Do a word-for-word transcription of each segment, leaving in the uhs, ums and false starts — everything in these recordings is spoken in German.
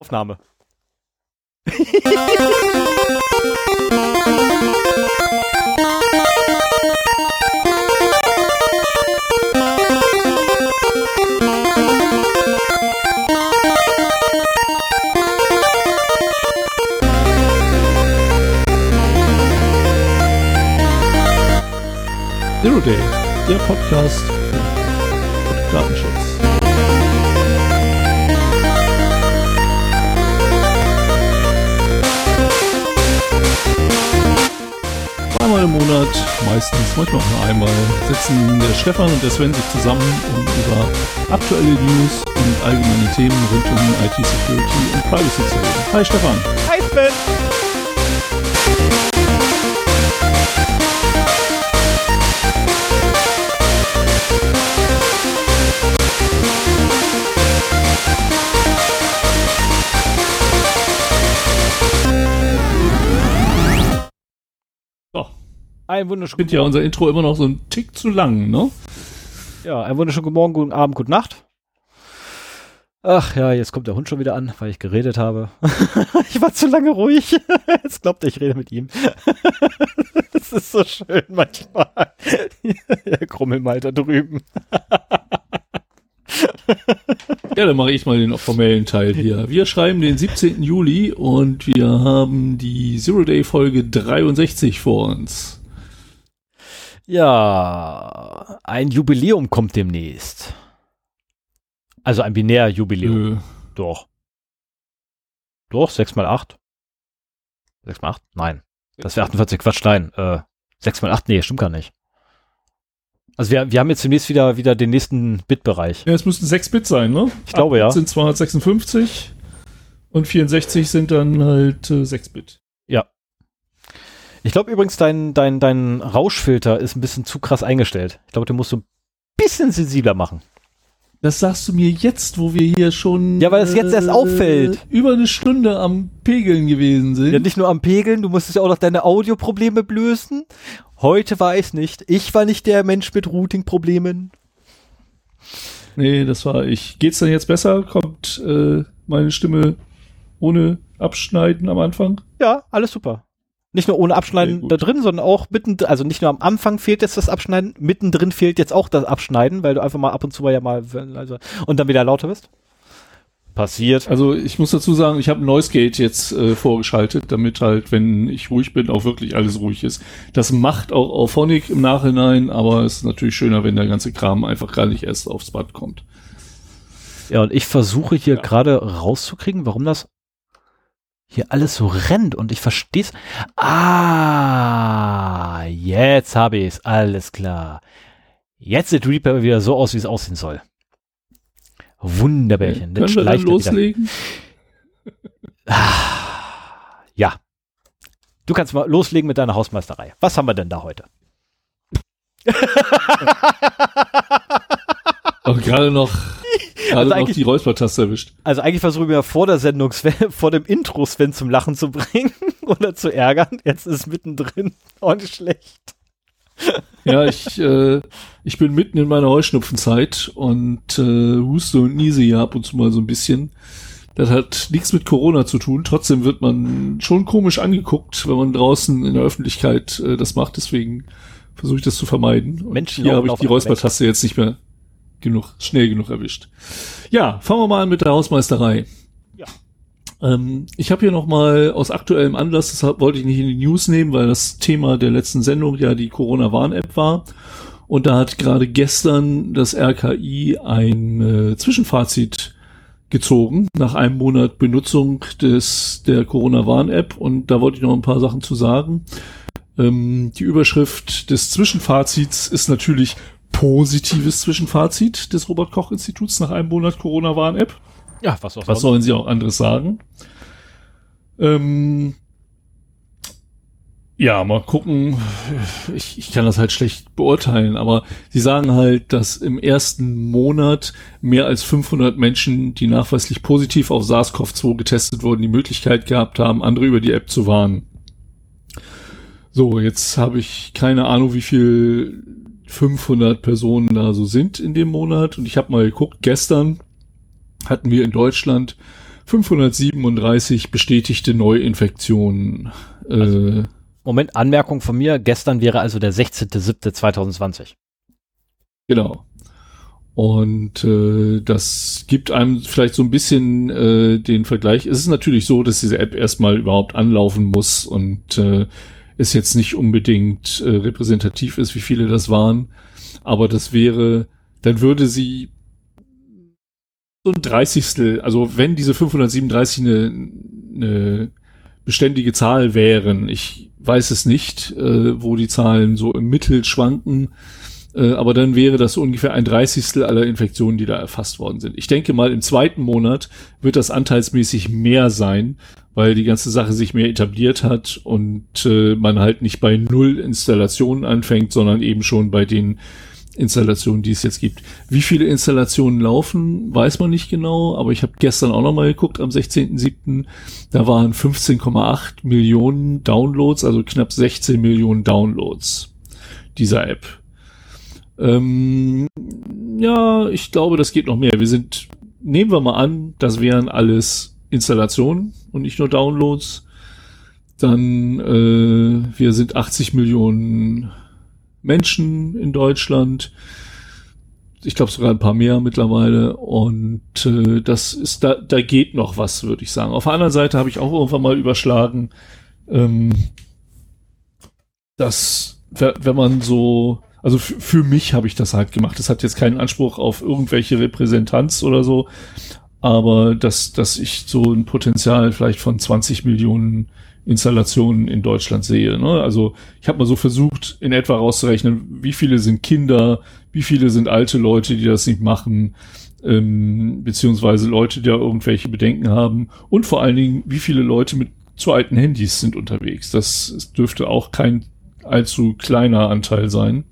Aufnahme. Zero Day, der Podcast für Datenschutz. Einmal im Monat, meistens, manchmal auch nur einmal, sitzen der Stefan und der Sven sich zusammen, um über aktuelle News und allgemeine Themen rund um I T-Security und Privacy zu reden. Hi Stefan. Hi Sven. Ein wunderschönen Ich finde ja unser Intro immer noch so ein Tick zu lang, ne? Ja, ein wunderschönen guten Morgen, guten Abend, gute Nacht. Ach ja, jetzt kommt der Hund schon wieder an, weil ich geredet habe. Ich war zu lange ruhig. Jetzt glaubt er, ich rede mit ihm. Das ist so schön manchmal. Der Krummelmal da drüben. Ja, dann mache ich mal den formellen Teil hier. Wir schreiben den siebzehnten Juli und wir haben die Zero-Day-Folge dreiundsechzig vor uns. Ja, ein Jubiläum kommt demnächst. Also ein Binär-Jubiläum. Äh. Doch. Doch, sechs mal acht. sechs mal acht? Nein. Das wäre achtundvierzig. Quatsch, nein. Äh, sechs mal acht? Nee, stimmt gar nicht. Also wir, wir haben jetzt demnächst wieder, wieder den nächsten Bit-Bereich. Ja, es müssten sechs Bit sein, ne? Ich glaube, ja. acht Bit sind zweihundertsechsundfünfzig und vierundsechzig sind dann halt äh, sechs Bit. Ja. Ich glaube übrigens, dein, dein, dein Rauschfilter ist ein bisschen zu krass eingestellt. Ich glaube, den musst du ein bisschen sensibler machen. Das sagst du mir jetzt, wo wir hier schon ja, weil es jetzt erst auffällt. Über eine Stunde am Pegeln gewesen sind. Ja, nicht nur am Pegeln, du musstest ja auch noch deine Audioprobleme lösen. Heute war ich nicht. Ich war nicht der Mensch mit Routing-Problemen. Nee, das war ich. Geht's denn jetzt besser? Kommt äh, meine Stimme ohne Abschneiden am Anfang? Ja, alles super. Nicht nur ohne Abschneiden da drin, sondern auch mittendrin, also nicht nur am Anfang fehlt jetzt das Abschneiden, mittendrin fehlt jetzt auch das Abschneiden, weil du einfach mal ab und zu ja mal, also, und dann wieder lauter bist. Passiert. Also ich muss dazu sagen, ich habe Noise Gate jetzt äh, vorgeschaltet, damit halt, wenn ich ruhig bin, auch wirklich alles ruhig ist. Das macht auch Auphonic im Nachhinein, aber es ist natürlich schöner, wenn der ganze Kram einfach gar nicht erst aufs Bad kommt. Ja, und ich versuche hier ja. gerade rauszukriegen, warum das hier alles so rennt und ich verstehe es. Ah, jetzt habe ich es. Alles klar. Jetzt sieht Reaper wieder so aus, wie es aussehen soll. Wunderbärchen. Okay. Können wir dann loslegen? Ah, ja. Du kannst mal loslegen mit deiner Hausmeisterei. Was haben wir denn da heute? Auch gerade noch, gerade also noch die Räuspertaste erwischt. Also eigentlich versuche ich mir vor der Sendung, Sven, vor dem Intro Sven zum Lachen zu bringen oder zu ärgern. Jetzt ist es mittendrin. Auch nicht schlecht. Ja, ich, äh, ich bin mitten in meiner Heuschnupfenzeit und äh, huste und niese ja ab und zu mal so ein bisschen. Das hat nichts mit Corona zu tun. Trotzdem wird man schon komisch angeguckt, wenn man draußen in der Öffentlichkeit äh, das macht. Deswegen versuche ich das zu vermeiden. Und Menschen hier habe ich die Räuspertaste jetzt nicht mehr genug, schnell genug erwischt. Ja, fangen wir mal an mit der Hausmeisterei. Ja. Ähm, ich habe hier nochmal aus aktuellem Anlass, das wollte ich nicht in die News nehmen, weil das Thema der letzten Sendung ja die Corona-Warn-App war. Und da hat gerade gestern das R K I ein äh, Zwischenfazit gezogen, nach einem Monat Benutzung des der Corona-Warn-App. Und da wollte ich noch ein paar Sachen zu sagen. Ähm, die Überschrift des Zwischenfazits ist natürlich positives Zwischenfazit des Robert-Koch-Instituts nach einem Monat Corona-Warn-App. Ja, was auch Was sollen sie auch anderes sagen? Ähm, ja, mal gucken. Ich, ich kann das halt schlecht beurteilen, aber sie sagen halt, dass im ersten Monat mehr als fünfhundert Menschen, die nachweislich positiv auf SARS-C o V zwei getestet wurden, die Möglichkeit gehabt haben, andere über die App zu warnen. So, jetzt habe ich keine Ahnung, wie viel fünfhundert Personen da so sind in dem Monat. Und ich habe mal geguckt, gestern hatten wir in Deutschland fünfhundertsiebenunddreißig bestätigte Neuinfektionen. Äh, also, Moment, Anmerkung von mir. Gestern wäre also der sechzehnter siebter zweitausendzwanzig. Genau. Und äh, das gibt einem vielleicht so ein bisschen äh, den Vergleich. Es ist natürlich so, dass diese App erstmal überhaupt anlaufen muss und äh, es jetzt nicht unbedingt äh, repräsentativ ist, wie viele das waren. Aber das wäre, dann würde sie so ein Dreißigstel, also wenn diese fünfhundertsiebenunddreißig eine, eine beständige Zahl wären, ich weiß es nicht, äh, wo die Zahlen so im Mittel schwanken, äh, aber dann wäre das so ungefähr ein Dreißigstel aller Infektionen, die da erfasst worden sind. Ich denke mal, im zweiten Monat wird das anteilsmäßig mehr sein, weil die ganze Sache sich mehr etabliert hat und äh, man halt nicht bei null Installationen anfängt, sondern eben schon bei den Installationen, die es jetzt gibt. Wie viele Installationen laufen, weiß man nicht genau, aber ich habe gestern auch nochmal geguckt, am sechzehnten siebten Da waren fünfzehn Komma acht Millionen Downloads, also knapp sechzehn Millionen Downloads dieser App. Ähm, ja, ich glaube, das geht noch mehr. Wir sind, nehmen wir mal an, das wären alles Installationen und nicht nur Downloads. Dann, äh, wir sind achtzig Millionen Menschen in Deutschland. Ich glaube sogar ein paar mehr mittlerweile. Und äh, das ist, da, da geht noch was, würde ich sagen. Auf der anderen Seite habe ich auch irgendwann mal überschlagen, ähm, dass, wenn man so, also f- für mich habe ich das halt gemacht. Das hat jetzt keinen Anspruch auf irgendwelche Repräsentanz oder so, aber dass, dass ich so ein Potenzial vielleicht von zwanzig Millionen Installationen in Deutschland sehe. Ne? Also ich habe mal so versucht, in etwa rauszurechnen, wie viele sind Kinder, wie viele sind alte Leute, die das nicht machen, ähm, beziehungsweise Leute, die da irgendwelche Bedenken haben und vor allen Dingen, wie viele Leute mit zu alten Handys sind unterwegs. Das dürfte auch kein allzu kleiner Anteil sein.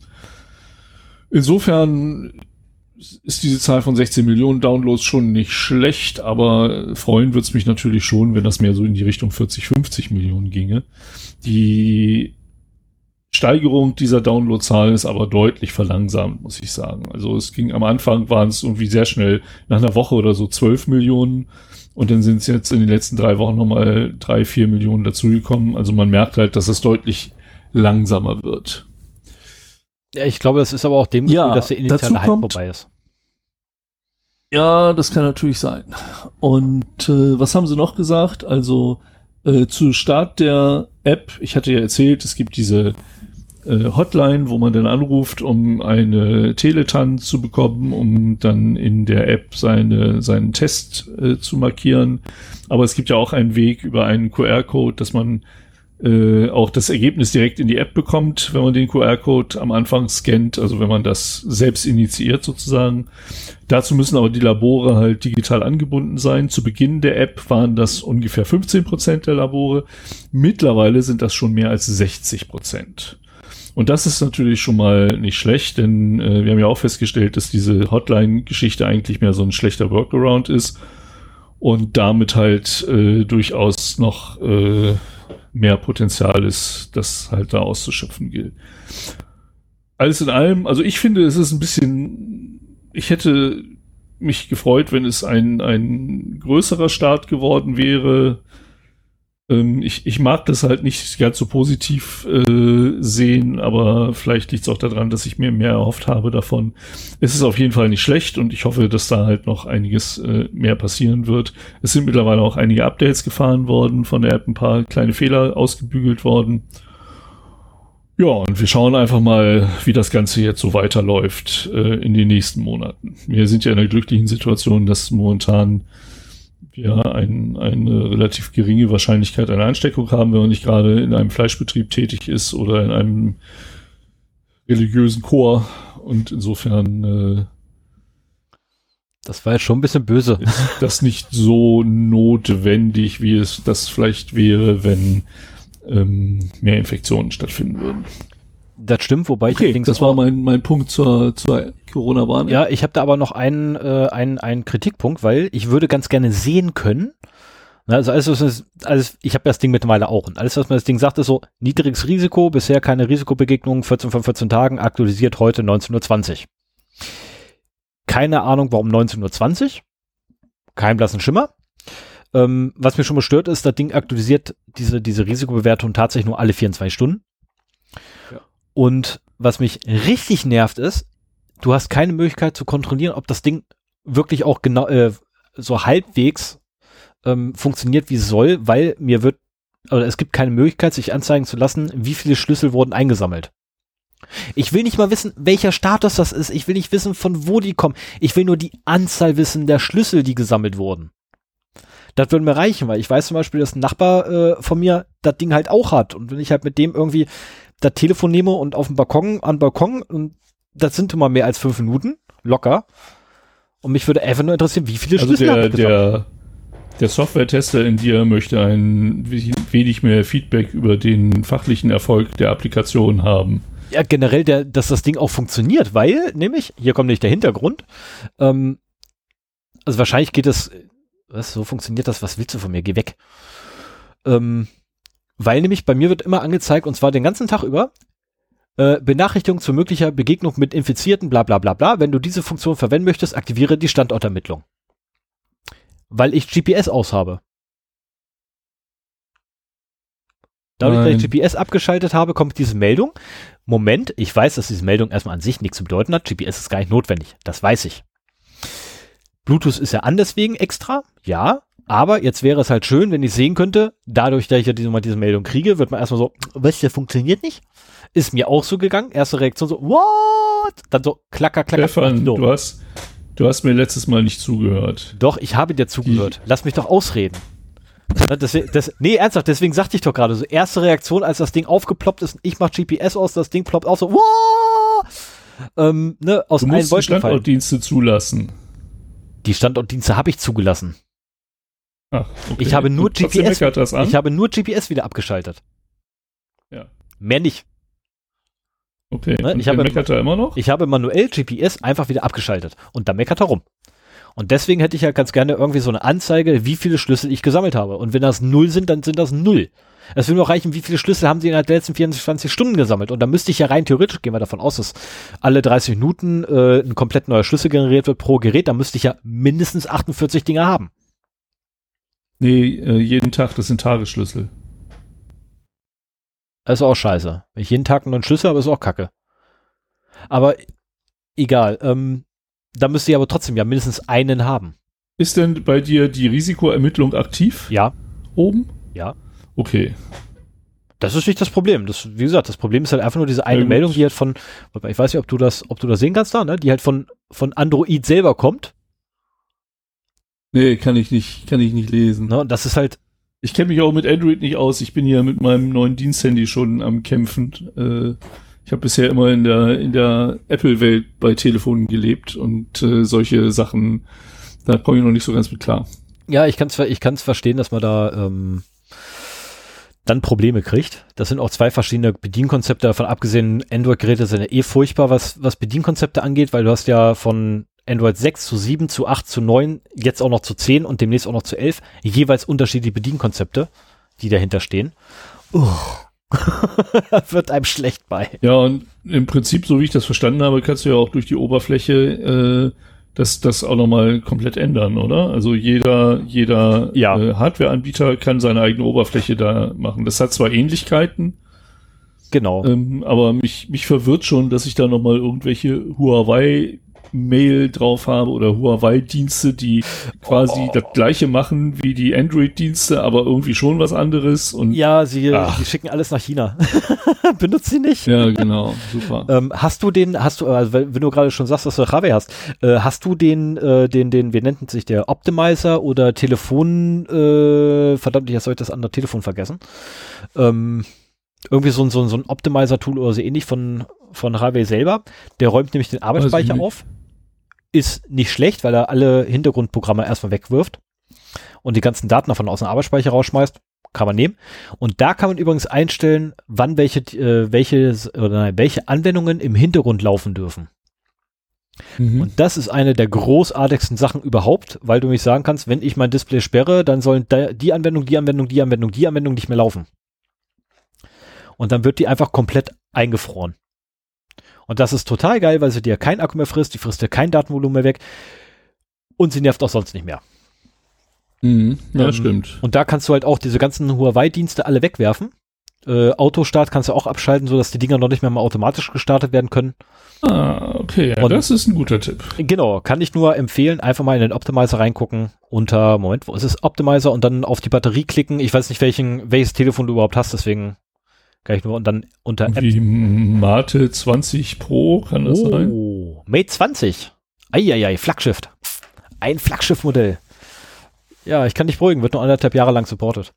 Insofern ist diese Zahl von sechzehn Millionen Downloads schon nicht schlecht, aber freuen wird's mich natürlich schon, wenn das mehr so in die Richtung vierzig, fünfzig Millionen ginge. Die Steigerung dieser Downloadzahl ist aber deutlich verlangsamt, muss ich sagen. Also es ging am Anfang, waren es irgendwie sehr schnell, nach einer Woche oder so zwölf Millionen und dann sind es jetzt in den letzten drei Wochen nochmal drei, vier Millionen dazugekommen. Also man merkt halt, dass es deutlich langsamer wird. Ja, ich glaube, das ist aber auch dem ja, Gefühl, dass der initiale Hype vorbei ist. Ja, das kann natürlich sein. Und äh, was haben sie noch gesagt? Also äh, zu Start der App, ich hatte ja erzählt, es gibt diese äh, Hotline, wo man dann anruft, um eine Teletan zu bekommen, um dann in der App seine, seinen Test äh, zu markieren. Aber es gibt ja auch einen Weg über einen Q R-Code, dass man Äh, auch das Ergebnis direkt in die App bekommt, wenn man den Q R-Code am Anfang scannt, also wenn man das selbst initiiert sozusagen. Dazu müssen aber die Labore halt digital angebunden sein. Zu Beginn der App waren das ungefähr fünfzehn Prozent der Labore. Mittlerweile sind das schon mehr als sechzig Prozent. Und das ist natürlich schon mal nicht schlecht, denn äh, wir haben ja auch festgestellt, dass diese Hotline-Geschichte eigentlich mehr so ein schlechter Workaround ist und damit halt äh, durchaus noch äh, mehr Potenzial ist, das halt da auszuschöpfen gilt. Alles in allem, also ich finde, es ist ein bisschen, ich hätte mich gefreut, wenn es ein, ein größerer Start geworden wäre. Ähm, ich, ich mag das halt nicht ganz so positiv äh, sehen, aber vielleicht liegt es auch daran, dass ich mir mehr erhofft habe davon. Es ist auf jeden Fall nicht schlecht und ich hoffe, dass da halt noch einiges äh, mehr passieren wird. Es sind mittlerweile auch einige Updates gefahren worden von der App, ein paar kleine Fehler ausgebügelt worden. Ja, und wir schauen einfach mal, wie das Ganze jetzt so weiterläuft äh, in den nächsten Monaten. Wir sind ja in der glücklichen Situation, dass momentan wir ein, eine relativ geringe Wahrscheinlichkeit einer Ansteckung haben, wenn man nicht gerade in einem Fleischbetrieb tätig ist oder in einem religiösen Chor. Und insofern äh, das war jetzt schon ein bisschen böse. Ist das nicht so notwendig, wie es das vielleicht wäre, wenn ähm, mehr Infektionen stattfinden würden. Das stimmt, wobei okay, ich allerdings das war mein mein Punkt zur zur Corona-Warn-App. Ja, ich habe da aber noch einen äh, einen einen Kritikpunkt, weil ich würde ganz gerne sehen können. Na, also alles, was es, alles, ich habe das Ding mittlerweile auch und alles, was mir das Ding sagt, ist so niedriges Risiko, bisher keine Risikobegegnung, vierzehn von vierzehn Tagen, aktualisiert heute neunzehn Uhr zwanzig. Keine Ahnung, warum neunzehn Uhr zwanzig. Kein blassen Schimmer. Ähm, was mir schon mal stört, ist, das Ding aktualisiert diese, diese Risikobewertung tatsächlich nur alle vierundzwanzig Stunden. Ja. Und was mich richtig nervt ist, du hast keine Möglichkeit zu kontrollieren, ob das Ding wirklich auch genau äh, so halbwegs ähm, funktioniert, wie es soll, weil mir wird, oder es gibt keine Möglichkeit, sich anzeigen zu lassen, wie viele Schlüssel wurden eingesammelt. Ich will nicht mal wissen, welcher Status das ist. Ich will nicht wissen, von wo die kommen. Ich will nur die Anzahl wissen der Schlüssel, die gesammelt wurden. Das würde mir reichen, weil ich weiß zum Beispiel, dass ein Nachbar äh, von mir das Ding halt auch hat. Und wenn ich halt mit dem irgendwie das Telefon nehme und auf dem Balkon, an den Balkon, und das sind immer mehr als fünf Minuten, locker. Und mich würde einfach nur interessieren, wie viele also Schlüssel der, der, der Software-Tester in dir möchte ein wenig mehr Feedback über den fachlichen Erfolg der Applikation haben. Ja, generell, der, dass das Ding auch funktioniert, weil, nämlich, hier kommt nicht der Hintergrund, ähm, also wahrscheinlich geht das, was, so funktioniert das, was willst du von mir, geh weg. Ähm, weil nämlich bei mir wird immer angezeigt, und zwar den ganzen Tag über, äh, Benachrichtigung zu möglicher Begegnung mit Infizierten, bla bla bla bla, wenn du diese Funktion verwenden möchtest, aktiviere die Standortermittlung. Weil ich G P S aus habe. Dadurch, dass ich G P S abgeschaltet habe, kommt diese Meldung. Moment, ich weiß, dass diese Meldung erstmal an sich nichts zu bedeuten hat. G P S ist gar nicht notwendig. Das weiß ich. Bluetooth ist ja an deswegen extra. Ja, aber jetzt wäre es halt schön, wenn ich sehen könnte, dadurch, dass ich ja diese, mal diese Meldung kriege, wird man erstmal so, was, der funktioniert nicht? Ist mir auch so gegangen. Erste Reaktion so, what? Dann so, klacker, klacker. Stefan, du hast, du hast mir letztes Mal nicht zugehört. Doch, ich habe dir zugehört. Die Lass mich doch ausreden. Das, das, nee, ernsthaft, deswegen sagte ich doch gerade so, erste Reaktion, als das Ding aufgeploppt ist, ich mach G P S aus, das Ding ploppt aus, so, wow! Ähm, ne, aus du allen musst die Standortdienste zulassen. Die Standortdienste habe ich zugelassen. Ach, okay. Ich habe nur G P S, das an? ich habe nur G P S wieder abgeschaltet. Ja. Mehr nicht. Okay, ne? und ich habe, meckert er immer noch? Ich habe manuell G P S einfach wieder abgeschaltet und da meckert er rum. Und deswegen hätte ich ja ganz gerne irgendwie so eine Anzeige, wie viele Schlüssel ich gesammelt habe. Und wenn das null sind, dann sind das null. Es will nur reichen, wie viele Schlüssel haben sie innerhalb der letzten vierundzwanzig Stunden gesammelt. Und da müsste ich ja rein theoretisch, gehen wir davon aus, dass alle dreißig Minuten äh, ein komplett neuer Schlüssel generiert wird pro Gerät. Da müsste ich ja mindestens achtundvierzig Dinger haben. Nee, äh, jeden Tag, das sind Tagesschlüssel. Das ist auch scheiße. Wenn ich jeden Tag einen neuen Schlüssel habe, ist auch kacke. Aber egal, ähm, da müsste ich aber trotzdem ja mindestens einen haben. Ist denn bei dir die Risikoermittlung aktiv? Ja. Oben? Ja. Okay. Das ist nicht das Problem. Das, wie gesagt, das Problem ist halt einfach nur diese eine ja, Meldung, die halt von, ich weiß nicht, ob du das, ob du das sehen kannst da, ne? Die halt von, von Android selber kommt. Nee, kann ich nicht, kann ich nicht lesen. Ne? Und das ist halt. Ich kenne mich auch mit Android nicht aus. Ich bin ja mit meinem neuen Diensthandy schon am Kämpfen. Äh, Ich habe bisher immer in der in der Apple-Welt bei Telefonen gelebt und äh, solche Sachen, da komme ich noch nicht so ganz mit klar. Ja, ich kann es ich kann's verstehen, dass man da ähm, dann Probleme kriegt. Das sind auch zwei verschiedene Bedienkonzepte. Davon abgesehen, Android-Geräte sind ja eh furchtbar, was was Bedienkonzepte angeht, weil du hast ja von Android sechs zu sieben, zu acht, zu neun, jetzt auch noch zu zehn und demnächst auch noch zu elf, jeweils unterschiedliche Bedienkonzepte, die dahinter stehen. Uff. Wird einem schlecht bei. Ja, und im Prinzip, so wie ich das verstanden habe, kannst du ja auch durch die Oberfläche äh, das, das auch nochmal komplett ändern, oder? Also jeder, jeder ja. äh, Hardware-Anbieter kann seine eigene Oberfläche da machen. Das hat zwar Ähnlichkeiten, genau, ähm, aber mich, mich verwirrt schon, dass ich da nochmal irgendwelche Huawei Mail drauf habe oder Huawei-Dienste, die quasi oh. das gleiche machen wie die Android-Dienste, aber irgendwie schon was anderes. Und ja, sie, sie schicken alles nach China. Benutzt sie nicht. Ja, genau, super. ähm, hast du den, hast du, also wenn du gerade schon sagst, dass du Huawei hast, äh, hast du den, äh, den, den, wie nennt sich der, Optimizer oder Telefon, äh, verdammt, ich soll das andere Telefon vergessen. Ähm, irgendwie so ein, so ein, so ein Optimizer-Tool oder so ähnlich von, von Huawei selber. Der räumt nämlich den Arbeitsspeicher also auf. Ist nicht schlecht, weil er alle Hintergrundprogramme erstmal wegwirft und die ganzen Daten davon aus dem Arbeitsspeicher rausschmeißt. Kann man nehmen. Und da kann man übrigens einstellen, wann welche, äh, welche, oder nein, welche Anwendungen im Hintergrund laufen dürfen. Mhm. Und das ist eine der großartigsten Sachen überhaupt, weil du mich sagen kannst, wenn ich mein Display sperre, dann sollen die Anwendung, die Anwendung, die Anwendung, die Anwendung nicht mehr laufen. Und dann wird die einfach komplett eingefroren. Und das ist total geil, weil sie dir kein Akku mehr frisst, die frisst dir kein Datenvolumen mehr weg und sie nervt auch sonst nicht mehr. Mhm. Ja, ähm, stimmt. Und da kannst du halt auch diese ganzen Huawei-Dienste alle wegwerfen. Äh, Autostart kannst du auch abschalten, sodass die Dinger noch nicht mehr mal automatisch gestartet werden können. Ah, okay, ja, Und das ist ein guter Tipp. Genau, kann ich nur empfehlen, einfach mal in den Optimizer reingucken, unter, Moment, wo ist es, Optimizer und dann auf die Batterie klicken. Ich weiß nicht, welchen, welches Telefon du überhaupt hast, deswegen kann ich nur und dann unter App. Wie Mate zwanzig Pro, kann das oh, sein? Mate zwanzig. Eieiei, Flaggschiff. Ein Flaggschiff-Modell. Ja, ich kann dich beruhigen, wird nur anderthalb Jahre lang supportet.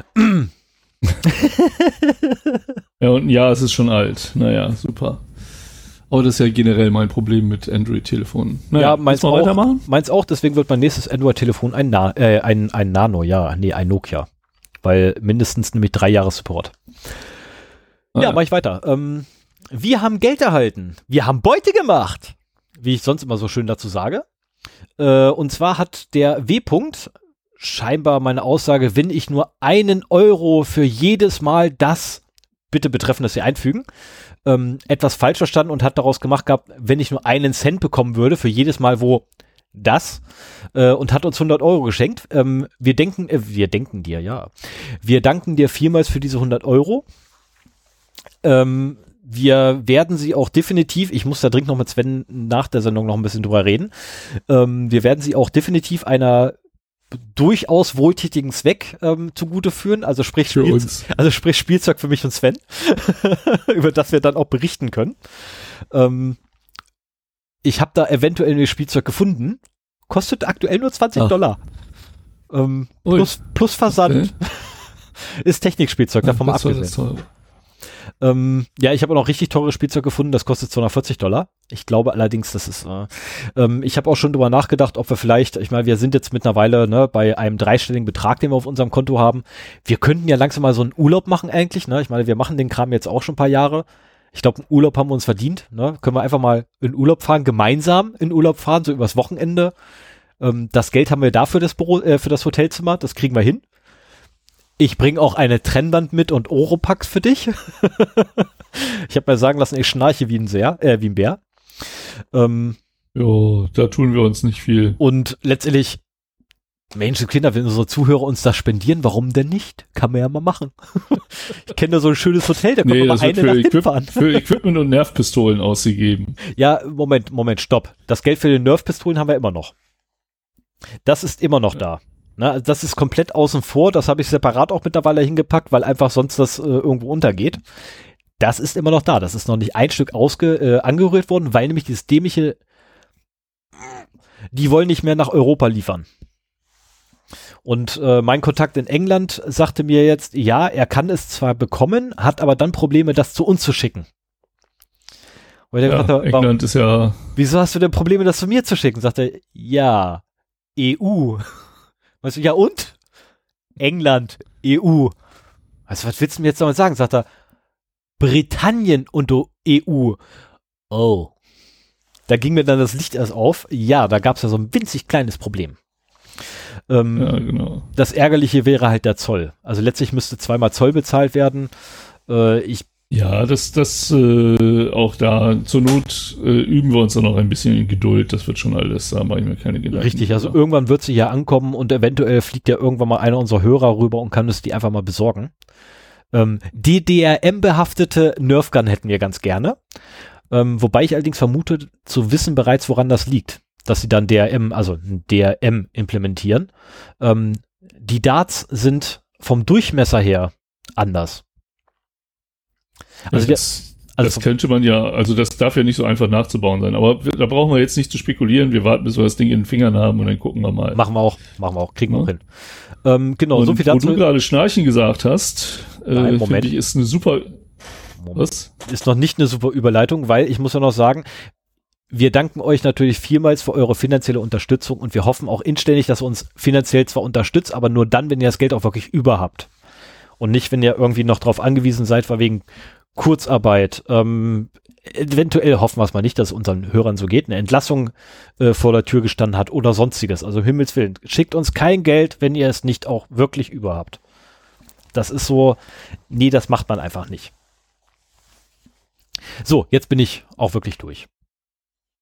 Ja, und ja, es ist schon alt. Naja, super. Aber das ist ja generell mein Problem mit Android-Telefonen. Naja, ja, meins mal auch, weitermachen? meins auch, deswegen wird mein nächstes Android-Telefon ein, Na äh, ein, ein Nano, ja, nee, ein Nokia. Weil mindestens nämlich drei Jahre Support. Ah, ja, mach ich weiter. Ähm, wir haben Geld erhalten. Wir haben Beute gemacht. Wie ich sonst immer so schön dazu sage. Äh, und zwar hat der W-Punkt scheinbar meine Aussage, wenn ich nur einen Euro für jedes Mal das, bitte betreffendes hier einfügen, ähm, etwas falsch verstanden und hat daraus gemacht gehabt, wenn ich nur einen Cent bekommen würde für jedes Mal, wo das, äh, und hat uns hundert Euro geschenkt. Ähm, wir denken, äh, wir denken dir, ja. Wir danken dir vielmals für diese hundert Euro. Ähm, wir werden sie auch definitiv, ich muss da dringend noch mit Sven nach der Sendung noch ein bisschen drüber reden, ähm, wir werden sie auch definitiv einer durchaus wohltätigen Zweck ähm, zugute führen, also sprich, für Spielze- uns. also sprich Spielzeug für mich und Sven, über das wir dann auch berichten können. Ähm, ich habe da eventuell ein Spielzeug gefunden, kostet aktuell nur zwanzig Ach. Dollar. Ähm, Ui. plus, plus Versand. Okay. Ist Technikspielzeug, davon mal Das war das abgesehen. Teure. Ähm, ja, ich habe auch noch richtig teures Spielzeug gefunden, das kostet zweihundertvierzig Dollar. Ich glaube allerdings, das ist, äh, ähm, ich habe auch schon drüber nachgedacht, ob wir vielleicht, ich meine, wir sind jetzt mittlerweile ne, bei einem dreistelligen Betrag, den wir auf unserem Konto haben. Wir könnten ja langsam mal so einen Urlaub machen eigentlich, ne? Ich meine, wir machen den Kram jetzt auch schon ein paar Jahre. Ich glaube, einen Urlaub haben wir uns verdient, ne? Können wir einfach mal in Urlaub fahren, gemeinsam in Urlaub fahren, so übers Wochenende. Ähm, das Geld haben wir dafür das Büro, äh, für das Hotelzimmer, das kriegen wir hin. Ich bringe auch eine Trennwand mit und Oropax für dich. Ich habe mir sagen lassen, ich schnarche wie ein, Seher, äh, wie ein Bär. Ähm, Jo, da tun wir uns nicht viel. und letztendlich, Mensch, Kinder, wenn unsere Zuhörer uns das spendieren, warum denn nicht? Kann man ja mal machen. Ich kenne da so ein schönes Hotel, da können Nee, wir mal das eine wird für, Nacht Equip hinfahren. für Equipment und Nervpistolen ausgegeben. Ja, Moment, Moment, stopp. Das Geld für die Nerf-Pistolen haben wir immer noch. Das ist immer noch da. Na, also das ist komplett außen vor. Das habe ich separat auch mittlerweile hingepackt, weil einfach sonst das äh, irgendwo untergeht. Das ist immer noch da. Das ist noch nicht ein Stück ausge, äh, angerührt worden, weil nämlich dieses dämliche, die wollen nicht mehr nach Europa liefern. Und äh, mein Kontakt in England sagte mir jetzt, ja, er kann es zwar bekommen, hat aber dann Probleme, das zu uns zu schicken. Und ich Ja, dachte, warum- England ist ja, wieso hast du denn Probleme, das zu mir zu schicken? Sagt er, ja, E U. Weißt du, ja und? England, E U. Also, was willst du mir jetzt damit sagen? Sagt er, Britannien und E U. Oh. Da ging mir dann das Licht erst auf. Ja, da gab es ja so ein winzig kleines Problem. Ähm, ja, genau. Das Ärgerliche wäre halt der Zoll. Also letztlich müsste zweimal Zoll bezahlt werden. Äh, ich Ja, das, das, äh, auch da, zur Not äh, üben wir uns dann noch ein bisschen in Geduld. Das wird schon alles, da mache ich mir keine Gedanken. Richtig, also drüber. irgendwann wird sie hier ankommen und eventuell fliegt ja irgendwann mal einer unserer Hörer rüber und kann es die einfach mal besorgen. Ähm, D D R M-behaftete Nerfgun hätten wir ganz gerne. Ähm, wobei ich allerdings vermute, zu wissen bereits, woran das liegt. Dass sie dann D R M, also D R M implementieren. Ähm, die Darts sind vom Durchmesser her anders. Also, ja, das, wir, also das könnte man ja, also das darf ja nicht so einfach nachzubauen sein. Aber wir, da brauchen wir jetzt nicht zu spekulieren. Wir warten, bis wir das Ding in den Fingern haben und dann gucken wir mal. machen wir auch, machen wir auch, kriegen wir Ja. auch hin. Ähm, genau, und so viel wo dazu. du gerade Schnarchen gesagt hast, Nein, äh, Moment. finde ich, ist eine super. Moment. Was? Ist noch nicht eine super Überleitung, weil ich muss ja noch sagen, wir danken euch natürlich vielmals für eure finanzielle Unterstützung und wir hoffen auch inständig, dass ihr uns finanziell zwar unterstützt, aber nur dann, wenn ihr das Geld auch wirklich über habt. Und nicht, wenn ihr irgendwie noch drauf angewiesen seid, war wegen Kurzarbeit. Ähm, eventuell hoffen wir es mal nicht, dass es unseren Hörern so geht, eine Entlassung äh, vor der Tür gestanden hat oder sonstiges. Also um Himmels Willen, schickt uns kein Geld, wenn ihr es nicht auch wirklich über habt. Das ist so, nee, das macht man einfach nicht. So, jetzt bin ich auch wirklich durch.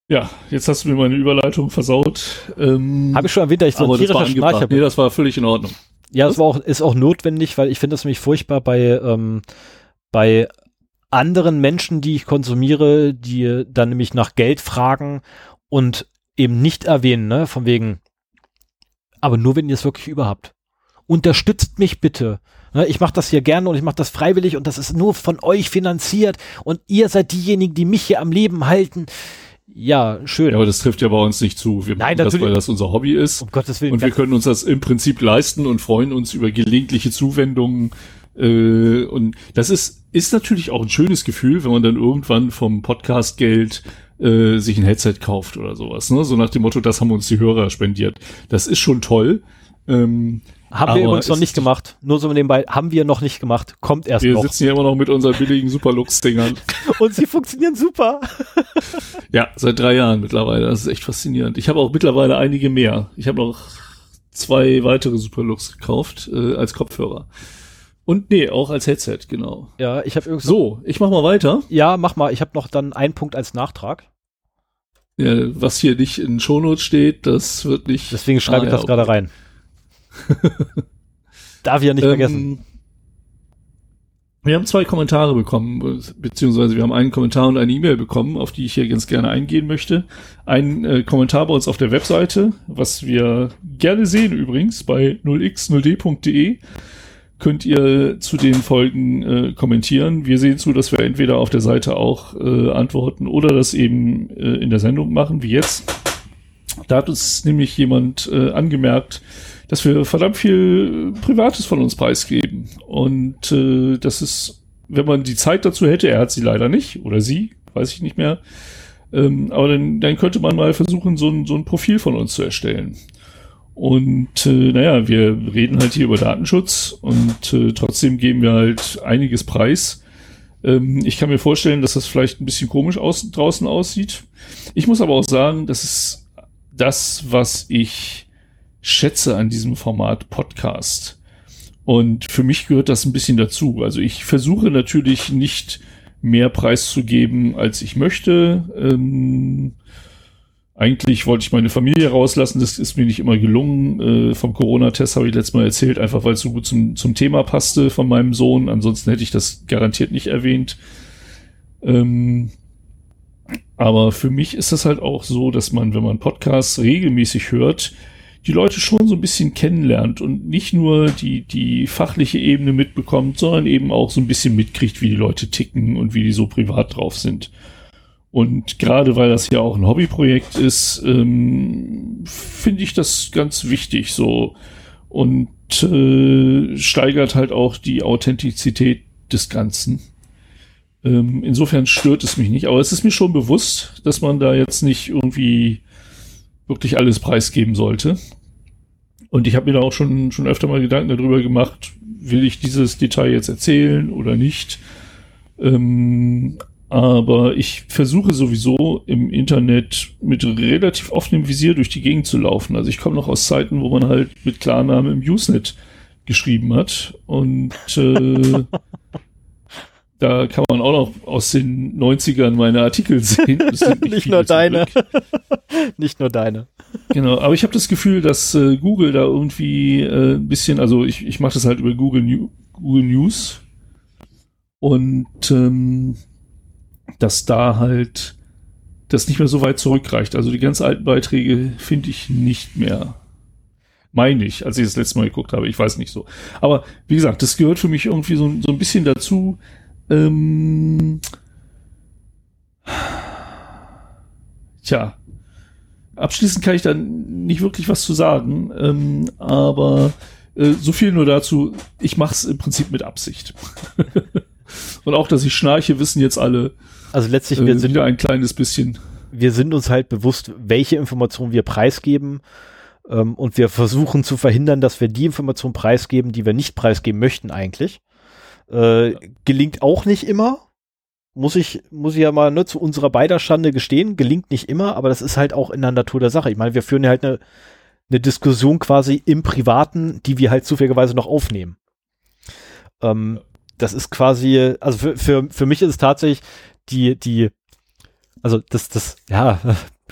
Ja, jetzt hast du mir meine Überleitung versaut. Ähm, Habe ich schon erwähnt, dass ich so ein tierischer Schnarcher bin? Nee, das war völlig in Ordnung. Ja, das war auch, ist auch notwendig, weil ich finde das nämlich furchtbar bei, ähm, bei anderen Menschen, die ich konsumiere, die dann nämlich nach Geld fragen und eben nicht erwähnen, ne, von wegen, aber nur wenn ihr es wirklich überhaupt. Unterstützt mich bitte. Ne, ich mache das hier gerne und ich mache das freiwillig und das ist nur von euch finanziert und ihr seid diejenigen, die mich hier am Leben halten. Ja, schön. Ja, aber das trifft ja bei uns nicht zu. Wir Nein, machen das, natürlich. weil das unser Hobby ist. Um Gottes Willen. Und wir können uns das im Prinzip leisten und freuen uns über gelegentliche Zuwendungen. Äh, und das ist, ist natürlich auch ein schönes Gefühl, wenn man dann irgendwann vom Podcast-Geld äh, sich ein Headset kauft oder sowas. Ne? So nach dem Motto, das haben uns die Hörer spendiert. Das ist schon toll. Ähm, haben wir übrigens noch nicht gemacht. Nur so nebenbei, haben wir noch nicht gemacht. Kommt erst wir noch. Wir sitzen hier immer noch mit unseren billigen Superlux-Dingern. Und sie funktionieren super. Ja, seit drei Jahren mittlerweile. Das ist echt faszinierend. Ich habe auch mittlerweile einige mehr. Ich habe noch zwei weitere Superlux gekauft äh, als Kopfhörer. Und nee, auch als Headset, genau. Ja, ich habe irgendwie So, ich mach mal weiter. Ja, mach mal. Ich habe noch dann einen Punkt als Nachtrag. Ja, was hier nicht in Shownotes steht, das wird nicht... Deswegen schreibe ah, ich ja, das gerade okay. rein. Darf ich ja nicht ähm, vergessen. Wir haben zwei Kommentare bekommen, beziehungsweise wir haben einen Kommentar und eine E-Mail bekommen, auf die ich hier ganz gerne eingehen möchte. Ein äh, Kommentar bei uns auf der Webseite, was wir gerne sehen übrigens, bei null x null d punkt de könnt ihr zu den Folgen äh, kommentieren. Wir sehen zu, dass wir entweder auf der Seite auch äh, antworten oder das eben äh, in der Sendung machen, wie jetzt. Da hat uns nämlich jemand äh, angemerkt, dass wir verdammt viel Privates von uns preisgeben. Und äh, das ist, wenn man die Zeit dazu hätte, er hat sie leider nicht, oder sie, weiß ich nicht mehr, ähm, aber dann, dann könnte man mal versuchen, so ein, so ein Profil von uns zu erstellen. Und äh, naja, wir reden halt hier über Datenschutz und äh, trotzdem geben wir halt einiges preis. Ähm, ich kann mir vorstellen, dass das vielleicht ein bisschen komisch aus, draußen aussieht. Ich muss aber auch sagen, das ist das, was ich schätze an diesem Format Podcast. Und für mich gehört das ein bisschen dazu. Also ich versuche natürlich nicht mehr preiszugeben, als ich möchte. Ähm, eigentlich wollte ich meine Familie rauslassen, das ist mir nicht immer gelungen. Äh, vom Corona-Test habe ich letztes Mal erzählt, einfach weil es so gut zum, zum Thema passte von meinem Sohn. Ansonsten hätte ich das garantiert nicht erwähnt. Ähm, aber für mich ist das halt auch so, dass man, wenn man Podcasts regelmäßig hört, die Leute schon so ein bisschen kennenlernt und nicht nur die, die fachliche Ebene mitbekommt, sondern eben auch so ein bisschen mitkriegt, wie die Leute ticken und wie die so privat drauf sind. Und gerade weil das ja auch ein Hobbyprojekt ist, ähm, finde ich das ganz wichtig so und äh, steigert halt auch die Authentizität des Ganzen. Ähm, insofern stört es mich nicht, aber es ist mir schon bewusst, dass man da jetzt nicht irgendwie wirklich alles preisgeben sollte. Und ich habe mir da auch schon schon öfter mal Gedanken darüber gemacht, will ich dieses Detail jetzt erzählen oder nicht. Ähm, aber ich versuche sowieso im Internet mit relativ offenem Visier durch die Gegend zu laufen. Also ich komme noch aus Zeiten, wo man halt mit Klarnamen im Usenet geschrieben hat. Und äh, da kann man auch noch aus den neunzigern meine Artikel sehen. Das sind nicht nicht viele nur zum deine. Glück. Nicht nur deine. Genau, aber ich habe das Gefühl, dass äh, Google da irgendwie äh, ein bisschen, also ich, ich mache das halt über Google, New, Google News und ähm, dass da halt das nicht mehr so weit zurückreicht. Also die ganz alten Beiträge finde ich nicht mehr. Meine ich, als ich das letzte Mal geguckt habe. Ich weiß nicht so. Aber wie gesagt, das gehört für mich irgendwie so, so ein bisschen dazu. Ähm, tja, abschließend kann ich da nicht wirklich was zu sagen, ähm, aber äh, so viel nur dazu, ich mache es im Prinzip mit Absicht. Und auch, dass ich schnarche, wissen jetzt alle. Also letztlich, äh, wir sind wieder ein kleines bisschen. Wir sind uns halt bewusst, welche Informationen wir preisgeben, ähm, und wir versuchen zu verhindern, dass wir die Informationen preisgeben, die wir nicht preisgeben möchten eigentlich. Äh, ja. Gelingt auch nicht immer. Muss ich, muss ich ja mal ne, zu unserer beider Schande gestehen, gelingt nicht immer, aber das ist halt auch in der Natur der Sache. Ich meine, wir führen ja halt eine, eine Diskussion quasi im Privaten, die wir halt zufälligerweise noch aufnehmen. Ähm, das ist quasi, also für, für, für mich ist es tatsächlich die, die, also das, das, ja,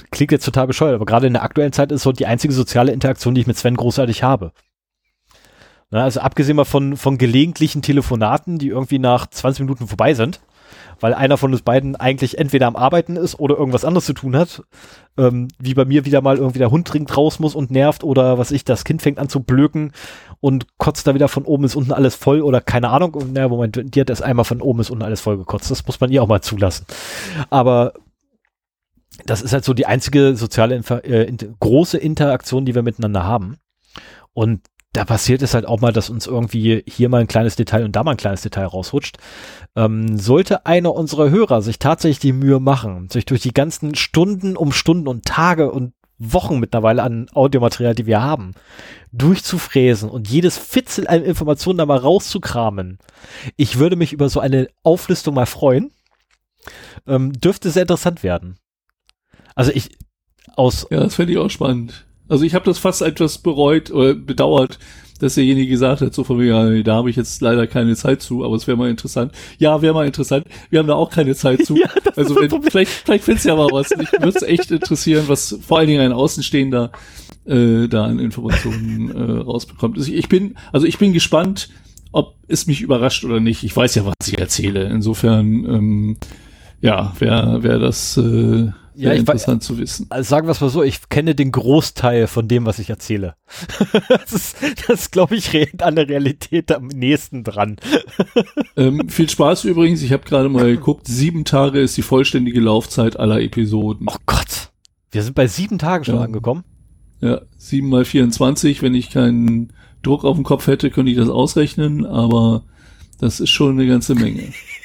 klingt jetzt total bescheuert, aber gerade in der aktuellen Zeit ist so die einzige soziale Interaktion, die ich mit Sven großartig habe. Na, also abgesehen mal von, von gelegentlichen Telefonaten, die irgendwie nach zwanzig Minuten vorbei sind, weil einer von uns beiden eigentlich entweder am Arbeiten ist oder irgendwas anderes zu tun hat, ähm, wie bei mir wieder mal irgendwie der Hund dringend raus muss und nervt oder was ich, das Kind fängt an zu blöken und kotzt da wieder von oben ist unten alles voll oder keine Ahnung, und naja, Moment, die hat erst einmal von oben ist unten alles voll gekotzt, das muss man ihr auch mal zulassen. Aber das ist halt so die einzige soziale, Infer- äh, inter- große Interaktion, die wir miteinander haben. Und da passiert es halt auch mal, dass uns irgendwie hier mal ein kleines Detail und da mal ein kleines Detail rausrutscht. Ähm, sollte einer unserer Hörer sich tatsächlich die Mühe machen, sich durch die ganzen Stunden um Stunden und Tage und Wochen mittlerweile an Audiomaterial, die wir haben, durchzufräsen und jedes Fitzel an Informationen da mal rauszukramen. Ich würde mich über so eine Auflistung mal freuen. Ähm, dürfte sehr interessant werden. Also ich aus... Ja, das fände ich auch spannend. Also ich habe das fast etwas bereut oder bedauert, dass derjenige gesagt hat, so von mir, ja, da habe ich jetzt leider keine Zeit zu, aber es wäre mal interessant. Ja, wäre mal interessant. Wir haben da auch keine Zeit zu. Ja, also wenn, vielleicht, vielleicht findest du ja mal was. Mich würde es echt interessieren, was vor allen Dingen ein Außenstehender äh, da an Informationen äh, rausbekommt. Also ich bin, also ich bin gespannt, ob es mich überrascht oder nicht. Ich weiß ja, was ich erzähle. Insofern, ähm, ja, wäre wär das äh, Ja, ich interessant war, zu wissen. Also sagen wir es mal so, ich kenne den Großteil von dem, was ich erzähle. das ist, das glaube ich, an der Realität am nächsten dran. ähm, viel Spaß übrigens, ich habe gerade mal geguckt, sieben Tage ist die vollständige Laufzeit aller Episoden. Oh Gott, wir sind bei sieben Tagen schon ja. angekommen. Ja, sieben mal vierundzwanzig, wenn ich keinen Druck auf dem Kopf hätte, könnte ich das ausrechnen, aber das ist schon eine ganze Menge.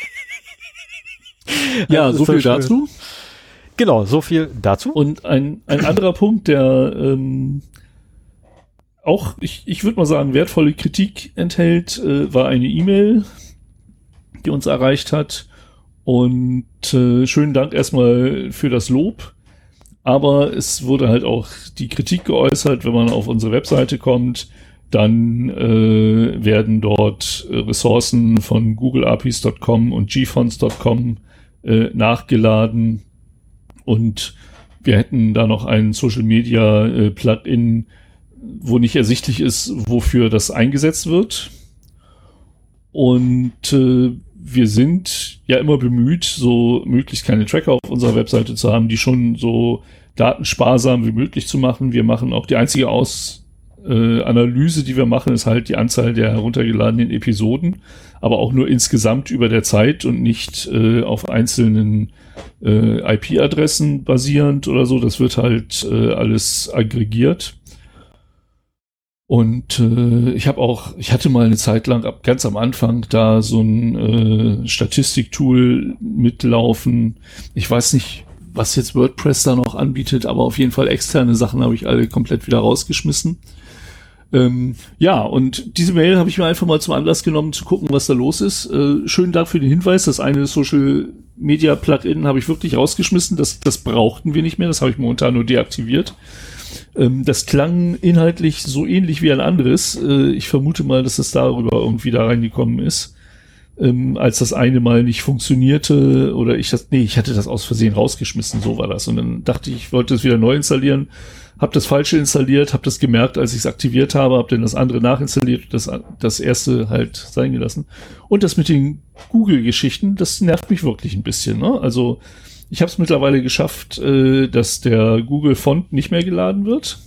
Ja, so viel dazu. Genau, so viel dazu. Und ein, ein anderer Punkt, der ähm, auch, ich, ich würde mal sagen, wertvolle Kritik enthält, äh, war eine E-Mail, die uns erreicht hat. Und äh, schönen Dank erstmal für das Lob. Aber es wurde halt auch die Kritik geäußert, wenn man auf unsere Webseite kommt, dann äh, werden dort äh, Ressourcen von Google A P I S Punkt com und G Fonts Punkt com äh, nachgeladen. Und wir hätten da noch ein Social Media äh, Plugin, wo nicht ersichtlich ist, wofür das eingesetzt wird. Und äh, wir sind ja immer bemüht, so möglichst keine Tracker auf unserer Webseite zu haben, die schon so datensparsam wie möglich zu machen. Wir machen auch die einzige Aus äh, Analyse, die wir machen, ist halt die Anzahl der heruntergeladenen Episoden, aber auch nur insgesamt über der Zeit und nicht äh, auf einzelnen äh, I P-Adressen basierend oder so. Das wird halt äh, alles aggregiert. Und äh, ich habe auch, ich hatte mal eine Zeit lang, ab ganz am Anfang, da so ein äh, Statistiktool mitlaufen. Ich weiß nicht, was jetzt WordPress da noch anbietet, aber auf jeden Fall externe Sachen habe ich alle komplett wieder rausgeschmissen. Ähm, ja, und diese Mail habe ich mir einfach mal zum Anlass genommen, zu gucken, was da los ist. Äh, schönen Dank für den Hinweis. Das eine Social Media Plugin habe ich wirklich rausgeschmissen. Das, das brauchten wir nicht mehr. Das habe ich momentan nur deaktiviert. Ähm, das klang inhaltlich so ähnlich wie ein anderes. Äh, ich vermute mal, dass es darüber irgendwie da reingekommen ist. Ähm, als das eine Mal nicht funktionierte oder ich das, nee, ich hatte das aus Versehen rausgeschmissen, so war das. Und dann dachte ich, ich wollte es wieder neu installieren, habe das falsche installiert, habe das gemerkt, als ich es aktiviert habe, habe dann das andere nachinstalliert, das, das erste halt sein gelassen. Und das mit den Google-Geschichten, das nervt mich wirklich ein bisschen, ne? Also ich habe es mittlerweile geschafft, äh, dass der Google-Font nicht mehr geladen wird.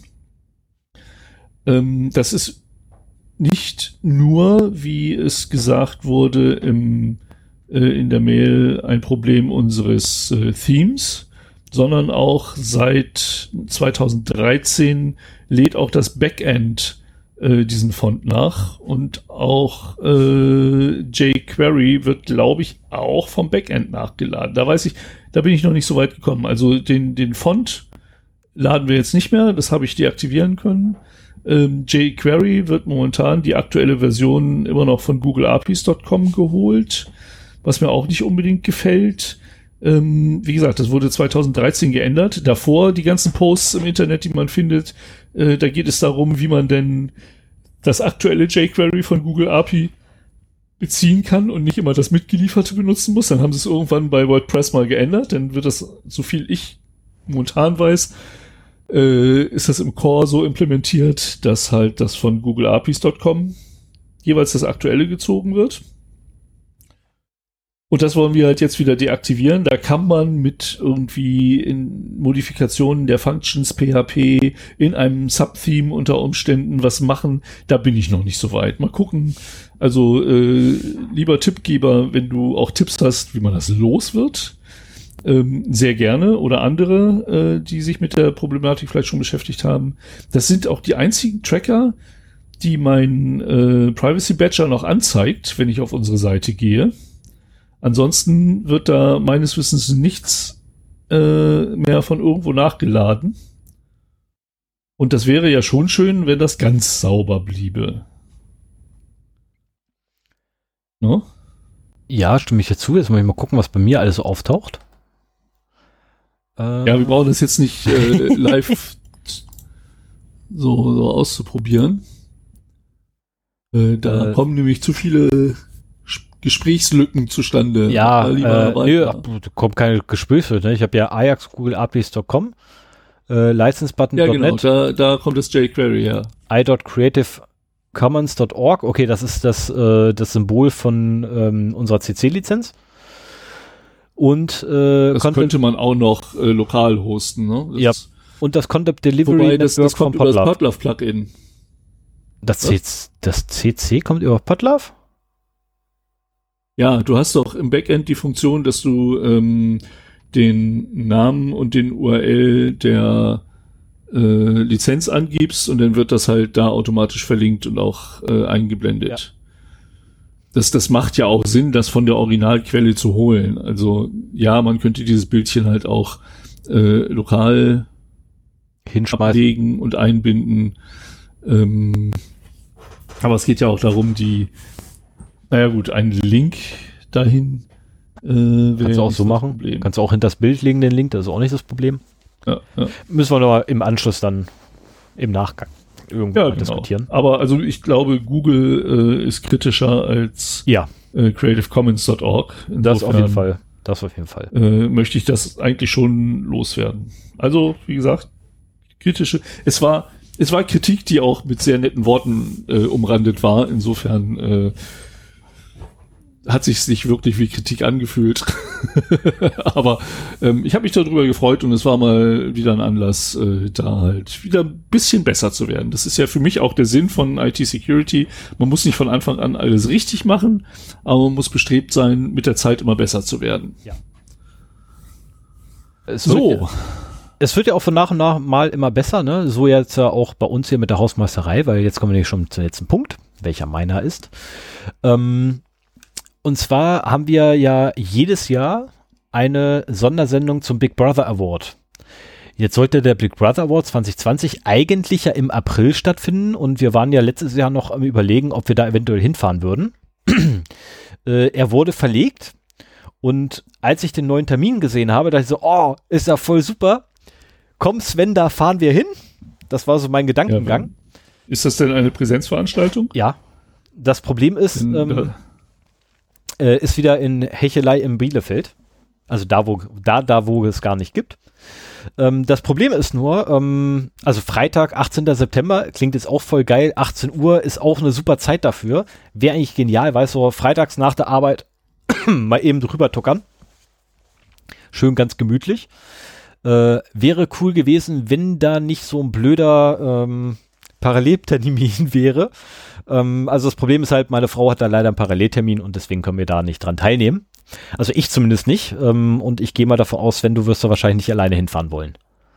Ähm, das ist nicht nur, wie es gesagt wurde, im, äh, in der Mail ein Problem unseres äh, Themes, sondern auch seit zweitausenddreizehn lädt auch das Backend äh, diesen Font nach und auch äh, jQuery wird, glaube ich, auch vom Backend nachgeladen. Da weiß ich, da bin ich noch nicht so weit gekommen. Also den, den Font laden wir jetzt nicht mehr, das habe ich deaktivieren können. Ähm, jQuery wird momentan die aktuelle Version immer noch von Google A P I S Punkt com geholt, was mir auch nicht unbedingt gefällt. Ähm, wie gesagt, das wurde zweitausenddreizehn geändert. Davor die ganzen Posts im Internet, die man findet, äh, da geht es darum, wie man denn das aktuelle jQuery von Google A P I beziehen kann und nicht immer das mitgelieferte benutzen muss. Dann haben sie es irgendwann bei WordPress mal geändert. Dann wird das, so viel ich momentan weiß, äh, ist das im Core so implementiert, dass halt das von Google A P Is Punkt com jeweils das aktuelle gezogen wird. Und das wollen wir halt jetzt wieder deaktivieren. Da kann man mit irgendwie in Modifikationen der Functions P H P in einem Subtheme unter Umständen was machen. Da bin ich noch nicht so weit. Mal gucken. Also äh, lieber Tippgeber, wenn du auch Tipps hast, wie man das los wird, ähm, sehr gerne. Oder andere, äh, die sich mit der Problematik vielleicht schon beschäftigt haben. Das sind auch die einzigen Tracker, die mein äh, Privacy Badger noch anzeigt, wenn ich auf unsere Seite gehe. Ansonsten wird da meines Wissens nichts äh, mehr von irgendwo nachgeladen. Und das wäre ja schon schön, wenn das ganz sauber bliebe. No? Ja, stimme ich jetzt zu. Jetzt muss ich mal gucken, was bei mir alles so auftaucht. Äh, ja, wir brauchen das jetzt nicht äh, live so, so auszuprobieren. Äh, da äh, kommen nämlich zu viele Gesprächslücken zustande. Ja, äh, nö, ach, kommt keine Gesprächslücken. Ne? Ich habe ja Ajax Google A P Is Punkt com, äh, License-Button ja, Punkt net. Ja, genau, da, da kommt das jQuery her. i dot creative commons Punkt org. Okay, das ist das, äh, das Symbol von ähm, unserer C C-Lizenz. Und äh, das könnte man auch noch äh, lokal hosten, ne? Das ja. Und das Content Delivery wobei, Network das, das kommt von über das Podlove-Plugin. Das, C- das C C kommt über Podlove? Ja, du hast doch im Backend die Funktion, dass du ähm, den Namen und den U R L der äh, Lizenz angibst und dann wird das halt da automatisch verlinkt und auch äh, eingeblendet. Ja. Das, das macht ja auch Sinn, das von der Originalquelle zu holen. Also ja, man könnte dieses Bildchen halt auch äh, lokal hinschmeißen, ablegen und einbinden. Ähm, aber es geht ja auch darum, die naja gut, ein Link dahin äh, kannst du auch so machen. Problem. Kannst du auch hinter das Bild legen, den Link, das ist auch nicht das Problem. Ja, ja. Müssen wir noch im Anschluss dann im Nachgang irgendwann ja, genau. diskutieren. Aber also ich glaube, Google äh, ist kritischer als ja. äh, creative commons Punkt org. Das auf jeden Fall. Das auf jeden Fall. Äh, möchte ich das eigentlich schon loswerden. Also, wie gesagt, kritische. Es war, es war Kritik, die auch mit sehr netten Worten äh, umrandet war. Insofern äh, hat sich nicht wirklich wie Kritik angefühlt. Aber ähm, ich habe mich darüber gefreut und es war mal wieder ein Anlass, äh, da halt wieder ein bisschen besser zu werden. Das ist ja für mich auch der Sinn von I T-Security. Man muss nicht von Anfang an alles richtig machen, aber man muss bestrebt sein, mit der Zeit immer besser zu werden. Ja. Es so. Wird, es wird ja auch von nach und nach mal immer besser, ne? So jetzt ja auch bei uns hier mit der Hausmeisterei, weil jetzt kommen wir nämlich schon zum letzten Punkt, welcher meiner ist. Ähm, Und zwar haben wir ja jedes Jahr eine Sondersendung zum Big Brother Award. Jetzt sollte der Big Brother Award zwanzig zwanzig eigentlich ja im April stattfinden und wir waren ja letztes Jahr noch am Überlegen, ob wir da eventuell hinfahren würden. äh, er wurde verlegt und als ich den neuen Termin gesehen habe, dachte ich so, oh, ist ja voll super. Komm Sven, da fahren wir hin. Das war so mein Gedankengang. Ja, ist das denn eine Präsenzveranstaltung? Ja. Das Problem ist, in, ähm, Äh, ist wieder in Hechelei im Bielefeld. Also da, wo, da, da, wo es gar nicht gibt. Ähm, das Problem ist nur, ähm, also Freitag, achtzehnten September, klingt jetzt auch voll geil. achtzehn Uhr ist auch eine super Zeit dafür. Wäre eigentlich genial, weißt du, freitags nach der Arbeit mal eben drüber tuckern. Schön ganz gemütlich. Äh, wäre cool gewesen, wenn da nicht so ein blöder ähm, Paralleltermin wäre. Ähm, also das Problem ist halt, meine Frau hat da leider einen Paralleltermin und deswegen können wir da nicht dran teilnehmen. Also ich zumindest nicht. Ähm, und ich gehe mal davon aus, wenn du wirst da wahrscheinlich nicht alleine hinfahren wollen.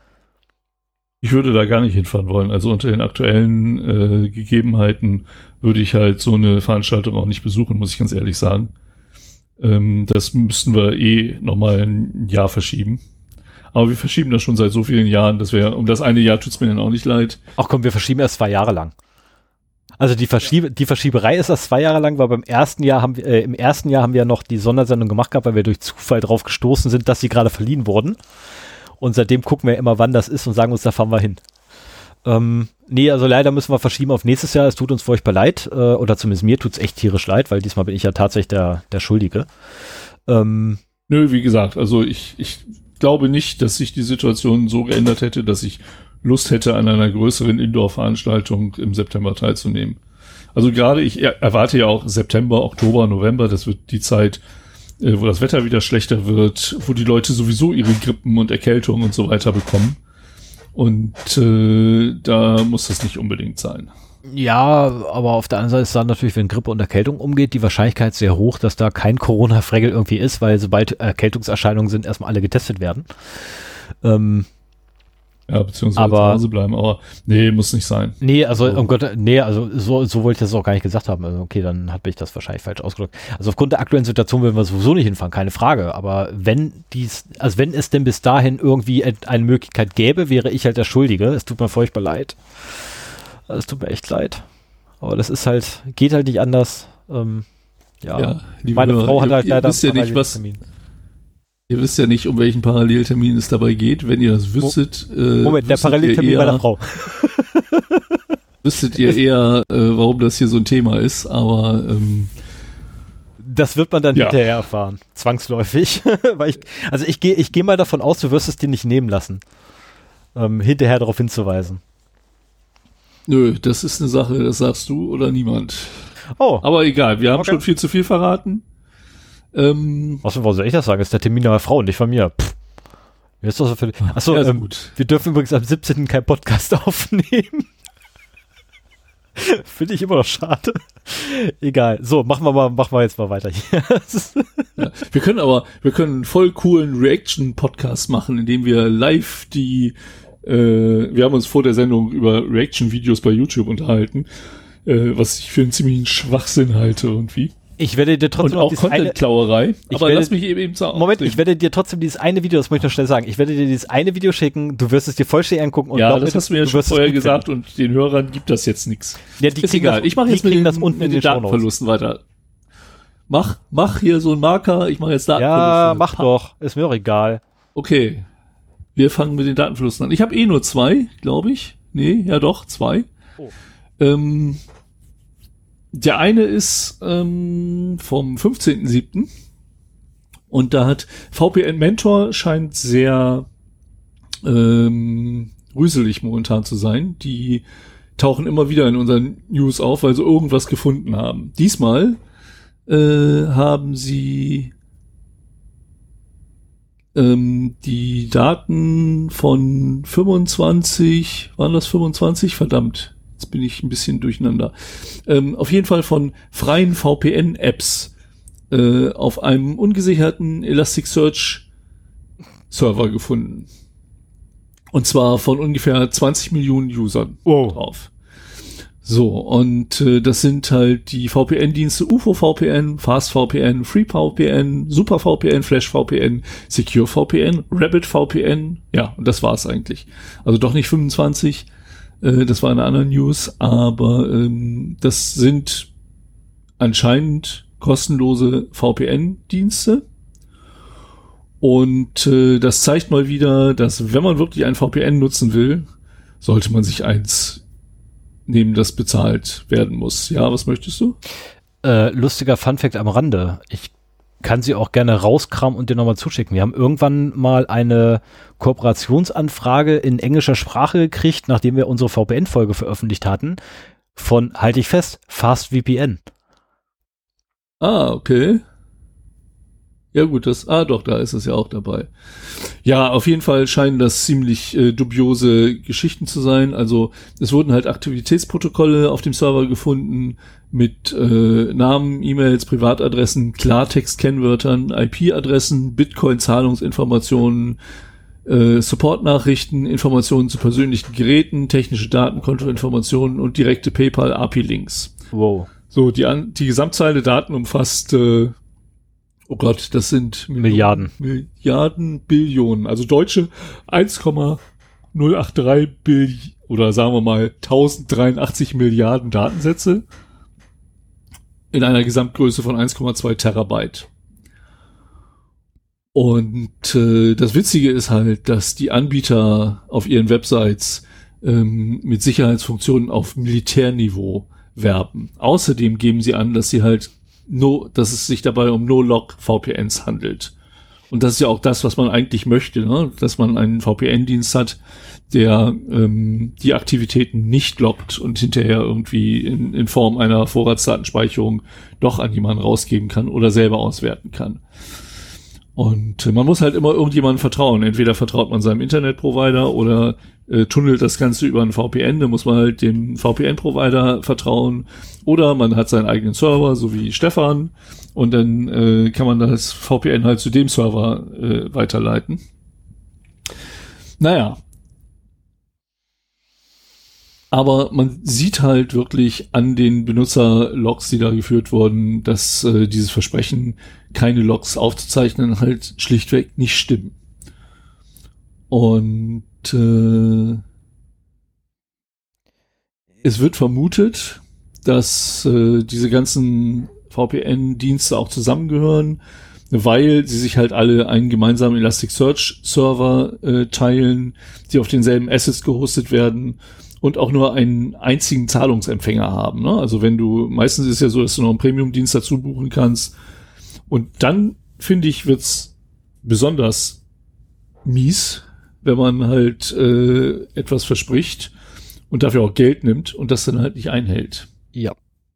Ich würde da gar nicht hinfahren wollen. Also unter den aktuellen äh, Gegebenheiten würde ich halt so eine Veranstaltung auch nicht besuchen, muss ich ganz ehrlich sagen. Ähm, das müssten wir eh nochmal ein Jahr verschieben. Aber wir verschieben das schon seit so vielen Jahren, dass wir, um das eine Jahr tut's mir dann auch nicht leid. Ach komm, wir verschieben erst zwei Jahre lang. Also die, Verschiebe, die Verschieberei ist erst zwei Jahre lang, weil beim ersten Jahr haben wir, äh, im ersten Jahr haben wir ja noch die Sondersendung gemacht gehabt, weil wir durch Zufall drauf gestoßen sind, dass sie gerade verliehen wurden. Und seitdem gucken wir immer, wann das ist und sagen uns, da fahren wir hin. Ähm, nee, also leider müssen wir verschieben auf nächstes Jahr. Es tut uns furchtbar leid, äh, oder zumindest mir tut's echt tierisch leid, weil diesmal bin ich ja tatsächlich der, der Schuldige. Ähm, Nö, wie gesagt, also ich, ich glaube nicht, dass sich die Situation so geändert hätte, dass ich Lust hätte, an einer größeren Indoor-Veranstaltung im September teilzunehmen. Also gerade ich erwarte ja auch September, Oktober, November, das wird die Zeit, äh, wo das Wetter wieder schlechter wird, wo die Leute sowieso ihre Grippen und Erkältungen und so weiter bekommen. Und äh, da muss das nicht unbedingt sein. Ja, aber auf der anderen Seite ist dann natürlich, wenn Grippe und Erkältung umgeht, die Wahrscheinlichkeit sehr hoch, dass da kein Corona-Fregel irgendwie ist, weil sobald Erkältungserscheinungen sind, erstmal alle getestet werden. Ähm, Ja, beziehungsweise aber, zu Hause bleiben, aber nee, muss nicht sein. Nee, also um Gott, nee, also so, so wollte ich das auch gar nicht gesagt haben. Also okay, dann habe ich das wahrscheinlich falsch ausgedrückt. Also aufgrund der aktuellen Situation würden wir sowieso nicht hinfahren, keine Frage. Aber wenn dies, also wenn es denn bis dahin irgendwie eine Möglichkeit gäbe, wäre ich halt der Schuldige. Es tut mir furchtbar leid. Es tut mir echt leid. Aber das ist halt, geht halt nicht anders. Ähm, ja, ja meine Hörer, Frau hat ihr, halt ihr leider wisst ja nicht, was, ihr wisst ja nicht, um welchen Paralleltermin es dabei geht. Wenn ihr das wüsstet, Moment, äh, der Paralleltermin meiner Frau. Wüsstet ihr eher, äh, warum das hier so ein Thema ist, aber ähm, das wird man dann ja. hinterher erfahren, zwangsläufig. Weil ich, also ich gehe ich geh mal davon aus, du wirst es dir nicht nehmen lassen, ähm, hinterher darauf hinzuweisen. Nö, das ist eine Sache, das sagst du oder niemand. Oh. Aber egal, wir haben Okay. schon viel zu viel verraten. Ähm, Was, was soll ich das sagen? Das ist der Termin meiner Frau, nicht von mir. Pff. Mir ist das so für, achso, ja, ist ähm, gut. wir dürfen übrigens am siebzehnten keinen Podcast aufnehmen. Finde ich immer noch schade. Egal. So, machen wir mal, machen wir jetzt mal weiter hier. Ja, wir können aber, wir können einen voll coolen Reaction-Podcast machen, indem wir live die, äh, wir haben uns vor der Sendung über Reaction-Videos bei YouTube unterhalten, äh, was ich für einen ziemlichen Schwachsinn halte irgendwie. Ich werde dir trotzdem Und auch dieses eine, Content-Klauerei. Ich Aber werde- lass mich eben eben sagen. Moment, ich werde dir trotzdem dieses eine Video, das muss ich noch schnell sagen, ich werde dir dieses eine Video schicken, du wirst es dir vollständig angucken und Ja, glaub das mir, hast du mir ja du schon wirst es vorher gut gesagt und den Hörern gibt das jetzt nichts. finden. Ja, die Ist kriegen egal. das, Ich mache die jetzt mit kriegen den, das unten mit in den den Shownotes. Datenverlusten weiter. Mach, mach hier so einen Marker. Ich mache jetzt Datenverluste. Ja, mach Pa- doch, ist mir auch egal. Okay. Wir fangen mit den Datenverlusten an. Ich habe eh nur zwei, glaube ich. Nee, ja doch, zwei. Oh. Ähm, der eine ist ähm, vom fünfzehnten siebten und da hat V P N Mentor scheint sehr ähm, rüselig momentan zu sein. Die tauchen immer wieder in unseren News auf, weil sie irgendwas gefunden haben. Diesmal äh, haben sie ähm, die Daten von fünfundzwanzig, waren das fünfundzwanzig? Verdammt, jetzt bin ich ein bisschen durcheinander. Ähm, auf jeden Fall von freien V P N-Apps äh, auf einem ungesicherten Elasticsearch-Server gefunden. Und zwar von ungefähr zwanzig Millionen Usern Wow. drauf. So, und äh, das sind halt die V P N-Dienste U F O-V P N, Fast-V P N, Free-V P N, Super-V P N, Flash-V P N, Secure-V P N, Rabbit-V P N. Ja, und das war's eigentlich. Also doch nicht fünfundzwanzig, äh, das war eine andere News, aber ähm, das sind anscheinend kostenlose V P N-Dienste. Und äh, das zeigt mal wieder, dass wenn man wirklich ein V P N nutzen will, sollte man sich eins nehmen, das bezahlt werden muss. Ja, was möchtest du? Äh, lustiger Funfact am Rande. Ich kann sie auch gerne rauskramen und dir nochmal zuschicken. Wir haben irgendwann mal eine Kooperationsanfrage in englischer Sprache gekriegt, nachdem wir unsere V P N-Folge veröffentlicht hatten, von, halte ich fest, FastVPN. Ah, okay. Ja gut, das, ah doch, da ist es ja auch dabei. Ja, auf jeden Fall scheinen das ziemlich äh, dubiose Geschichten zu sein. Also es wurden halt Aktivitätsprotokolle auf dem Server gefunden mit äh, Namen, E-Mails, Privatadressen, Klartext-Kennwörtern, I P-Adressen, Bitcoin-Zahlungsinformationen, äh, Support-Nachrichten, Informationen zu persönlichen Geräten, technische Daten, Kontoinformationen und direkte PayPal-A P I-Links. Wow. So, die, an, die Gesamtzahl der Daten umfasst äh, oh Gott, das sind Milliarden. Milliarden, Billionen. Also deutsche eins Komma null acht drei Billionen oder sagen wir mal tausenddreiundachtzig Milliarden Datensätze in einer Gesamtgröße von eins Komma zwei Terabyte. Und äh, das Witzige ist halt, dass die Anbieter auf ihren Websites ähm, mit Sicherheitsfunktionen auf Militärniveau werben. Außerdem geben sie an, dass sie halt No, dass es sich dabei um No-Log-V P Ns handelt. Und das ist ja auch das, was man eigentlich möchte, ne? Dass man einen V P N-Dienst hat, der ähm, die Aktivitäten nicht lockt und hinterher irgendwie in, in Form einer Vorratsdatenspeicherung doch an jemanden rausgeben kann oder selber auswerten kann. Und äh, man muss halt immer irgendjemandem vertrauen. Entweder vertraut man seinem Internetprovider oder äh, tunnelt das Ganze über einen V P N. Da muss man halt dem V P N-Provider vertrauen. Oder man hat seinen eigenen Server, so wie Stefan. Und dann äh, kann man das V P N halt zu dem Server äh, weiterleiten. Naja. Aber man sieht halt wirklich an den Benutzerlogs, die da geführt wurden, dass äh, dieses Versprechen, keine Logs aufzuzeichnen, halt schlichtweg nicht stimmen. Und äh, es wird vermutet, dass äh, diese ganzen V P N-Dienste auch zusammengehören, weil sie sich halt alle einen gemeinsamen Elasticsearch-Server äh, teilen, die auf denselben Assets gehostet werden und auch nur einen einzigen Zahlungsempfänger haben. Ne? Also wenn du, meistens ist es ja so, dass du noch einen Premium-Dienst dazu buchen kannst. Und dann, finde ich, wird's besonders mies, wenn man halt äh, etwas verspricht und dafür auch Geld nimmt und das dann halt nicht einhält. Ja.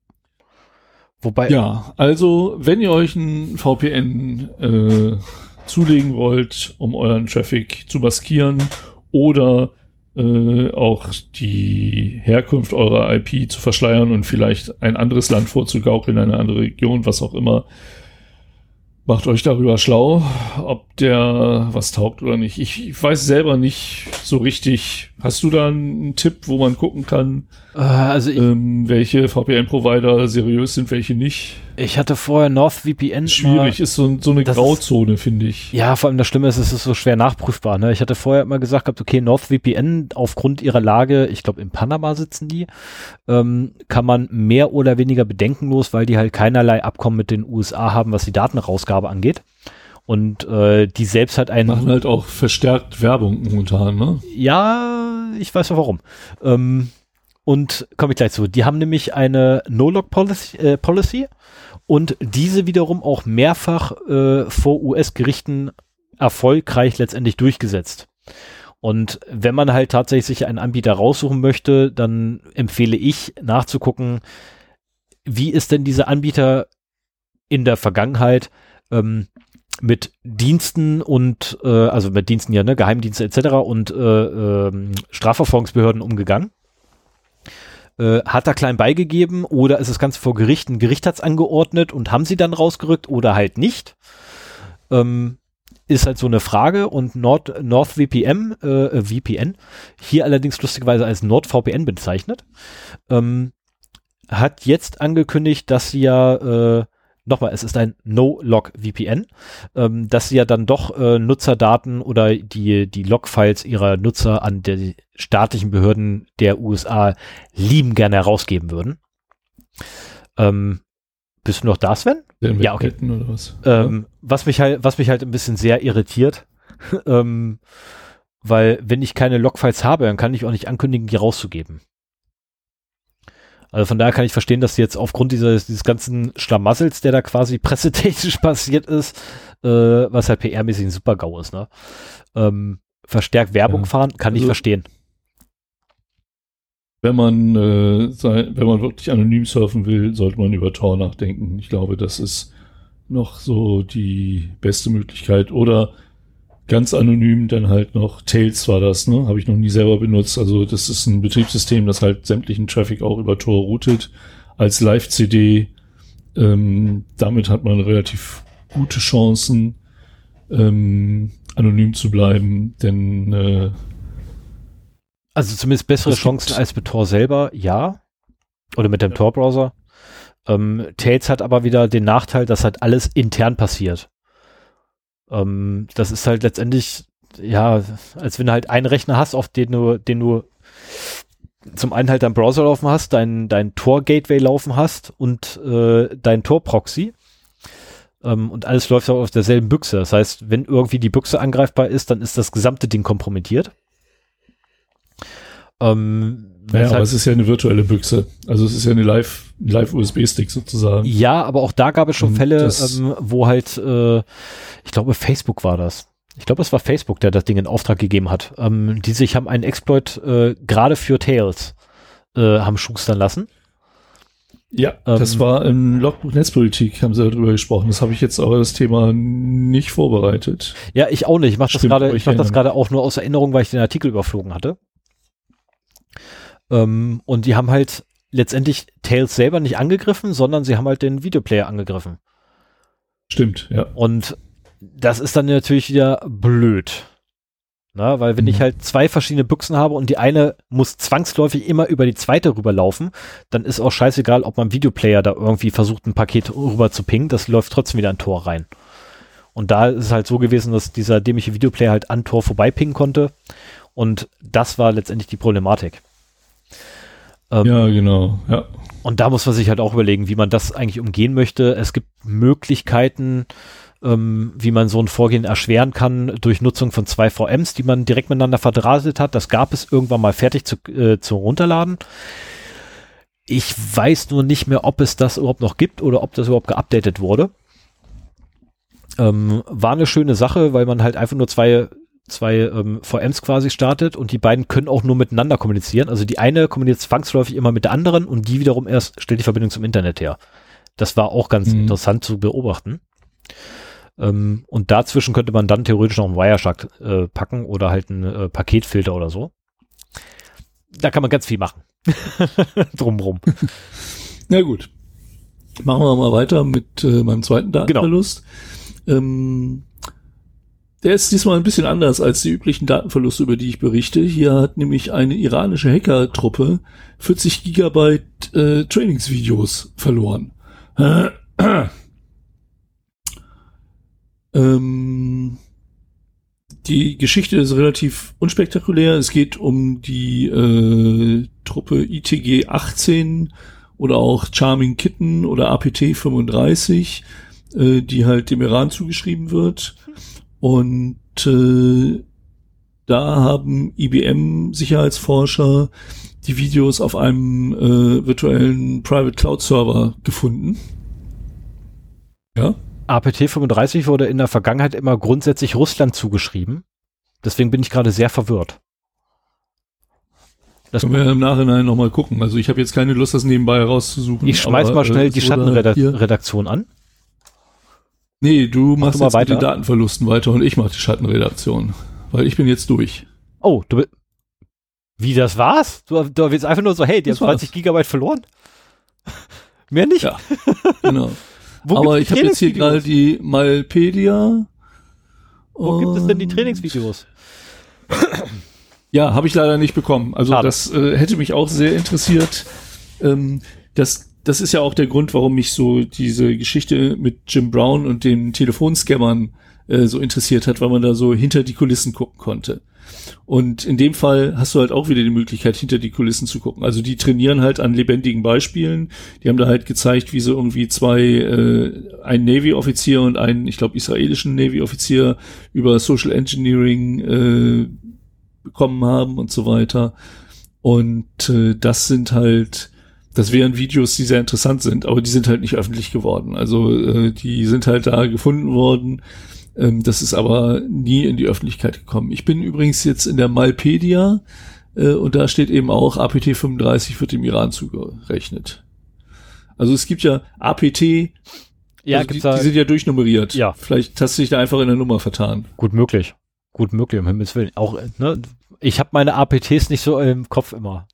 Wobei. Ja, also wenn ihr euch ein V P N äh, zulegen wollt, um euren Traffic zu maskieren oder äh, auch die Herkunft eurer I P zu verschleiern und vielleicht ein anderes Land vorzugaukeln, eine andere Region, was auch immer, macht euch darüber schlau, ob der was taugt oder nicht. Ich, ich weiß selber nicht so richtig. Hast du da einen Tipp, wo man gucken kann, äh, also ich, ähm, welche V P N-Provider seriös sind, welche nicht? Ich hatte vorher NordVPN. Schwierig, mal, ist so, so eine Grauzone, finde ich. Ja, vor allem das Schlimme ist, es ist so schwer nachprüfbar. Ne? Ich hatte vorher immer gesagt, okay, NordVPN aufgrund ihrer Lage, ich glaube in Panama sitzen die, ähm, kann man mehr oder weniger bedenkenlos, weil die halt keinerlei Abkommen mit den U S A haben, was die Datenausgabe angeht. Und äh, die selbst hat einen... Machen halt auch verstärkt Werbung momentan, ne? Ja, ich weiß auch warum. Ähm, und komme ich gleich zu. Die haben nämlich eine No-Log-Policy äh, Policy und diese wiederum auch mehrfach äh, vor U S-Gerichten erfolgreich letztendlich durchgesetzt. Und wenn man halt tatsächlich sich einen Anbieter raussuchen möchte, dann empfehle ich nachzugucken, wie ist denn dieser Anbieter in der Vergangenheit ähm, mit Diensten und, äh, also mit Diensten ja, ne, Geheimdienste et cetera und äh, äh, Strafverfolgungsbehörden umgegangen. Äh, hat er klein beigegeben oder ist das Ganze vor Gericht? Ein Gericht hat es angeordnet und haben sie dann rausgerückt oder halt nicht? Ähm, ist halt so eine Frage und Nord, NordVPN, äh, V P N, hier allerdings lustigerweise als NordVPN bezeichnet, ähm, hat jetzt angekündigt, dass sie ja, äh, nochmal, es ist ein No-Log-V P N, ähm, dass sie ja dann doch äh, Nutzerdaten oder die, die Log-Files ihrer Nutzer an die staatlichen Behörden der U S A lieben gerne herausgeben würden. Ähm, bist du noch da, Sven? Ja, okay. Oder was? Ähm, ja. was mich halt, was mich halt ein bisschen sehr irritiert, ähm, weil wenn ich keine Log-Files habe, dann kann ich auch nicht ankündigen, die rauszugeben. Also von daher kann ich verstehen, dass jetzt aufgrund dieses, dieses ganzen Schlamassels, der da quasi pressetechnisch passiert ist, äh, was halt P R-mäßig ein Super-GAU ist, ne? Ähm, verstärkt Werbung ja. fahren, kann also, ich verstehen. Wenn man, äh, sei, wenn man wirklich anonym surfen will, sollte man über Tor nachdenken. Ich glaube, das ist noch so die beste Möglichkeit. Oder ganz anonym dann halt noch, Tails war das, ne? Habe ich noch nie selber benutzt. Also das ist ein Betriebssystem, das halt sämtlichen Traffic auch über Tor routet als Live-C D. Ähm, damit hat man relativ gute Chancen, ähm, anonym zu bleiben, denn äh, also zumindest bessere Chancen als mit Tor selber, ja. Oder mit dem ja. Tor-Browser. Ähm, Tails hat aber wieder den Nachteil, dass halt alles intern passiert. Ähm, das ist halt letztendlich, ja, als wenn du halt einen Rechner hast, auf den du, den du zum einen halt deinen Browser laufen hast, dein, dein Tor-Gateway laufen hast und äh, dein Tor-Proxy. Ähm, und alles läuft auch auf derselben Büchse. Das heißt, wenn irgendwie die Büchse angreifbar ist, dann ist das gesamte Ding kompromittiert. Ähm, Naja, aber halt, es ist ja eine virtuelle Büchse. Also es ist ja eine Live, Live-U S B-Stick sozusagen. Ja, aber auch da gab es schon Fälle, ähm, wo halt, äh, ich glaube Facebook war das. Ich glaube, es war Facebook, der das Ding in Auftrag gegeben hat. Ähm, die sich haben einen Exploit äh, gerade für Tails äh, haben schustern lassen. Ja, ähm, das war im Logbuch Netzpolitik, haben sie darüber gesprochen. Das habe ich jetzt aber das Thema nicht vorbereitet. Ja, ich auch nicht. Ich mache das gerade, ich mache das gerade auch nur aus Erinnerung, weil ich den Artikel überflogen hatte. Ähm, und die haben halt letztendlich Tails selber nicht angegriffen, sondern sie haben halt den Videoplayer angegriffen. Stimmt, ja. Und das ist dann natürlich wieder blöd. Na, weil wenn mhm. ich halt zwei verschiedene Büchsen habe und die eine muss zwangsläufig immer über die zweite rüberlaufen, dann ist auch scheißegal, ob man Videoplayer da irgendwie versucht, ein Paket rüber zu pingen, das läuft trotzdem wieder an Tor rein. Und da ist es halt so gewesen, dass dieser dämliche Videoplayer halt an Tor vorbeipingen konnte und das war letztendlich die Problematik. Ähm, ja, genau, ja. Und da muss man sich halt auch überlegen, wie man das eigentlich umgehen möchte. Es gibt Möglichkeiten, ähm, wie man so ein Vorgehen erschweren kann durch Nutzung von zwei V Ms, die man direkt miteinander verdrahtet hat. Das gab es irgendwann mal fertig zu, äh, zu runterladen. Ich weiß nur nicht mehr, ob es das überhaupt noch gibt oder ob das überhaupt geupdatet wurde. Ähm, war eine schöne Sache, weil man halt einfach nur zwei zwei ähm, V Ms quasi startet und die beiden können auch nur miteinander kommunizieren. Also die eine kommuniziert zwangsläufig immer mit der anderen und die wiederum erst stellt die Verbindung zum Internet her. Das war auch ganz mhm. interessant zu beobachten. Ähm, und dazwischen könnte man dann theoretisch noch einen Wireshark äh, packen oder halt einen äh, Paketfilter oder so. Da kann man ganz viel machen. Drumrum. Na gut. Machen wir mal weiter mit äh, meinem zweiten Datenverlust. Genau. Ähm, Der ist diesmal ein bisschen anders als die üblichen Datenverluste, über die ich berichte. Hier hat nämlich eine iranische Hackertruppe vierzig Gigabyte äh, Trainingsvideos verloren. ähm, die Geschichte ist relativ unspektakulär. Es geht um die äh, Truppe I T G achtzehn oder auch Charming Kitten oder A P T fünfunddreißig, äh, die halt dem Iran zugeschrieben wird. Und äh, da haben I B M-Sicherheitsforscher die Videos auf einem äh, virtuellen Private Cloud Server gefunden. Ja. A P T fünfunddreißig wurde in der Vergangenheit immer grundsätzlich Russland zugeschrieben. Deswegen bin ich gerade sehr verwirrt. Das können wir im Nachhinein nochmal gucken. Also ich habe jetzt keine Lust, das nebenbei herauszusuchen. Ich schmeiß aber, mal schnell äh, die Schattenredaktion an. Nee, du machst Mach jetzt mit den Datenverlusten weiter und ich mache die Schattenredaktion. Weil ich bin jetzt durch. Oh, du bist... Wie, das war's? Du, du willst einfach nur so, hey, die haben zwanzig Gigabyte verloren? Mehr nicht? Ja, genau. Aber ich habe jetzt hier gerade die Malpedia. Wo gibt es denn die Trainingsvideos? Ja, habe ich leider nicht bekommen. Also Schade. Das äh, hätte mich auch sehr interessiert. Ähm, das Das ist ja auch der Grund, warum mich so diese Geschichte mit Jim Brown und den Telefonscammern äh, so interessiert hat, weil man da so hinter die Kulissen gucken konnte. Und in dem Fall hast du halt auch wieder die Möglichkeit, hinter die Kulissen zu gucken. Also die trainieren halt an lebendigen Beispielen. Die haben da halt gezeigt, wie sie irgendwie zwei, äh, einen Navy-Offizier und einen, ich glaube, israelischen Navy-Offizier über Social Engineering äh, bekommen haben und so weiter. Und äh, das sind halt Das wären Videos, die sehr interessant sind, aber die sind halt nicht öffentlich geworden. Also äh, die sind halt da gefunden worden. Ähm, das ist aber nie in die Öffentlichkeit gekommen. Ich bin übrigens jetzt in der Malpedia äh, und da steht eben auch, A P T fünfunddreißig wird dem Iran zugerechnet. Also es gibt ja A P T, ja, also die, die sind ja durchnummeriert. Ja. Vielleicht hast du dich da einfach in der Nummer vertan. Gut möglich. Gut möglich, um Himmels Willen. Auch, ne, ich habe meine A P Ts nicht so im Kopf immer.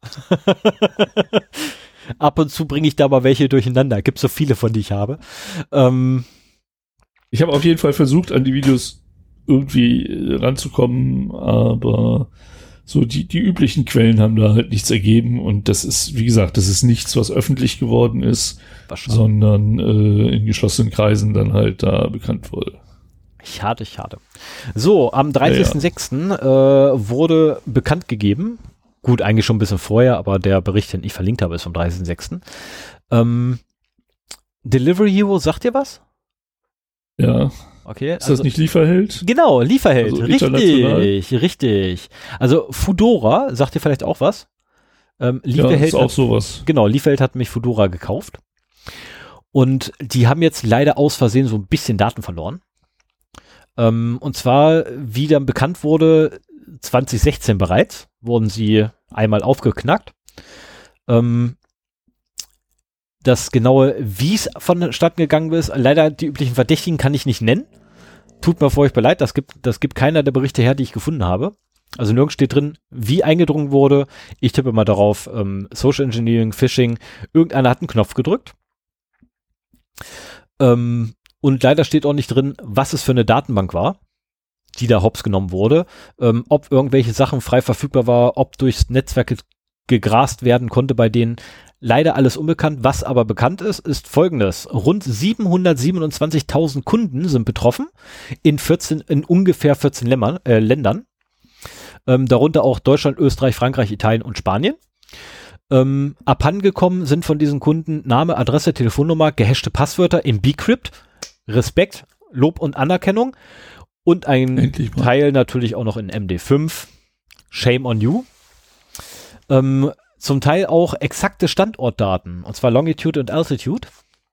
Ab und zu bringe ich da mal welche durcheinander. Gibt so viele, von die ich habe. Ähm, ich habe auf jeden Fall versucht, an die Videos irgendwie ranzukommen, aber so die, die üblichen Quellen haben da halt nichts ergeben und das ist, wie gesagt, das ist nichts, was öffentlich geworden ist, sondern äh, in geschlossenen Kreisen dann halt da bekannt wurde. Schade, schade. So, am dreißigsten sechsten Ja, ja. äh, wurde bekannt gegeben, gut, eigentlich schon ein bisschen vorher, aber der Bericht, den ich verlinkt habe, ist vom dreißigsten sechsten Ähm, Delivery Hero, sagt dir was? Ja. Okay. Ist also, das nicht Lieferheld? Genau, Lieferheld. Also richtig, richtig. Also Foodora, sagt dir vielleicht auch was? Ähm, Liefeld ja, ist auch hat, sowas. Genau, Liefeld hat mich Fedora gekauft. Und die haben jetzt leider aus Versehen so ein bisschen Daten verloren. Ähm, und zwar, wie dann bekannt wurde, zwanzig sechzehn bereits, wurden sie einmal aufgeknackt. Ähm, das genaue, wie es vonstatten gegangen ist, leider die üblichen Verdächtigen kann ich nicht nennen. Tut mir furchtbar leid, das gibt, das gibt keiner der Berichte her, die ich gefunden habe. Also nirgends steht drin, wie eingedrungen wurde. Ich tippe mal darauf, ähm, Social Engineering, Phishing, irgendeiner hat einen Knopf gedrückt. Ähm, und leider steht auch nicht drin, was es für eine Datenbank war, die da hops genommen wurde, ähm, ob irgendwelche Sachen frei verfügbar war, ob durchs Netzwerk ge- gegrast werden konnte bei denen. Leider alles unbekannt. Was aber bekannt ist, ist Folgendes. Rund siebenhundertsiebenundzwanzigtausend Kunden sind betroffen in vierzehn, in ungefähr vierzehn Lämmern, äh, Ländern. Ähm, darunter auch Deutschland, Österreich, Frankreich, Italien und Spanien. Ähm, abhandengekommen sind von diesen Kunden Name, Adresse, Telefonnummer, gehashte Passwörter im Bcrypt, Respekt, Lob und Anerkennung und ein Teil natürlich auch noch in M D fünf. Shame on you. Ähm, zum Teil auch exakte Standortdaten, und zwar Longitude und Altitude.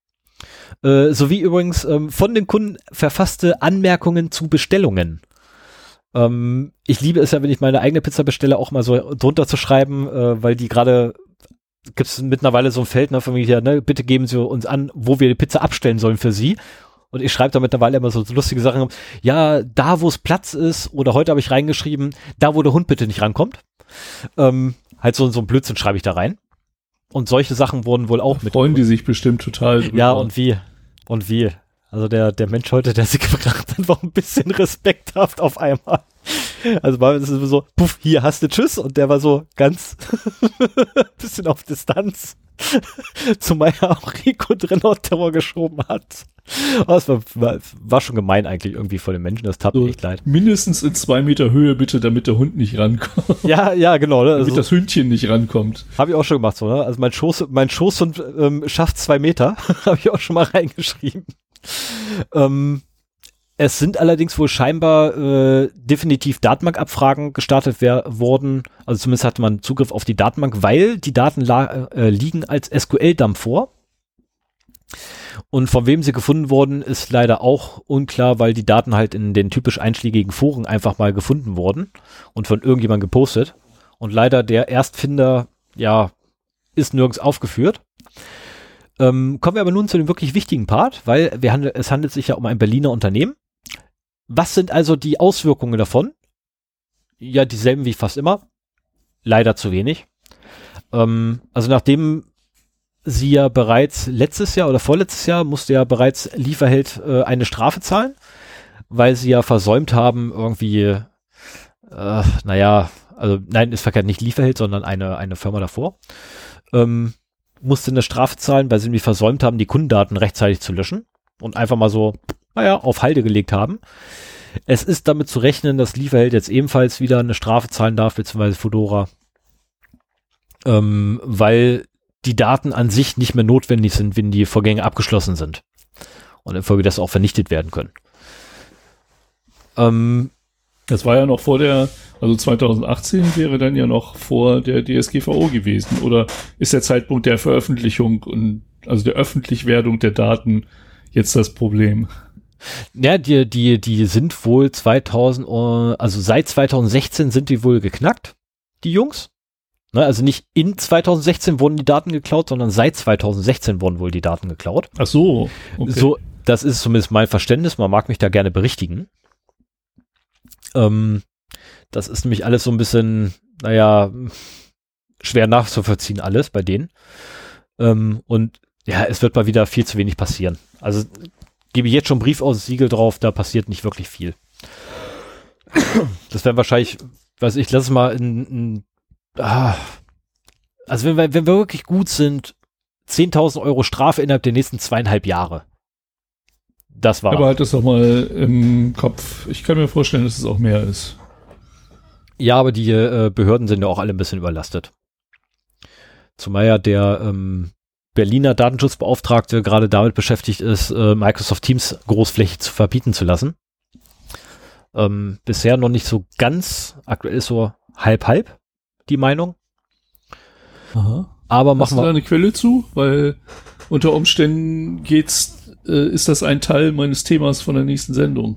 Äh, sowie übrigens ähm, von den Kunden verfasste Anmerkungen zu Bestellungen. Ähm, ich liebe es ja, wenn ich meine eigene Pizza bestelle, auch mal so drunter zu schreiben, äh, weil die gerade, gibt es mittlerweile so ein Feld, ne, von mir hier, ne, bitte geben Sie uns an, wo wir die Pizza abstellen sollen für Sie. Und ich schreibe da mittlerweile immer so lustige Sachen, ja, da wo es Platz ist, oder heute habe ich reingeschrieben, da wo der Hund bitte nicht rankommt. Ähm, halt so, so ein Blödsinn schreibe ich da rein. Und solche Sachen wurden wohl auch da mit. Freuen die sich bestimmt total drüber. Ja, und wie? Und wie? Also der, der Mensch heute, der sie gebracht hat, war ein bisschen respekthaft auf einmal. Also war es so, puff, hier hast du Tschüss. Und der war so ganz bisschen auf Distanz. Zumal er auch Rico drin auf Terror geschoben hat. Aber es war, war, war schon gemein eigentlich irgendwie vor den Menschen. Das tat so, mir echt leid. Mindestens in zwei Meter Höhe bitte, damit der Hund nicht rankommt. Ja, ja, genau. Ne? Damit Also, das Hündchen nicht rankommt. Habe ich auch schon gemacht. So, ne? Also mein Schoß, mein Schoßhund ähm, schafft zwei Meter. Habe ich auch schon mal reingeschrieben. Ähm, es sind allerdings wohl scheinbar äh, definitiv Datenbankabfragen gestartet wer- worden. Also zumindest hatte man Zugriff auf die Datenbank, weil die Daten la- äh, liegen als S Q L-Dump vor. Und von wem sie gefunden wurden, ist leider auch unklar, weil die Daten halt in den typisch einschlägigen Foren einfach mal gefunden wurden und von irgendjemandem gepostet. Und leider der Erstfinder, ja, ist nirgends aufgeführt. Ähm, kommen wir aber nun zu dem wirklich wichtigen Part, weil wir handel- es handelt sich ja um ein Berliner Unternehmen. Was sind also die Auswirkungen davon? Ja, dieselben wie fast immer. Leider zu wenig. Ähm, also nachdem sie ja bereits letztes Jahr oder vorletztes Jahr musste ja bereits Lieferheld äh, eine Strafe zahlen, weil sie ja versäumt haben, irgendwie, äh, naja, also nein, ist verkehrt, nicht Lieferheld, sondern eine, eine Firma davor. Ähm, musste eine Strafe zahlen, weil sie irgendwie versäumt haben, die Kundendaten rechtzeitig zu löschen und einfach mal so, naja, auf Halde gelegt haben. Es ist damit zu rechnen, dass Lieferheld jetzt ebenfalls wieder eine Strafe zahlen darf, beziehungsweise Fedora, ähm, weil die Daten an sich nicht mehr notwendig sind, wenn die Vorgänge abgeschlossen sind und infolgedessen auch vernichtet werden können. Ähm, Das war ja noch vor der, also zwanzig achtzehn wäre dann ja noch vor der D S G V O gewesen. Oder ist der Zeitpunkt der Veröffentlichung und also der Öffentlichwerdung der Daten jetzt das Problem? Ja, die, die, die sind wohl zweitausend, also seit zwanzig sechzehn sind die wohl geknackt, die Jungs. Ne, also nicht in zwanzig sechzehn wurden die Daten geklaut, sondern seit zwanzig sechzehn wurden wohl die Daten geklaut. Ach so. Okay. So, das ist zumindest mein Verständnis. Man mag mich da gerne berichtigen. Ähm, das ist nämlich alles so ein bisschen, naja, schwer nachzuvollziehen alles bei denen. Ähm, und ja, es wird mal wieder viel zu wenig passieren. Also gebe ich jetzt schon Brief aus Siegel drauf, da passiert nicht wirklich viel. Das werden wahrscheinlich, weiß ich, lass es mal in, in ah, also wenn wir, wenn wir wirklich gut sind, zehntausend Euro Strafe innerhalb der nächsten zweieinhalb Jahre. Das war. Aber halt das doch mal im Kopf. Ich kann mir vorstellen, dass es auch mehr ist. Ja, aber die äh, Behörden sind ja auch alle ein bisschen überlastet. Zumal ja der ähm, Berliner Datenschutzbeauftragte gerade damit beschäftigt ist, äh, Microsoft Teams großflächig zu verbieten zu lassen. Ähm, bisher noch nicht so ganz, aktuell ist so halb-halb die Meinung. Aha. Aber Hast machen du da wir. eine Quelle zu? Weil unter Umständen geht's, äh, ist das ein Teil meines Themas von der nächsten Sendung.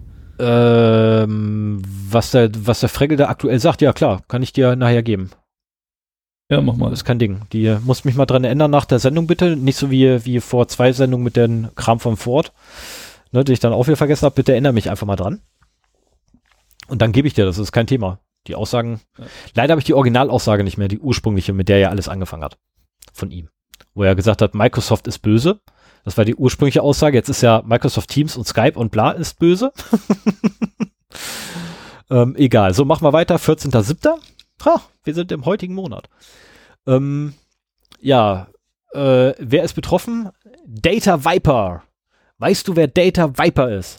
Ähm, was der, was der Fregel da aktuell sagt, ja klar, kann ich dir nachher geben. Ja, mach mal. Das ist kein Ding. Die muss mich mal dran erinnern nach der Sendung bitte. Nicht so wie, wie vor zwei Sendungen mit dem Kram vom Ford, ne, die ich dann auch wieder vergessen habe. Bitte erinnere mich einfach mal dran. Und dann gebe ich dir, das ist kein Thema. Die Aussagen, ja. Leider habe ich die Originalaussage nicht mehr, die ursprüngliche, mit der ja alles angefangen hat. Von ihm. Wo er gesagt hat, Microsoft ist böse. Das war die ursprüngliche Aussage. Jetzt ist ja Microsoft Teams und Skype und bla ist böse. ähm, egal. So, machen wir weiter. vierzehnter siebter Ha, wir sind im heutigen Monat. Ähm, ja, äh, wer ist betroffen? Data Viper. Weißt du, wer Data Viper ist?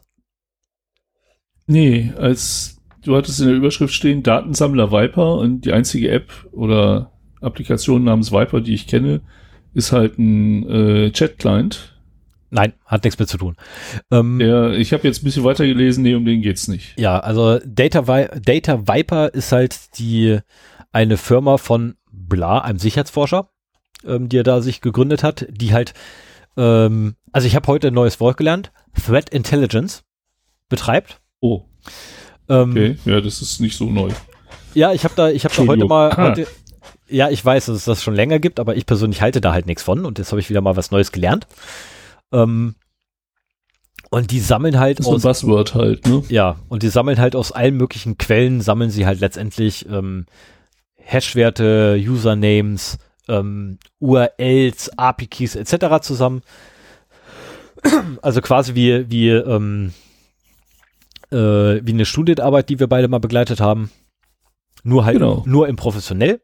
Nee, als du hattest in der Überschrift stehen, Datensammler Viper, und die einzige App oder Applikation namens Viper, die ich kenne, ist halt ein äh, Chat-Client. Nein, hat nichts mit zu tun. Ähm, Der, ich habe jetzt ein bisschen weiter gelesen, nee, um den geht's nicht. Ja, also Data, Vi- Data Viper ist halt die eine Firma von Bla, einem Sicherheitsforscher, ähm, die er da sich gegründet hat, die halt, ähm, also ich habe heute ein neues Wort gelernt, Threat Intelligence betreibt. Oh, Ähm, okay, ja, das ist nicht so neu. Ja, ich habe da, ich habe da heute mal, Ah. heute, ja, ich weiß, dass es das schon länger gibt, aber ich persönlich halte da halt nichts von und jetzt habe ich wieder mal was Neues gelernt. Ähm, und die sammeln halt Das ist ein aus, Buzzword halt, ne? ja, und die sammeln halt aus allen möglichen Quellen, sammeln sie halt letztendlich ähm, Hashwerte, Usernames, ähm, U R Ls, A P I-Keys et cetera zusammen. Also quasi wie, wie, ähm, äh, wie eine Studienarbeit, die wir beide mal begleitet haben. Nur halt, Genau. nur im Professionell.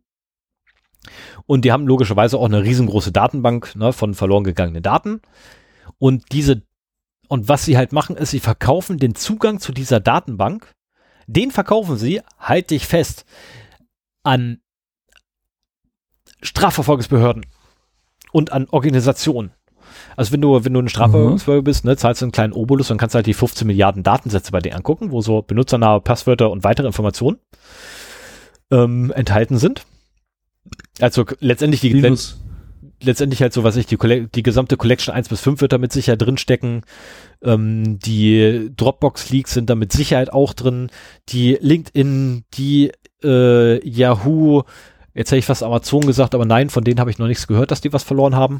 Und die haben logischerweise auch eine riesengroße Datenbank, ne, von verloren gegangenen Daten. Und diese, und was sie halt machen, ist, sie verkaufen den Zugang zu dieser Datenbank, den verkaufen sie, halt dich fest, an Strafverfolgungsbehörden und an Organisationen. Also wenn du, wenn du eine Strafverfolgungsbehörde bist, ne, zahlst du einen kleinen Obolus und kannst halt die fünfzehn Milliarden Datensätze bei denen angucken, wo so benutzernahe Passwörter und weitere Informationen ähm, enthalten sind. Also letztendlich die Linus. letztendlich halt so, was ich, die, Colle- die gesamte Collection eins bis fünf wird da mit Sicherheit drinstecken. Ähm, die Dropbox-Leaks sind da mit Sicherheit auch drin. Die LinkedIn, die äh, Yahoo, jetzt hätte ich fast Amazon gesagt, aber nein, von denen habe ich noch nichts gehört, dass die was verloren haben.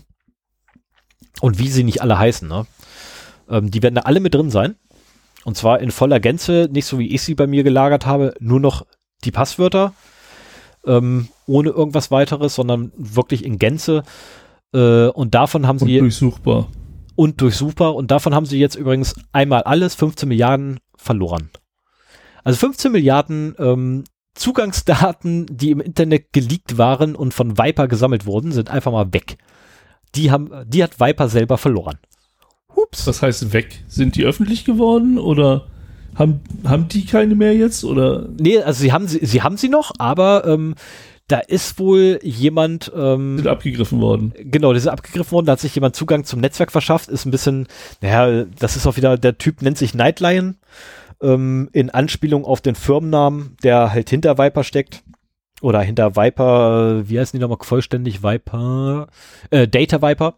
Und wie sie nicht alle heißen, ne? Ähm, die werden da alle mit drin sein. Und zwar in voller Gänze, nicht so wie ich sie bei mir gelagert habe, nur noch die Passwörter. Ähm, ohne irgendwas weiteres, sondern wirklich in Gänze. Äh, und davon haben Und sie durchsuchbar. und durchsuchbar. Und davon haben sie jetzt übrigens einmal alles, fünfzehn Milliarden verloren. Also fünfzehn Milliarden ähm, Zugangsdaten, die im Internet geleakt waren und von Viper gesammelt wurden, sind einfach mal weg. Die haben, die hat Viper selber verloren. Hups. Was heißt weg? Sind die öffentlich geworden oder haben, haben die keine mehr jetzt? Oder? Nee, also sie haben sie, sie haben sie noch, aber ähm, da ist wohl jemand ähm, Sind abgegriffen worden. Genau, die sind abgegriffen worden, da hat sich jemand Zugang zum Netzwerk verschafft, ist ein bisschen, naja, das ist auch wieder, der Typ nennt sich Nightlion, ähm, in Anspielung auf den Firmennamen, der halt hinter Viper steckt. Oder hinter Viper, wie heißen die nochmal vollständig? Viper, äh, Data Viper.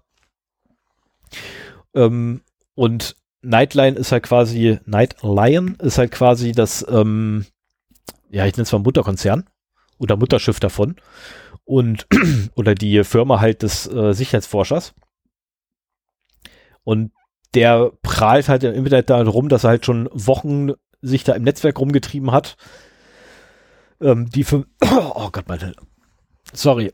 Ähm, und Nightlion ist halt quasi, Nightlion ist halt quasi das, ähm, ja, ich nenne es mal Mutterkonzern oder Mutterschiff davon. Und, oder die Firma halt des äh, Sicherheitsforschers. Und der prahlt halt im Internet da rum, dass er halt schon Wochen sich da im Netzwerk rumgetrieben hat. Ähm, die für, oh Gott, meine, sorry.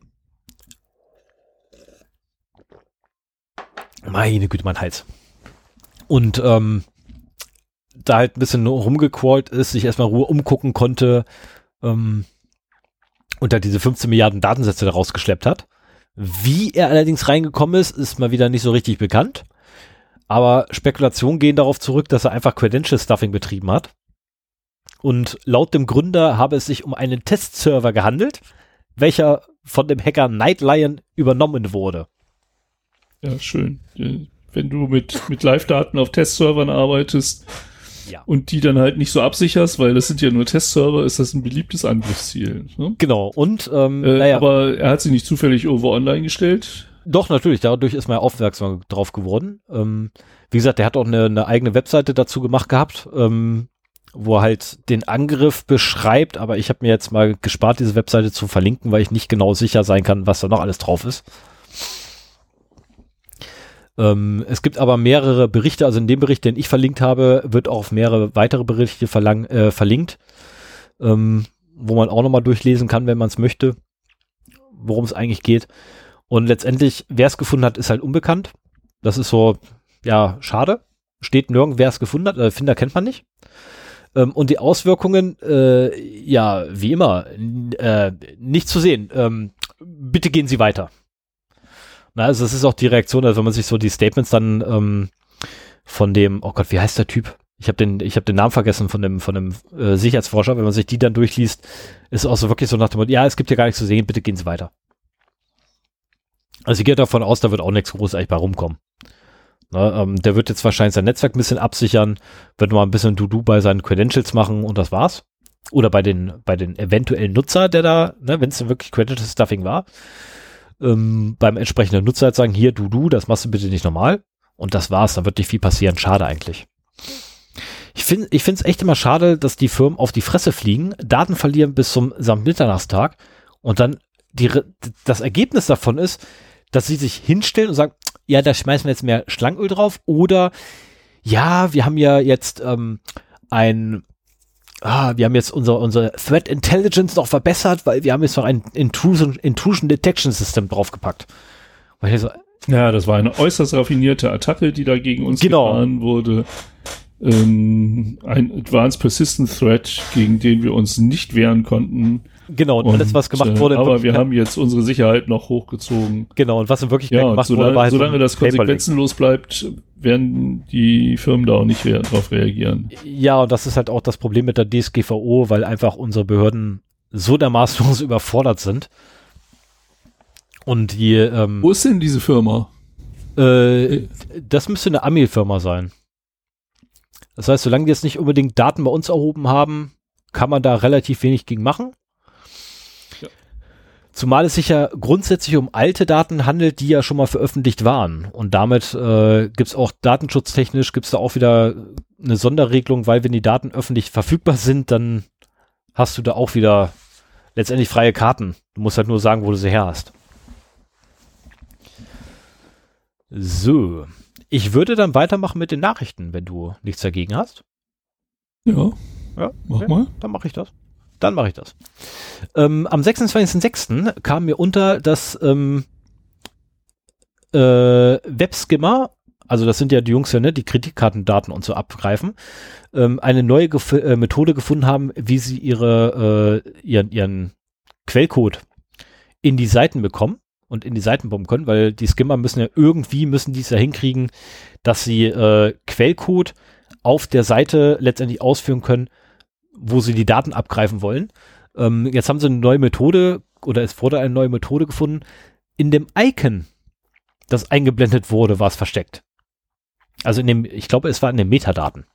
Meine Güte, mein Hals. Und ähm, da halt ein bisschen rumgecrawlt ist, sich erstmal Ruhe umgucken konnte, ähm, und da diese fünfzehn Milliarden Datensätze da rausgeschleppt hat. Wie er allerdings reingekommen ist, ist mal wieder nicht so richtig bekannt. Aber Spekulationen gehen darauf zurück, dass er einfach Credential-Stuffing betrieben hat. Und laut dem Gründer habe es sich um einen Testserver gehandelt, welcher von dem Hacker Nightlion übernommen wurde. Ja, schön. Wenn du mit, mit Live-Daten auf Testservern arbeitest, Ja. und die dann halt nicht so absicherst, weil das sind ja nur Testserver, ist das ein beliebtes Angriffsziel. Ne? Genau, und ähm, Äh, naja. Aber er hat sie nicht zufällig irgendwo online gestellt? Doch, natürlich, dadurch ist man ja aufmerksam drauf geworden. Ähm, wie gesagt, der hat auch eine, eine eigene Webseite dazu gemacht gehabt, ähm, wo er halt den Angriff beschreibt, aber ich habe mir jetzt mal gespart, diese Webseite zu verlinken, weil ich nicht genau sicher sein kann, was da noch alles drauf ist. Ähm, es gibt aber mehrere Berichte, also in dem Bericht, den ich verlinkt habe, wird auch auf mehrere weitere Berichte verlang, äh, verlinkt, ähm, wo man auch nochmal durchlesen kann, wenn man es möchte, worum es eigentlich geht. Und letztendlich, wer es gefunden hat, ist halt unbekannt. Das ist so, ja, schade. Steht nirgends, wer es gefunden hat. Äh, Finder kennt man nicht. Ähm, und die Auswirkungen, äh, ja, wie immer, äh, nicht zu sehen. Ähm, bitte gehen Sie weiter. Na, also das ist auch die Reaktion, also wenn man sich so die Statements dann ähm, von dem, oh Gott, wie heißt der Typ? Ich habe den, ich habe den Namen vergessen von dem, von dem äh, Sicherheitsforscher. Wenn man sich die dann durchliest, ist auch so wirklich so nach dem Motto, ja, es gibt hier gar nichts zu sehen, bitte gehen Sie weiter. Also ich gehe davon aus, da wird auch nichts großartig bei rumkommen. Na, ähm, der wird jetzt wahrscheinlich sein Netzwerk ein bisschen absichern, wird mal ein bisschen Dudu bei seinen Credentials machen und das war's. Oder bei den, bei den eventuellen Nutzer, der da, ne, wenn es wirklich Credential Stuffing war, ähm, beim entsprechenden Nutzer halt sagen, hier, Dudu, das machst du bitte nicht normal. Und das war's, da wird nicht viel passieren. Schade eigentlich. Ich finde ich finde es echt immer schade, dass die Firmen auf die Fresse fliegen, Daten verlieren bis zum Samtmitternachtstag und dann die, das Ergebnis davon ist, dass sie sich hinstellen und sagen, ja, da schmeißen wir jetzt mehr Schlangenöl drauf oder ja, wir haben ja jetzt ähm, ein ah, wir haben jetzt unser, unsere Threat Intelligence noch verbessert, weil wir haben jetzt noch ein Intrusion, Intrusion Detection System draufgepackt. Und ich so, ja, das war eine äußerst raffinierte Attacke, die da gegen uns genau. gefahren wurde. Ähm, ein Advanced Persistent Threat, gegen den wir uns nicht wehren konnten. Genau, und, und alles, was gemacht wurde. Äh, aber wir haben jetzt unsere Sicherheit noch hochgezogen. Genau, und was in Wirklichkeit ja, gemacht solange, wurde, war halt solange so das konsequenzenlos bleibt, werden die Firmen da auch nicht re- drauf reagieren. Ja, und das ist halt auch das Problem mit der D S G V O, weil einfach unsere Behörden so dermaßen überfordert sind. Und die, ähm, Wo ist denn diese Firma? Äh, das müsste eine Ami-Firma sein. Das heißt, solange die jetzt nicht unbedingt Daten bei uns erhoben haben, kann man da relativ wenig gegen machen. Ja. Zumal es sich ja grundsätzlich um alte Daten handelt, die ja schon mal veröffentlicht waren. Und damit äh, gibt es auch datenschutztechnisch, gibt es da auch wieder eine Sonderregelung, weil wenn die Daten öffentlich verfügbar sind, dann hast du da auch wieder letztendlich freie Karten. Du musst halt nur sagen, wo du sie her hast. So, ich würde dann weitermachen mit den Nachrichten, wenn du nichts dagegen hast. Ja, ja mach okay. mal. Dann mache ich das. Dann mache ich das. Ähm, am sechsundzwanzigsten sechsten kam mir unter, dass ähm, äh, WebSkimmer, also das sind ja die Jungs ja, ne, die Kreditkartendaten und so abgreifen, ähm, eine neue gef- äh, Methode gefunden haben, wie sie ihre äh, ihren, ihren Quellcode in die Seiten bekommen. Und in die Seiten bomben können, weil die Skimmer müssen ja irgendwie, müssen die es ja hinkriegen, dass sie äh, Quellcode auf der Seite letztendlich ausführen können, wo sie die Daten abgreifen wollen. Ähm, jetzt haben sie eine neue Methode, oder es wurde eine neue Methode gefunden, in dem Icon, das eingeblendet wurde, war es versteckt. Also in dem, ich glaube, es war in den Metadaten.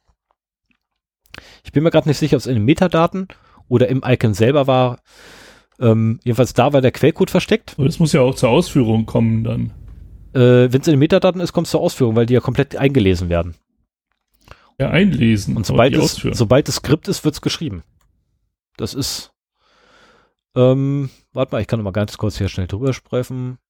Ich bin mir gerade nicht sicher, ob es in den Metadaten oder im Icon selber war. Ähm, jedenfalls da war der Quellcode versteckt. Aber das muss ja auch zur Ausführung kommen dann. Äh, wenn es in den Metadaten ist, kommt es zur Ausführung, weil die ja komplett eingelesen werden. Ja, einlesen. Und sobald es, sobald das Skript ist, wird es geschrieben. Das ist ähm, warte mal, ich kann noch mal ganz kurz hier schnell drüber sprechen.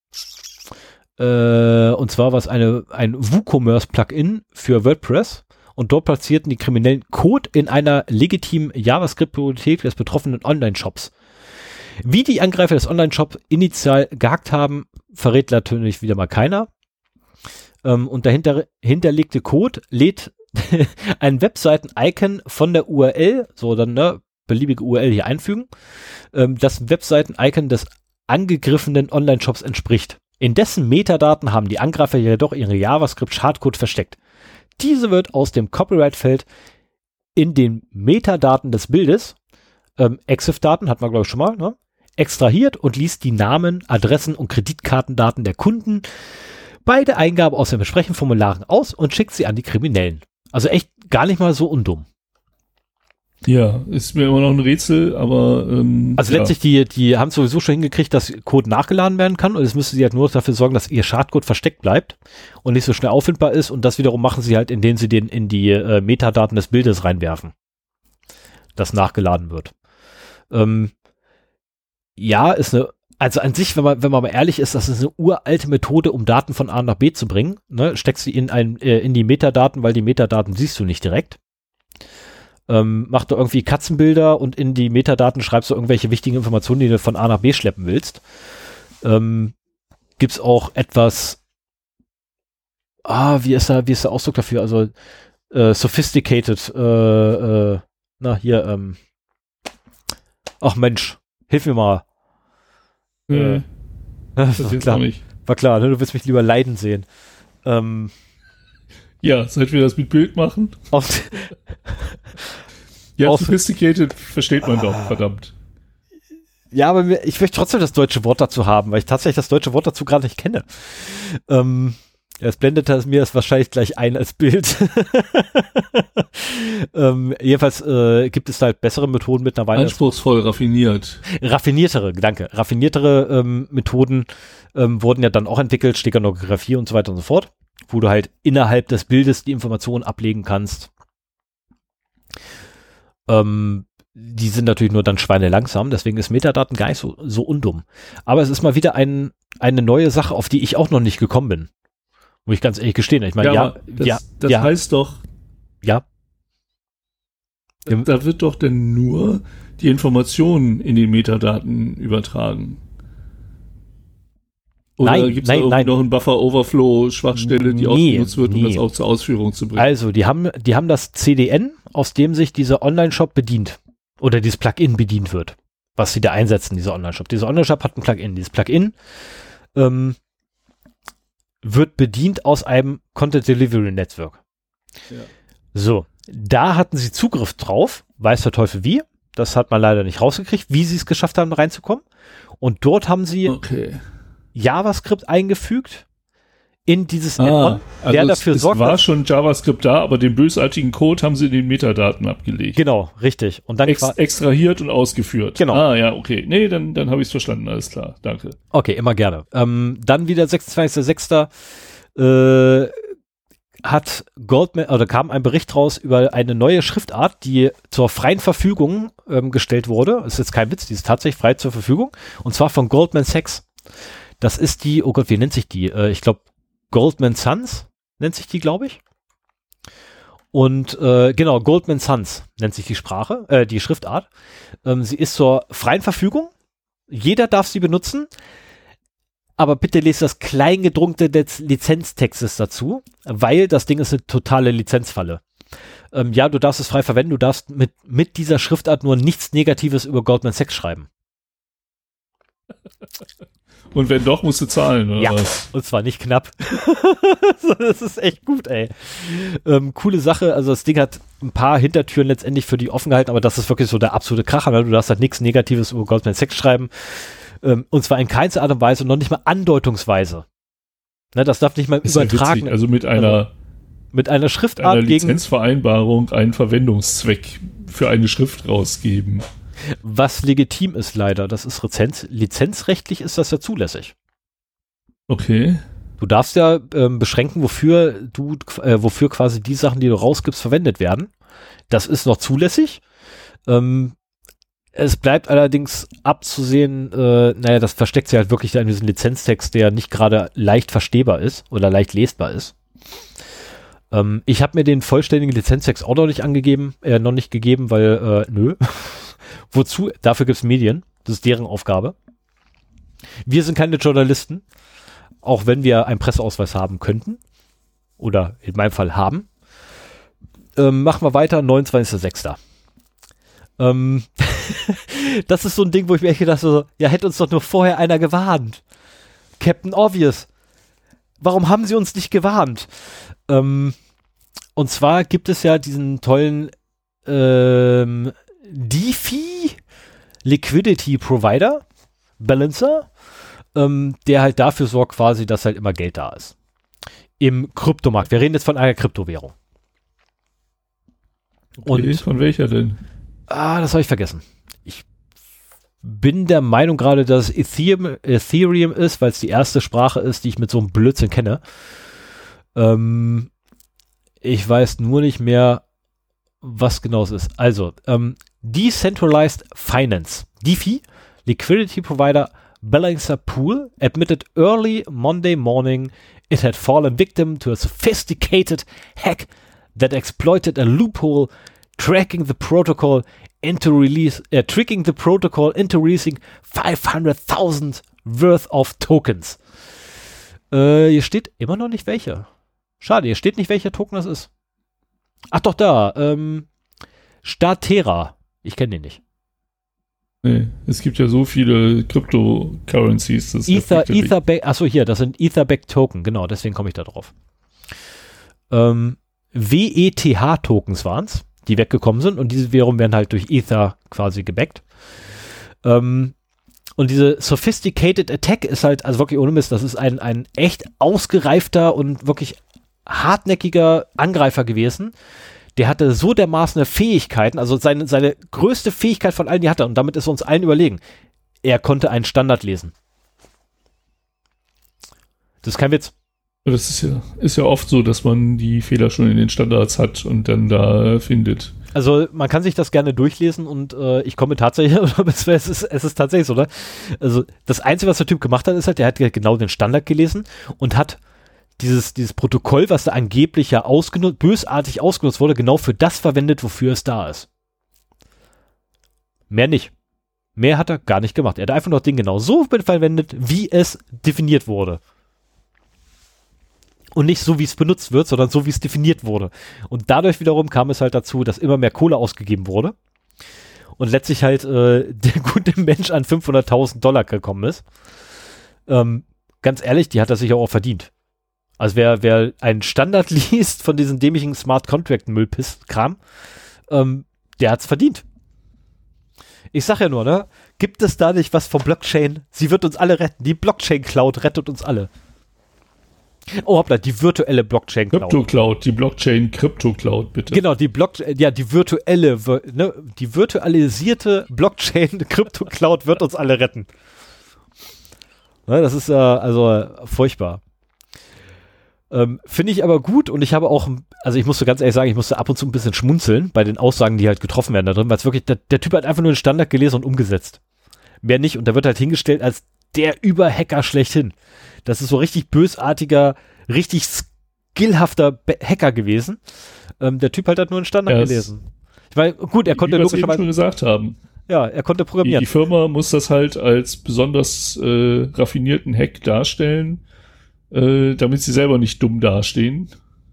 Äh, und zwar war es eine, ein WooCommerce-Plugin für WordPress. Und dort platzierten die Kriminellen Code in einer legitimen JavaScript-Bibliothek des betroffenen Online-Shops. Wie die Angreifer des Online-Shops initial gehackt haben, verrät natürlich wieder mal keiner. Ähm, und der hinter, hinterlegte Code lädt ein Webseiten-Icon von der U R L, so dann ne, beliebige U R L hier einfügen, ähm, das Webseiten-Icon des angegriffenen Online-Shops entspricht. In dessen Metadaten haben die Angreifer jedoch ihre JavaScript-Schadcode versteckt. Diese wird aus dem Copyright-Feld in den Metadaten des Bildes, ähm, EXIF-Daten, hatten wir glaube ich schon mal, ne? extrahiert und liest die Namen, Adressen und Kreditkartendaten der Kunden bei der Eingabe aus den Besprechenformularen aus und schickt sie an die Kriminellen. Also echt gar nicht mal so undumm. Ja, ist mir immer noch ein Rätsel, aber ähm, also ja. letztlich, die, die haben sowieso schon hingekriegt, dass Code nachgeladen werden kann und jetzt müssen sie halt nur dafür sorgen, dass ihr Schadcode versteckt bleibt und nicht so schnell auffindbar ist und das wiederum machen sie halt, indem sie den in die äh, Metadaten des Bildes reinwerfen, das nachgeladen wird. Ähm, ja, ist eine, also an sich, wenn man, wenn man mal ehrlich ist, das ist eine uralte Methode, um Daten von A nach B zu bringen. Ne? Steckst sie in ein, äh, in die Metadaten, weil die Metadaten siehst du nicht direkt. Ähm, mach du irgendwie Katzenbilder und in die Metadaten schreibst du irgendwelche wichtigen Informationen, die du von A nach B schleppen willst. Ähm, gibt's auch etwas, ah, wie ist da, wie ist der Ausdruck dafür? Also, äh, sophisticated, äh, äh, na, hier, ähm, ach Mensch, hilf mir mal. Äh, äh, das das war jetzt klar, auch nicht. war klar, ne? Du willst mich lieber leiden sehen. Ähm, Ja, seit wir das mit Bild machen. auf, Ja, Auf- sophisticated versteht man doch, verdammt. ja, aber mir, ich möchte trotzdem das deutsche Wort dazu haben, weil ich tatsächlich das deutsche Wort dazu gerade nicht kenne. Ähm, ja, es blendet das mir das wahrscheinlich gleich ein als Bild. ähm, jedenfalls äh, gibt es halt bessere Methoden mittlerweile. Anspruchsvoll, raffiniert. Raffiniertere, danke. Raffiniertere ähm, Methoden ähm, wurden ja dann auch entwickelt, Steganographie und so weiter und so fort, wo du halt innerhalb des Bildes die Informationen ablegen kannst. Ähm, die sind natürlich nur dann schweinelangsam, deswegen ist Metadaten gar nicht so, so undumm. Aber es ist mal wieder ein, eine neue Sache, auf die ich auch noch nicht gekommen bin. Muss ich ganz ehrlich gestehen. Ich meine, ja, aber das, ja, das ja, heißt doch, ja. da, da wird doch denn nur die Informationen in den Metadaten übertragen. Oder Nein, gibt es nein, da irgendwie nein. noch eine Buffer-Overflow-Schwachstelle, die Nee, ausgenutzt wird, um nee. das auch zur Ausführung zu bringen? Also, die haben, die haben das C D N, aus dem sich dieser Online-Shop bedient. Oder dieses Plugin bedient wird. Was sie da einsetzen, dieser Online-Shop. Dieser Online-Shop hat ein Plugin. Dieses Plugin ähm, wird bedient aus einem Content Delivery Network. Ja. So, da hatten sie Zugriff drauf, weiß der Teufel wie. Das hat man leider nicht rausgekriegt, wie sie es geschafft haben, reinzukommen. Und dort haben sie Okay. JavaScript eingefügt in dieses Ah, Add-on, der also es, dafür es sorgt, war dass, schon JavaScript da, aber den bösartigen Code haben sie in den Metadaten abgelegt. genau, richtig. Und dann Ex qua- extrahiert und ausgeführt. Genau. Ah, ja, okay. Nee, dann, dann habe ich es verstanden, alles klar. Danke. okay, immer gerne. Ähm, dann wieder sechsundzwanzigster sechster Äh, hat Goldman, oder kam ein Bericht raus über eine neue Schriftart, die zur freien Verfügung ähm, gestellt wurde. Das ist jetzt kein Witz, die ist tatsächlich frei zur Verfügung. Und zwar von Goldman Sachs. Das ist die, oh Gott, wie nennt sich die? Äh, ich glaube, Goldman Sons nennt sich die, glaube ich. Und äh, genau, Goldman Sons nennt sich die Sprache, äh, die Schriftart. Ähm, sie ist zur freien Verfügung. Jeder darf sie benutzen. Aber bitte lest das Kleingedruckte des Lizenztextes dazu, weil das Ding ist eine totale Lizenzfalle. Ähm, ja, du darfst es frei verwenden, du darfst mit, mit dieser Schriftart nur nichts Negatives über Goldman Sachs schreiben. Und wenn doch, musst du zahlen, oder Ja, was? und zwar nicht knapp. Das ist echt gut, ey. Ähm, coole Sache, also das Ding hat ein paar Hintertüren letztendlich für die offen gehalten, aber das ist wirklich so der absolute Kracher, ne? Du darfst halt nichts Negatives über Goldman Sachs schreiben. Ähm, und zwar in keinster Art und Weise und noch nicht mal andeutungsweise. Ne, das darf nicht mal Ist ja übertragen. witzig. Also mit einer, mit einer mit Schriftart einer gegen, Lizenzvereinbarung einen Verwendungszweck für eine Schrift rausgeben. was legitim ist leider. Das ist Lizenz, lizenzrechtlich ist das ja zulässig. Okay. Du darfst ja ähm, beschränken, wofür du, äh, wofür quasi die Sachen, die du rausgibst, verwendet werden. Das ist noch zulässig. Ähm, es bleibt allerdings abzusehen, äh, naja, das versteckt sich halt wirklich in diesem Lizenztext, der nicht gerade leicht verstehbar ist oder leicht lesbar ist. Ähm, ich habe mir den vollständigen Lizenztext auch noch nicht angegeben, äh, noch nicht gegeben, weil, äh, nö. Wozu? Dafür gibt's Medien. Das ist deren Aufgabe. Wir sind keine Journalisten, auch wenn wir einen Presseausweis haben könnten. Oder in meinem Fall haben. Ähm, machen wir weiter, neunundzwanzigster sechster Ähm, das ist so ein Ding, wo ich mir echt gedacht habe, so, ja, hätte uns doch nur vorher einer gewarnt. Captain Obvious. Warum haben sie uns nicht gewarnt? Ähm, und zwar gibt es ja diesen tollen ähm, DeFi Liquidity Provider Balancer, ähm, der halt dafür sorgt quasi, dass halt immer Geld da ist. Im Kryptomarkt. Wir reden jetzt von einer Kryptowährung. Okay, und von welcher denn? Ah, das habe ich vergessen. Ich bin der Meinung gerade, dass es Ethereum, Ethereum ist, weil es die erste Sprache ist, die ich mit so einem Blödsinn kenne. Ähm, ich weiß nur nicht mehr, was genau es ist. Also, ähm, Decentralized Finance, DeFi, Liquidity Provider Balancer Pool, admitted early Monday morning it had fallen victim to a sophisticated hack that exploited a loophole, tracking the protocol into release, uh, tricking the protocol into releasing five hundred thousand worth of tokens. Äh, hier steht immer noch nicht welche. Schade, hier steht nicht, welcher Token das ist. Ach doch, da. Ähm, Statera. Ich kenne den nicht. Nee, es gibt ja so viele Cryptocurrencies. Das Ether, Etherback, achso, hier, das sind Etherback-Token, genau, deswegen komme ich da drauf. Ähm, W E T H-Tokens waren es, die weggekommen sind und diese Währungen werden halt durch Ether quasi gebackt. Ähm, und diese Sophisticated Attack ist halt, also wirklich ohne Mist, das ist ein, ein echt ausgereifter und wirklich hartnäckiger Angreifer gewesen. Der hatte so dermaßen Fähigkeiten, also seine, seine größte Fähigkeit von allen, die hatte er, und damit ist er uns allen überlegen. Er konnte einen Standard lesen. Das ist kein Witz. Das ist ja, ist ja oft so, dass man die Fehler schon in den Standards hat und dann da findet. Also man kann sich das gerne durchlesen und äh, ich komme tatsächlich, es ist, es ist tatsächlich so, ne? Also das Einzige, was der Typ gemacht hat, ist halt, der hat genau den Standard gelesen und hat Dieses, dieses Protokoll, was da angeblich ja ausgenutzt, bösartig ausgenutzt wurde, genau für das verwendet, wofür es da ist. Mehr nicht. Mehr hat er gar nicht gemacht. Er hat einfach noch den genau so verwendet, wie es definiert wurde. Und nicht so, wie es benutzt wird, sondern so, wie es definiert wurde. Und dadurch wiederum kam es halt dazu, dass immer mehr Kohle ausgegeben wurde. Und letztlich halt äh, der gute Mensch an fünfhunderttausend Dollar gekommen ist. Ähm, ganz ehrlich, die hat er sich auch verdient. Also wer, wer einen Standard liest von diesen dämlichen Smart Contract Müllpiss-Kram, ähm, der hat's verdient. Ich sag ja nur, ne? Gibt es da nicht was vom Blockchain? Sie wird uns alle retten. Die Blockchain-Cloud rettet uns alle. Oh, hoppla, die virtuelle Blockchain-Cloud. Crypto-Cloud, die Blockchain-Crypto-Cloud, bitte. Genau, die Blockchain, ja, die virtuelle, ne, die virtualisierte Blockchain-Crypto-Cloud wird uns alle retten. Ne, das ist ja, äh, also äh, furchtbar. Ähm, finde ich aber gut und ich habe auch, also ich musste ganz ehrlich sagen, ich musste ab und zu ein bisschen schmunzeln bei den Aussagen, die halt getroffen werden da drin, weil es wirklich, der, der Typ hat einfach nur den Standard gelesen und umgesetzt. Mehr nicht und der wird halt hingestellt als der Überhacker schlechthin. Das ist so richtig bösartiger, richtig skillhafter Be- Hacker gewesen. Ähm, der Typ halt hat nur den Standard ja, gelesen. Ich meine, gut, er konnte wie wir logischerweise eben schon gesagt haben. Ja, er konnte programmieren. Die, die Firma muss das halt als besonders äh, raffinierten Hack darstellen, Äh, damit sie selber nicht dumm dastehen.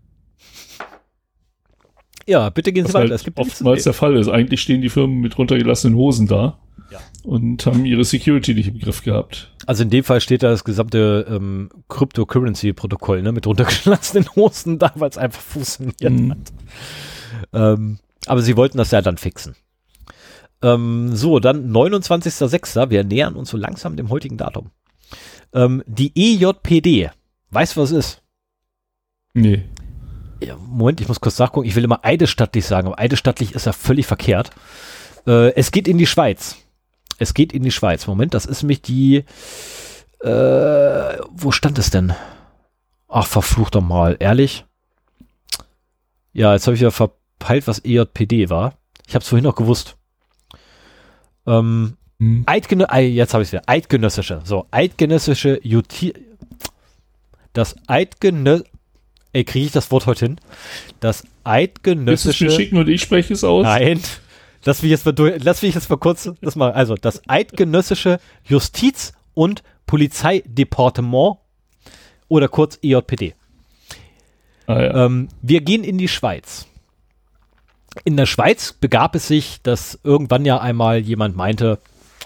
Ja, bitte gehen Sie was weiter. Halt es gibt oftmals der Fall ist. Eigentlich stehen die Firmen mit runtergelassenen Hosen da ja. und haben ihre Security nicht im Griff gehabt. Also in dem Fall steht da das gesamte ähm, Cryptocurrency-Protokoll, ne, mit runtergelassenen Hosen da, weil es einfach funktioniert mhm. hat. Ähm, aber sie wollten das ja dann fixen. Ähm, so, dann neunundzwanzigster sechster Wir nähern uns so langsam dem heutigen Datum. Ähm, die E J P D. Weißt du, was es ist? Nee. Ja, Moment, ich muss kurz nachgucken. Ich will immer eidesstattlich sagen, aber eidesstattlich ist ja völlig verkehrt. Äh, es geht in die Schweiz. Es geht in die Schweiz. Moment, das ist nämlich die äh, wo stand es denn? Ach, verflucht doch mal. Ehrlich? Ja, jetzt habe ich ja verpeilt, was E J P D war. Ich habe es vorhin noch gewusst. Ähm, hm. Eidgenö- jetzt habe ich es wieder. Eidgenössische. So, eidgenössische Juti- Das Eidgenössische Ey, kriege ich das Wort heute hin? Das Eidgenössische... Willst du es mir schicken und ich spreche es aus? Nein. Lass mich jetzt mal, durch, lass mich jetzt mal kurz das mal. Also, das Eidgenössische Justiz- und Polizeidepartement oder kurz E J P D. Ah, ja. ähm, wir gehen in die Schweiz. In der Schweiz begab es sich, dass irgendwann ja einmal jemand meinte,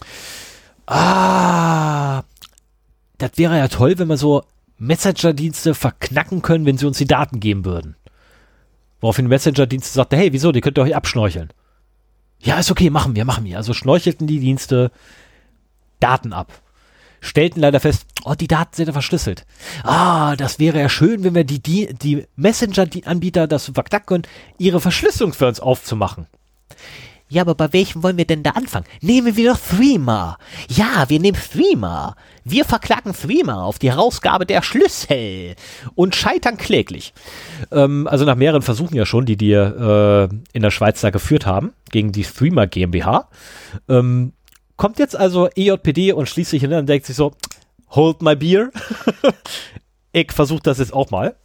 ah, das wäre ja toll, wenn wir so Messenger-Dienste verknacken können, wenn sie uns die Daten geben würden. Woraufhin Messenger-Dienste sagte, hey, wieso, die könnt ihr euch abschnorcheln. Ja, ist okay, machen wir, machen wir. Also schnorchelten die Dienste Daten ab. stellten leider fest, oh, die Daten sind ja verschlüsselt. Ah, das wäre ja schön, wenn wir die, die, die Messenger-Anbieter dazu verknacken können, ihre Verschlüsselung für uns aufzumachen. Ja, aber bei welchem wollen wir denn da anfangen? Nehmen wir doch Threema. Ja, wir nehmen Threema. Wir verklagen Threema auf die Herausgabe der Schlüssel und scheitern kläglich. Ähm, also nach mehreren Versuchen ja schon, die die äh, in der Schweiz da geführt haben, gegen die Threema GmbH. Ähm, kommt jetzt also E J P D und schließt sich hin und denkt sich so, hold my beer. Ich versuche das jetzt auch mal.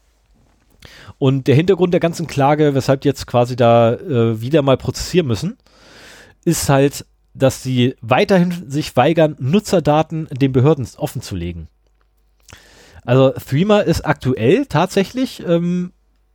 Und der Hintergrund der ganzen Klage, weshalb die jetzt quasi da äh, wieder mal prozessieren müssen, ist halt, dass sie weiterhin sich weigern, Nutzerdaten den Behörden offen zu legen. Also Threema ist aktuell tatsächlich ähm,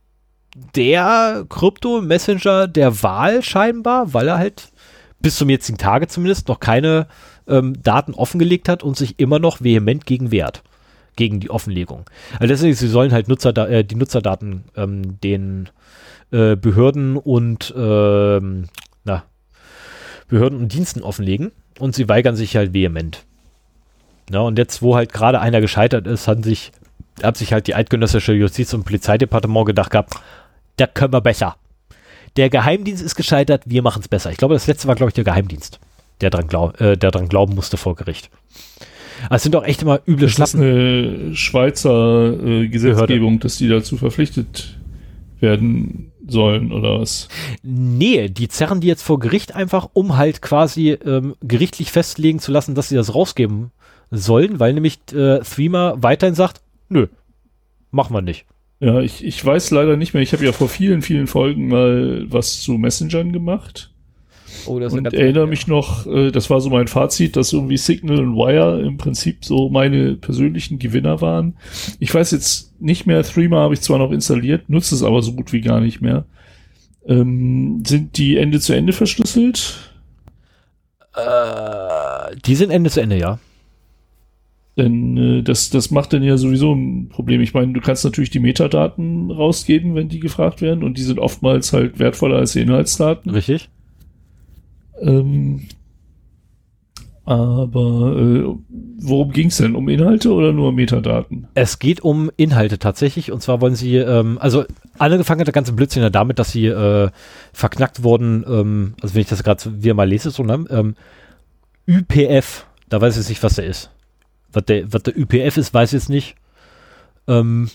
der Krypto-Messenger der Wahl scheinbar, weil er halt bis zum jetzigen Tage zumindest noch keine ähm, Daten offengelegt hat und sich immer noch vehement gegen wehrt. Gegen die Offenlegung. Also deswegen, sie sollen halt Nutzer, äh, die Nutzerdaten ähm, den äh, Behörden und ähm, na, Behörden und Diensten offenlegen und sie weigern sich halt vehement. Ja, und jetzt, wo halt gerade einer gescheitert ist, hat sich, hat sich halt die eidgenössische Justiz- und Polizeidepartement gedacht gehabt, da können wir besser. Der Geheimdienst ist gescheitert, wir machen es besser. Ich glaube, das letzte war, glaube ich, der Geheimdienst, der dran, glaub, äh, der dran glauben musste vor Gericht. Also es sind doch echt immer üble Schlappen. Das ist eine Schweizer äh, Gesetzgebung, Behörde. Dass die dazu verpflichtet werden sollen, oder was? Nee, die zerren die jetzt vor Gericht einfach, um halt quasi ähm, gerichtlich festlegen zu lassen, dass sie das rausgeben sollen, weil nämlich äh, Threema weiterhin sagt, nö, machen wir nicht. Ja, ich, ich weiß leider nicht mehr, ich habe ja vor vielen, vielen Folgen mal was zu Messengern gemacht. Oh, das und erinnere mich noch, äh, das war so mein Fazit, dass irgendwie Signal und Wire im Prinzip so meine persönlichen Gewinner waren. Ich weiß jetzt nicht mehr, Threema habe ich zwar noch installiert, nutze es aber so gut wie gar nicht mehr. Ähm, sind die Ende zu Ende verschlüsselt? Äh, die sind Ende zu Ende, ja. Denn äh, das, das macht dann ja sowieso ein Problem. Ich meine, du kannst natürlich die Metadaten rausgeben, wenn die gefragt werden, und die sind oftmals halt wertvoller als die Inhaltsdaten. Richtig. Ähm, aber äh, worum ging es denn? Um Inhalte oder nur Metadaten? Es geht um Inhalte tatsächlich, und zwar wollen sie, ähm, also angefangen hat der ganze Blödsinn ja damit, dass sie äh, verknackt wurden, ähm, also wenn ich das gerade wieder mal lese, so, ne, ähm, Ü P F, da weiß ich jetzt nicht, was der ist. Was der, was der Ü P F ist, weiß ich jetzt nicht. Ähm,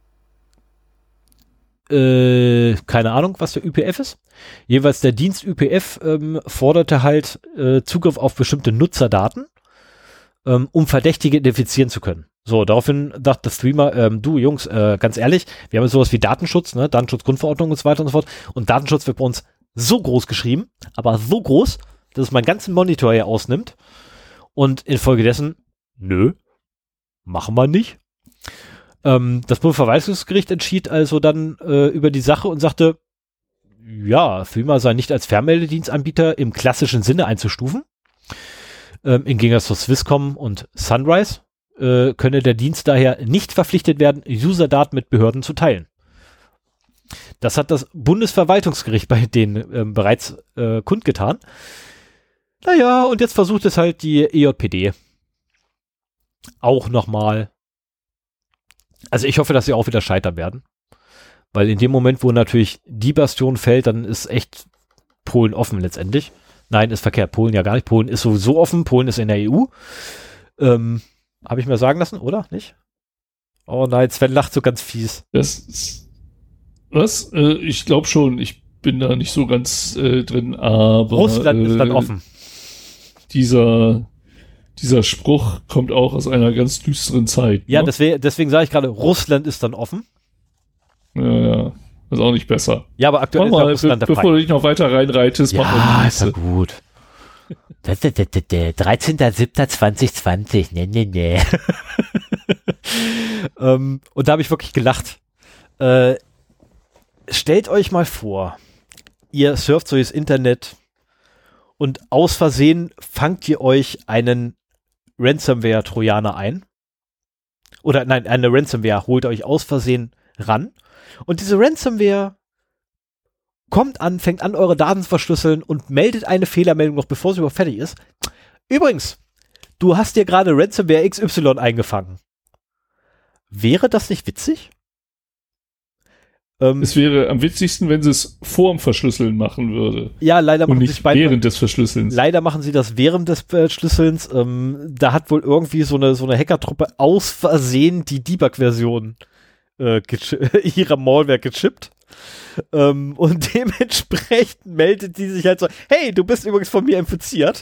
äh, keine Ahnung, was der Ü P F ist. Jeweils der Dienst Ü P F ähm, forderte halt äh, Zugriff auf bestimmte Nutzerdaten, ähm, um Verdächtige identifizieren zu können. So, daraufhin dachte Threema, ähm, du Jungs, äh, ganz ehrlich, wir haben sowas wie Datenschutz, ne, Datenschutzgrundverordnung und so weiter und so fort. Und Datenschutz wird bei uns so groß geschrieben, aber so groß, dass es meinen ganzen Monitor hier ausnimmt. Und infolgedessen, nö, machen wir nicht. Ähm, das Bundesverwaltungsgericht entschied also dann äh, über die Sache und sagte, ja, Threema sei nicht als Fernmeldedienstanbieter im klassischen Sinne einzustufen. Ähm, Im Gegensatz zu Swisscom und Sunrise äh, könne der Dienst daher nicht verpflichtet werden, Userdaten mit Behörden zu teilen. Das hat das Bundesverwaltungsgericht bei denen ähm, bereits äh, kundgetan. Naja, und jetzt versucht es halt die E J P D auch nochmal. Also ich hoffe, dass sie auch wieder scheitern werden. Weil in dem Moment, wo natürlich die Bastion fällt, dann ist echt Polen offen letztendlich. Nein, ist verkehrt. Polen ja gar nicht. Polen ist sowieso offen. Polen ist in der E U. Ähm, habe ich mir sagen lassen, oder? Nicht? Oh nein, Sven lacht so ganz fies. Das ist, was? Äh, ich glaube schon. Ich bin da nicht so ganz äh, drin, aber Russland äh, ist dann offen. Dieser Dieser Spruch kommt auch aus einer ganz düsteren Zeit. Ja, ne? deswegen, deswegen sage ich gerade, Russland ist dann offen. Ja, ja. Ist auch nicht besser. Ja, aber aktuell mal, ist ja Russland be der bevor du dich noch weiter reinreitest, ja, mach mal die ist ja gut. dreizehnter siebter zweitausendzwanzig, ne, ne, ne. ähm, und da habe ich wirklich gelacht. Äh, stellt euch mal vor, ihr surft so das Internet und aus Versehen fangt ihr euch einen Ransomware-Trojaner ein. Oder nein, eine Ransomware holt euch aus Versehen ran. Und diese Ransomware kommt an, fängt an, eure Daten zu verschlüsseln und meldet eine Fehlermeldung noch, bevor sie überhaupt fertig ist. Übrigens, du hast dir gerade Ransomware X Y eingefangen. Wäre das nicht witzig? Ähm, es wäre am witzigsten, wenn sie es vorm Verschlüsseln machen würde. Ja, leider machen und nicht sie beide, während des Verschlüsselns. Leider machen sie das während des Verschlüsselns. Ähm, da hat wohl irgendwie so eine, so eine Hackertruppe aus Versehen die Debug-Version äh, ihrer Malware gechippt. Ähm, und dementsprechend meldet die sich halt so, hey, du bist übrigens von mir infiziert.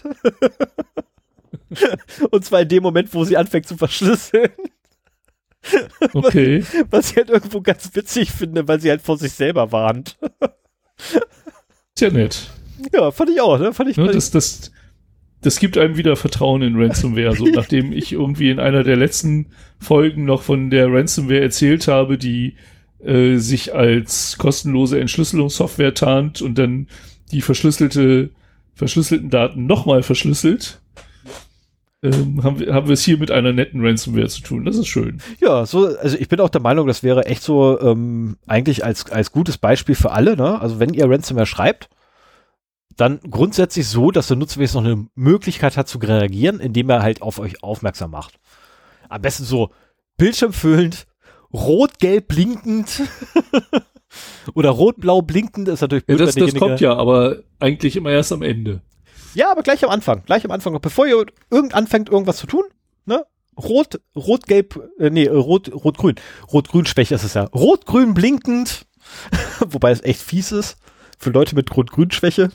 Und zwar in dem Moment, wo sie anfängt zu verschlüsseln. Okay. Was, was ich halt irgendwo ganz witzig finde, weil sie halt vor sich selber warnt. Ist ja nett. Ja, fand ich auch, ne? Fand ich, ne, fand das, das, das gibt einem wieder Vertrauen in Ransomware. So, nachdem ich irgendwie in einer der letzten Folgen noch von der Ransomware erzählt habe, die äh, sich als kostenlose Entschlüsselungssoftware tarnt und dann die verschlüsselte, verschlüsselten Daten nochmal verschlüsselt. Ähm, haben, wir, haben wir es hier mit einer netten Ransomware zu tun. Das ist schön. Ja, so, also ich bin auch der Meinung, das wäre echt so ähm, eigentlich als, als gutes Beispiel für alle, ne? Also wenn ihr Ransomware schreibt, dann grundsätzlich so, dass der Nutzer jetzt noch eine Möglichkeit hat zu reagieren, indem er halt auf euch aufmerksam macht. Am besten so bildschirmfüllend, rot-gelb blinkend oder rot-blau blinkend ist natürlich blöd. Ja, das das kommt ja aber eigentlich immer erst am Ende. Ja, aber gleich am Anfang, gleich am Anfang, noch bevor ihr irgend anfängt, irgendwas zu tun, ne? Rot, rot-gelb, äh, nee, rot, rot-grün. Rot-grün-Schwäche ist es ja. Rot-grün blinkend, wobei es echt fies ist für Leute mit Rot-grün-Schwäche.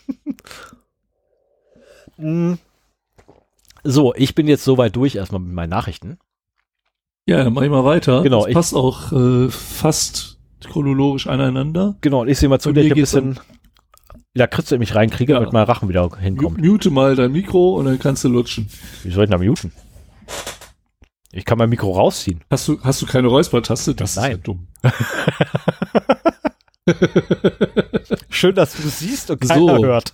So, ich bin jetzt soweit durch erstmal mit meinen Nachrichten. Ja, dann mach ich mal weiter. Genau, das passt auch äh, fast chronologisch aneinander. Genau, und ich sehe mal zu, dass ich ein bisschen wieder Kritze in mich reinkriege, ja, damit mein Rachen wieder hinkommt. Mute mal dein Mikro und dann kannst du lutschen. Wie soll ich denn da muten? Ich kann mein Mikro rausziehen. Hast du, hast du keine Räuspertaste? Das Nein. ist ja dumm. Schön, dass du es siehst und keiner so. hört.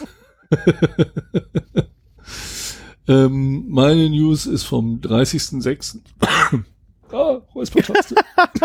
ähm, meine News ist vom dreißigsten sechsten Ah, Räuspertaste.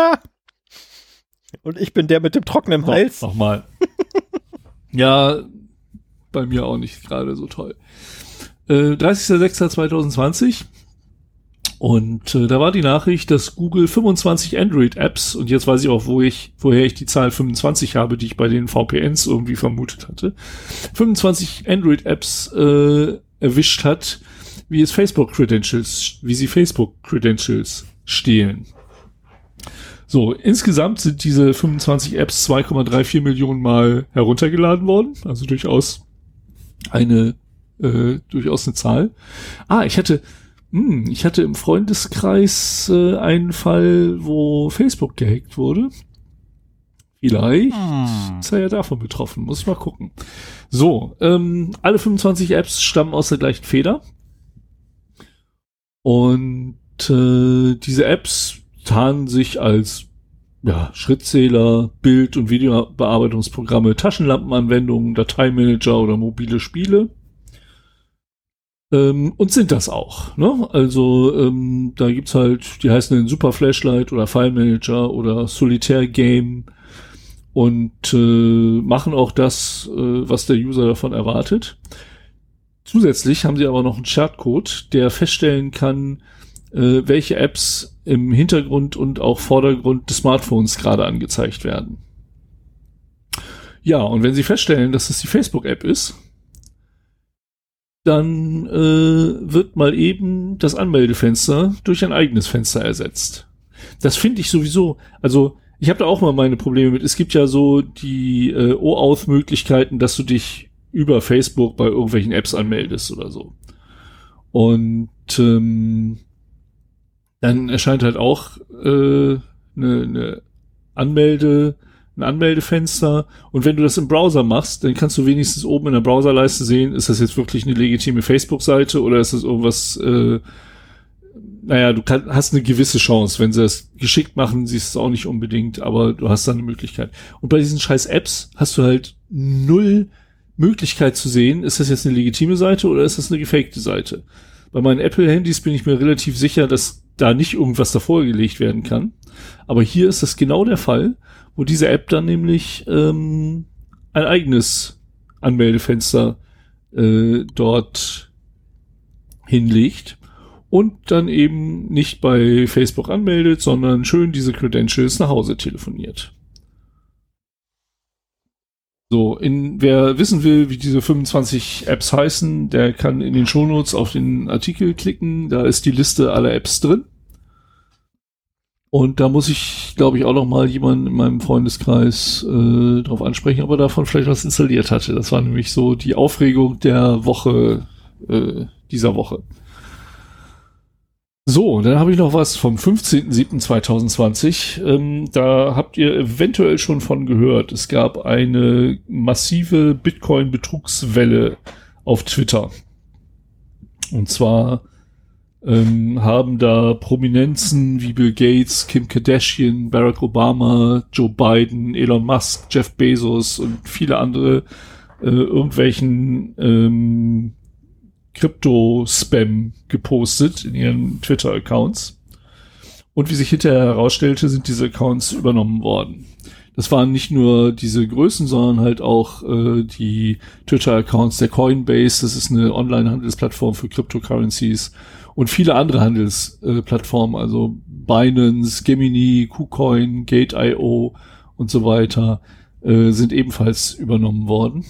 Und ich bin der mit dem trockenen Hals. Oh, nochmal. Ja, bei mir auch nicht gerade so toll. Äh, dreißigster sechster zweitausendzwanzig und äh, da war die Nachricht, dass Google fünfundzwanzig Android-Apps, und jetzt weiß ich auch, wo ich, woher ich die Zahl fünfundzwanzig habe, die ich bei den V P Ns irgendwie vermutet hatte, fünfundzwanzig Android-Apps äh, erwischt hat, wie es Facebook-Credentials, wie sie Facebook-Credentials stehlen. So, insgesamt sind diese fünfundzwanzig Apps zwei Komma vierunddreißig Millionen Mal heruntergeladen worden. Also durchaus eine, äh, durchaus eine Zahl. Ah, ich hatte, mh, ich hatte im Freundeskreis äh, einen Fall, wo Facebook gehackt wurde. Vielleicht hm. ist er ja davon betroffen. Muss ich mal gucken. So, ähm, alle fünfundzwanzig Apps stammen aus der gleichen Feder. Und äh, diese Apps tarnen sich als ja, Schrittzähler, Bild- und Videobearbeitungsprogramme, Taschenlampenanwendungen, Dateimanager oder mobile Spiele. Ähm, und sind das auch. Ne? Also ähm, da gibt's halt, die heißen dann Super Flashlight oder File Manager oder Solitaire Game und äh, machen auch das, äh, was der User davon erwartet. Zusätzlich haben sie aber noch einen Schadcode, der feststellen kann, äh, welche Apps im Hintergrund und auch Vordergrund des Smartphones gerade angezeigt werden. Ja, und wenn sie feststellen, dass es die Facebook-App ist, dann äh, wird mal eben das Anmeldefenster durch ein eigenes Fenster ersetzt. Das finde ich sowieso, also ich habe da auch mal meine Probleme mit. Es gibt ja so die äh, O Auth-Möglichkeiten, dass du dich über Facebook bei irgendwelchen Apps anmeldest oder so. Und ähm, dann erscheint halt auch äh, eine, eine Anmelde, ein Anmeldefenster. Und wenn du das im Browser machst, dann kannst du wenigstens oben in der Browserleiste sehen, ist das jetzt wirklich eine legitime Facebook-Seite oder ist das irgendwas, äh, naja, du kann, hast eine gewisse Chance. Wenn sie das geschickt machen, siehst du es auch nicht unbedingt, aber du hast da eine Möglichkeit. Und bei diesen scheiß Apps hast du halt null Möglichkeit zu sehen, ist das jetzt eine legitime Seite oder ist das eine gefakte Seite? Bei meinen Apple-Handys bin ich mir relativ sicher, dass da nicht irgendwas davor gelegt werden kann. Aber hier ist das genau der Fall, wo diese App dann nämlich ähm, ein eigenes Anmeldefenster äh, dort hinlegt und dann eben nicht bei Facebook anmeldet, sondern schön diese Credentials nach Hause telefoniert. So, in, wer wissen will, wie diese fünfundzwanzig Apps heißen, der kann in den Shownotes auf den Artikel klicken, da ist die Liste aller Apps drin. Und da muss ich, glaube ich, auch noch mal jemanden in meinem Freundeskreis äh, drauf ansprechen, ob er davon vielleicht was installiert hatte. Das war nämlich so die Aufregung der Woche, äh, dieser Woche. So, und dann habe ich noch was vom fünfzehnten siebten zweitausendzwanzig. Ähm, da habt ihr eventuell schon von gehört. Es gab eine massive Bitcoin-Betrugswelle auf Twitter. Und zwar ähm, haben da Prominenzen wie Bill Gates, Kim Kardashian, Barack Obama, Joe Biden, Elon Musk, Jeff Bezos und viele andere äh, irgendwelchen ähm, Krypto-Spam gepostet in ihren Twitter-Accounts. Und wie sich hinterher herausstellte, sind diese Accounts übernommen worden. Das waren nicht nur diese Größen, sondern halt auch äh, die Twitter-Accounts der Coinbase. Das ist eine Online-Handelsplattform für Cryptocurrencies. Und viele andere Handelsplattformen, äh, also Binance, Gemini, KuCoin, Gate Punkt io und so weiter, äh, sind ebenfalls übernommen worden.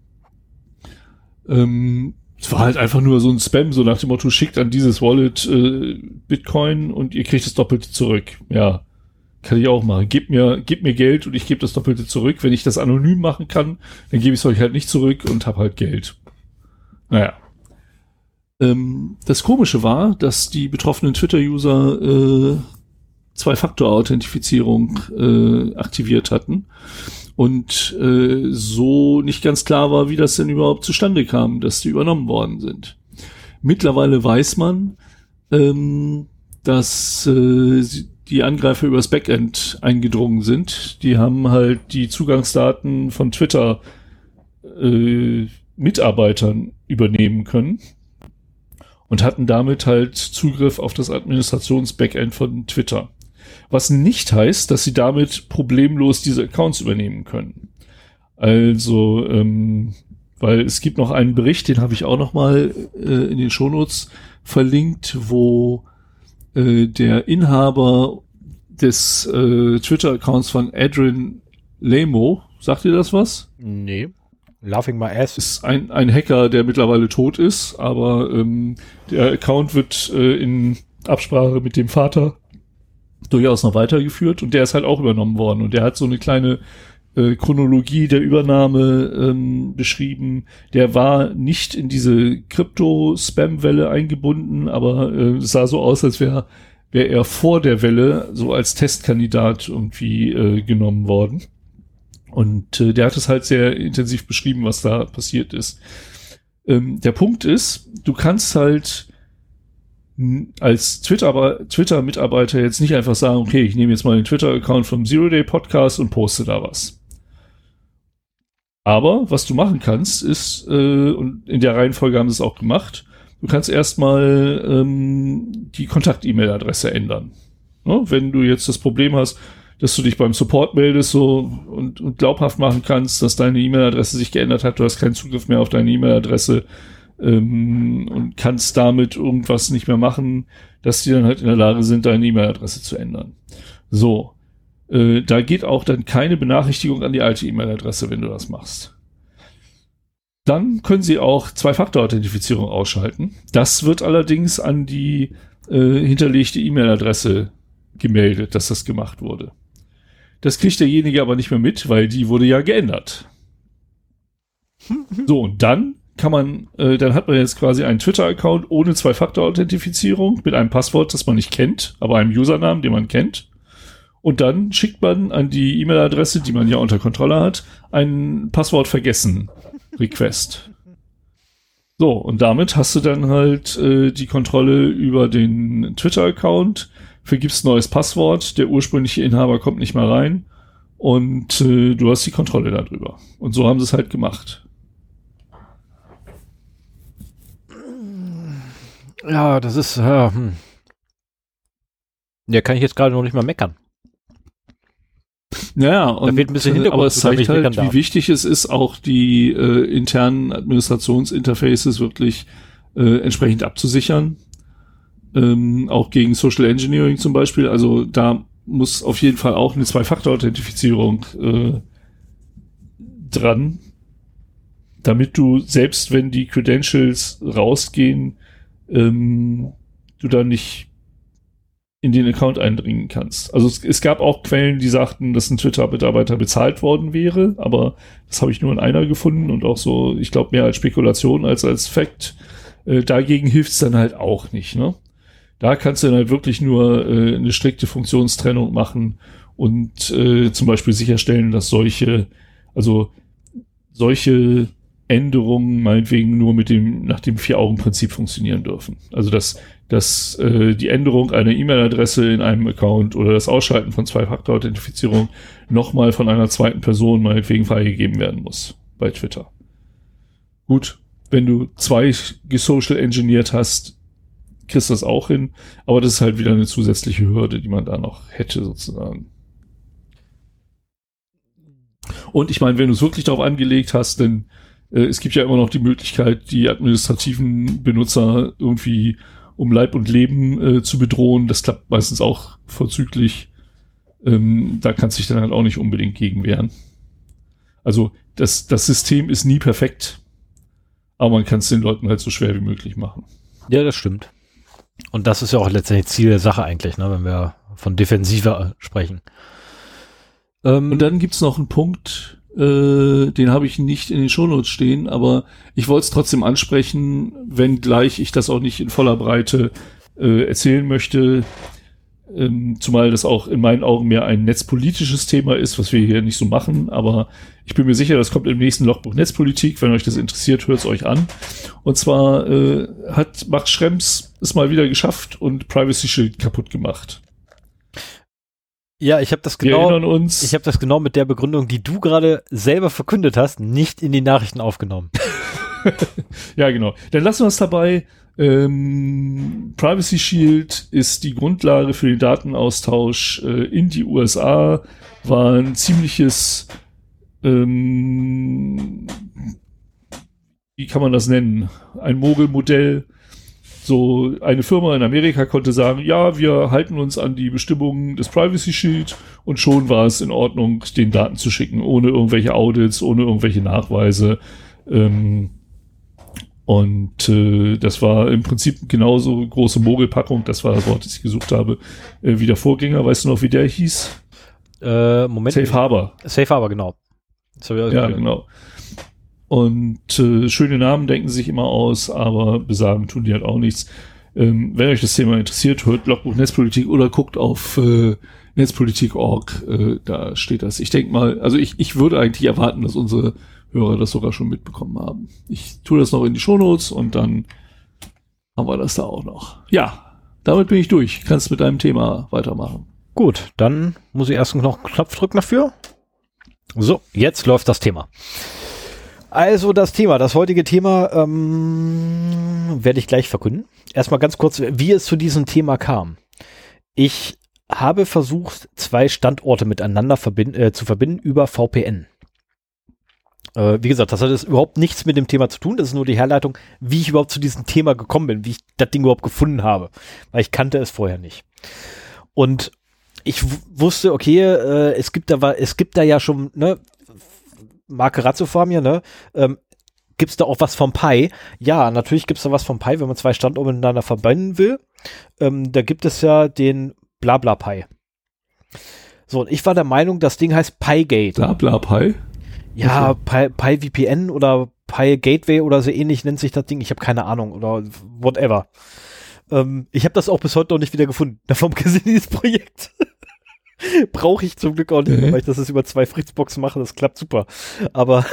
Ähm, es war halt einfach nur so ein Spam, so nach dem Motto, schickt an dieses Wallet äh, Bitcoin und ihr kriegt das Doppelte zurück. Ja, kann ich auch machen. Gebt mir, gebt mir Geld und ich gebe das Doppelte zurück. Wenn ich das anonym machen kann, dann gebe ich es euch halt nicht zurück und hab halt Geld. Naja. Ähm, das Komische war, dass die betroffenen Twitter-User äh, Zwei-Faktor-Authentifizierung äh, aktiviert hatten und äh, so nicht ganz klar war, wie das denn überhaupt zustande kam, dass die übernommen worden sind. Mittlerweile weiß man, ähm, dass äh, die Angreifer übers Backend eingedrungen sind. Die haben halt die Zugangsdaten von Twitter äh, Mitarbeitern übernehmen können und hatten damit halt Zugriff auf das Administrations-Backend von Twitter. Was nicht heißt, dass sie damit problemlos diese Accounts übernehmen können. Also, ähm, weil es gibt noch einen Bericht, den habe ich auch noch mal äh, in den Shownotes verlinkt, wo äh, der Inhaber des äh, Twitter-Accounts von Adrian Lamo, sagt ihr das was? Nee. Laughing My Ass. Ist ein, ein Hacker, der mittlerweile tot ist, aber ähm, der Account wird äh, in Absprache mit dem Vater durchaus noch weitergeführt und der ist halt auch übernommen worden und der hat so eine kleine äh, Chronologie der Übernahme ähm, beschrieben. Der war nicht in diese Krypto-Spam-Welle eingebunden, aber äh, es sah so aus, als wäre wär er vor der Welle so als Testkandidat irgendwie äh, genommen worden. Und äh, der hat es halt sehr intensiv beschrieben, was da passiert ist. Ähm, der Punkt ist, du kannst halt n- als Twitter- Twitter-Mitarbeiter jetzt nicht einfach sagen, okay, ich nehme jetzt mal den Twitter-Account vom Zero Day Podcast und poste da was. Aber was du machen kannst, ist, äh, und in der Reihenfolge haben sie es auch gemacht, du kannst erstmal ähm, die Kontakt-E-Mail-Adresse ändern. Ne? Wenn du jetzt das Problem hast, dass du dich beim Support meldest so und, und glaubhaft machen kannst, dass deine E-Mail-Adresse sich geändert hat, du hast keinen Zugriff mehr auf deine E-Mail-Adresse ähm, und kannst damit irgendwas nicht mehr machen, dass die dann halt in der Lage sind, deine E-Mail-Adresse zu ändern. So, äh, da geht auch dann keine Benachrichtigung an die alte E-Mail-Adresse, wenn du das machst. Dann können sie auch Zwei-Faktor-Authentifizierung ausschalten. Das wird allerdings an die äh, hinterlegte E-Mail-Adresse gemeldet, dass das gemacht wurde. Das kriegt derjenige aber nicht mehr mit, weil die wurde ja geändert. So, und dann kann man, äh, dann hat man jetzt quasi einen Twitter-Account ohne Zwei-Faktor-Authentifizierung mit einem Passwort, das man nicht kennt, aber einem Usernamen, den man kennt. Und dann schickt man an die E-Mail-Adresse, die man ja unter Kontrolle hat, einen Passwort-Vergessen-Request. So, und damit hast du dann halt äh, die Kontrolle über den Twitter-Account, vergibst neues Passwort, der ursprüngliche Inhaber kommt nicht mehr rein und äh, du hast die Kontrolle darüber. Und so haben sie es halt gemacht. Ja, das ist, ja, hm. Ja, kann ich jetzt gerade noch nicht mal meckern. Ja, und, wird ein bisschen Hintergrund, aber es zeigt halt, wie wichtig es ist, auch die äh, internen Administrationsinterfaces wirklich äh, entsprechend abzusichern. Ähm, auch gegen Social Engineering zum Beispiel. Also da muss auf jeden Fall auch eine Zwei-Faktor-Authentifizierung äh, dran, damit du, selbst wenn die Credentials rausgehen, ähm, du da nicht in den Account eindringen kannst. Also es, es gab auch Quellen, die sagten, dass ein Twitter-Mitarbeiter bezahlt worden wäre, aber das habe ich nur in einer gefunden und auch so, ich glaube, mehr als Spekulation als als Fact. Äh, dagegen hilft's dann halt auch nicht, ne? Da kannst du dann halt wirklich nur äh, eine strikte Funktionstrennung machen und äh, zum Beispiel sicherstellen, dass solche, also solche Änderungen meinetwegen nur mit dem, nach dem Vier-Augen-Prinzip funktionieren dürfen. Also dass, dass äh, die Änderung einer E-Mail-Adresse in einem Account oder das Ausschalten von Zwei-Faktor-Authentifizierung nochmal von einer zweiten Person meinetwegen freigegeben werden muss bei Twitter. Gut, wenn du zwei gesocial engineert hast, kriegst du das auch hin, aber das ist halt wieder eine zusätzliche Hürde, die man da noch hätte sozusagen. Und ich meine, wenn du es wirklich darauf angelegt hast, denn äh, es gibt ja immer noch die Möglichkeit, die administrativen Benutzer irgendwie um Leib und Leben äh, zu bedrohen. Das klappt meistens auch vorzüglich. Ähm, da kannst du dich dann halt auch nicht unbedingt gegen wehren. Also das, das System ist nie perfekt, aber man kann es den Leuten halt so schwer wie möglich machen. Ja, das stimmt. Und das ist ja auch letztendlich Ziel der Sache eigentlich, ne, wenn wir von Defensive sprechen. Ähm, Und dann gibt's noch einen Punkt, äh, den habe ich nicht in den Shownotes stehen, aber ich wollte es trotzdem ansprechen, wenngleich ich das auch nicht in voller Breite äh, erzählen möchte, ähm, zumal das auch in meinen Augen mehr ein netzpolitisches Thema ist, was wir hier nicht so machen, aber ich bin mir sicher, das kommt im nächsten Logbuch Netzpolitik. Wenn euch das interessiert, hört es euch an. Und zwar äh, hat Max Schrems es mal wieder geschafft und Privacy Shield kaputt gemacht. Ja, ich habe das Wir genau. erinnern uns. Ich habe das genau mit der Begründung, die du gerade selber verkündet hast, nicht in die Nachrichten aufgenommen. Ja, genau. Dann lassen wir es dabei. Ähm, Privacy Shield ist die Grundlage für den Datenaustausch äh, in die U S A. War ein ziemliches ähm, wie kann man das nennen? Ein Mogelmodell. So eine Firma in Amerika konnte sagen, ja, wir halten uns an die Bestimmungen des Privacy Shield und schon war es in Ordnung, den Daten zu schicken, ohne irgendwelche Audits, ohne irgendwelche Nachweise. Ähm, und äh, das war im Prinzip genauso große Mogelpackung, das war das Wort, das ich gesucht habe, äh, wie der Vorgänger. Weißt du noch, wie der hieß? Äh, Moment. Safe Harbor. Safe Harbor, genau. So, ja, ja, genau. Und äh, schöne Namen denken sich immer aus, aber besagen tun die halt auch nichts. Ähm, wenn euch das Thema interessiert, hört Logbuch Netzpolitik oder guckt auf äh, netzpolitik punkt org, äh, da steht das. Ich denke mal, also ich, ich würde eigentlich erwarten, dass unsere Hörer das sogar schon mitbekommen haben. Ich tue das noch in die Shownotes und dann haben wir das da auch noch. Ja, damit bin ich durch. Kannst mit deinem Thema weitermachen. Gut, dann muss ich erst noch einen Knopf drücken dafür. So, jetzt läuft das Thema. Also das Thema, das heutige Thema ähm, werde ich gleich verkünden. Erstmal ganz kurz, wie es zu diesem Thema kam. Ich habe versucht, zwei Standorte miteinander verbind, äh, zu verbinden über V P N. Äh, wie gesagt, das hat jetzt überhaupt nichts mit dem Thema zu tun. Das ist nur die Herleitung, wie ich überhaupt zu diesem Thema gekommen bin, wie ich das Ding überhaupt gefunden habe. Weil ich kannte es vorher nicht. Und ich w- wusste, okay, äh, es gibt da es gibt da ja schon, ne, Marke Ratiofarm hier, ne? Ähm, gibt's da auch was vom Pi? Ja, natürlich gibt's da was vom Pi, wenn man zwei Standorte miteinander verbinden will. Ähm, da gibt es ja den Blabla-Pi. So, und ich war der Meinung, das Ding heißt Pi-Gate. Blabla-Pi? Ja, okay. Pi, Pi V P N oder Pi Gateway oder so ähnlich nennt sich das Ding. Ich habe keine Ahnung oder whatever. Ähm, ich habe das auch bis heute noch nicht wieder gefunden. Davon gesehen, dieses Projekt. Brauche ich zum Glück auch nicht, mhm. weil ich das jetzt über zwei Fritzboxen mache, das klappt super. Aber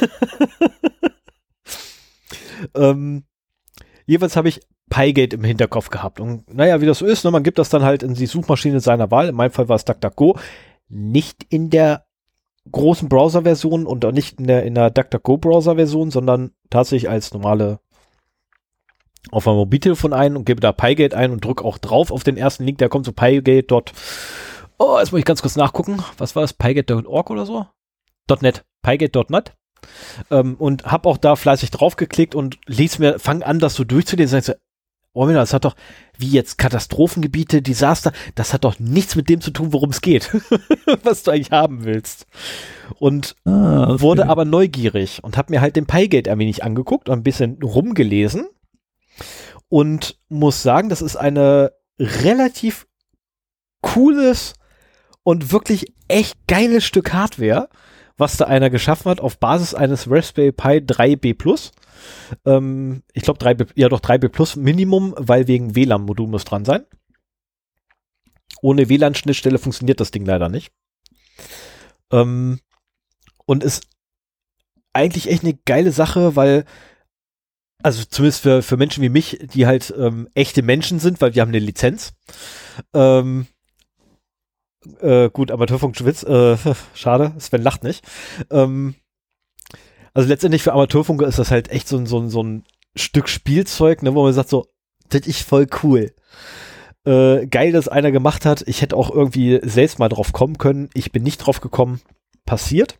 ähm, jeweils habe ich Pi-Gate im Hinterkopf gehabt. Und naja, wie das so ist, ne, man gibt das dann halt in die Suchmaschine seiner Wahl. In meinem Fall war es DuckDuckGo. Nicht in der großen Browser-Version und auch nicht in der, in der DuckDuckGo-Browser-Version, sondern tatsächlich als normale auf ein Mobiltelefon ein und gebe da Pi-Gate ein und drücke auch drauf auf den ersten Link, der kommt zu Pi-Gate dort. Oh, jetzt muss ich ganz kurz nachgucken. Was war das? Pi-Gate Punkt org oder so? .net. Pi-Gate Punkt net. ähm, und habe auch da fleißig draufgeklickt und lies mir, fang an, das so durchzulesen. Und sag so, oh, das hat doch, wie jetzt Katastrophengebiete, Desaster, das hat doch nichts mit dem zu tun, worum es geht, was du eigentlich haben willst. Und ah, okay. wurde aber neugierig und habe mir halt den Pygate ein wenig angeguckt und ein bisschen rumgelesen und muss sagen, das ist eine relativ cooles und wirklich echt geiles Stück Hardware, was da einer geschaffen hat auf Basis eines Raspberry Pi drei B Plus. Ähm, ich glaube drei B, ja doch drei B Plus Minimum, weil wegen W L A N-Modul muss dran sein. Ohne W L A N-Schnittstelle funktioniert das Ding leider nicht. Ähm, und ist eigentlich echt eine geile Sache, weil also zumindest für, für Menschen wie mich, die halt ähm, echte Menschen sind, weil wir haben eine Lizenz. Ähm, äh, gut, Amateurfunk-Schwitz, äh, schade, Sven lacht nicht. Ähm, also letztendlich für Amateurfunker ist das halt echt so ein, so ein, so ein Stück Spielzeug, ne, wo man sagt so, das ist voll cool. Äh, geil, dass einer gemacht hat. Ich hätte auch irgendwie selbst mal drauf kommen können. Ich bin nicht drauf gekommen. Passiert.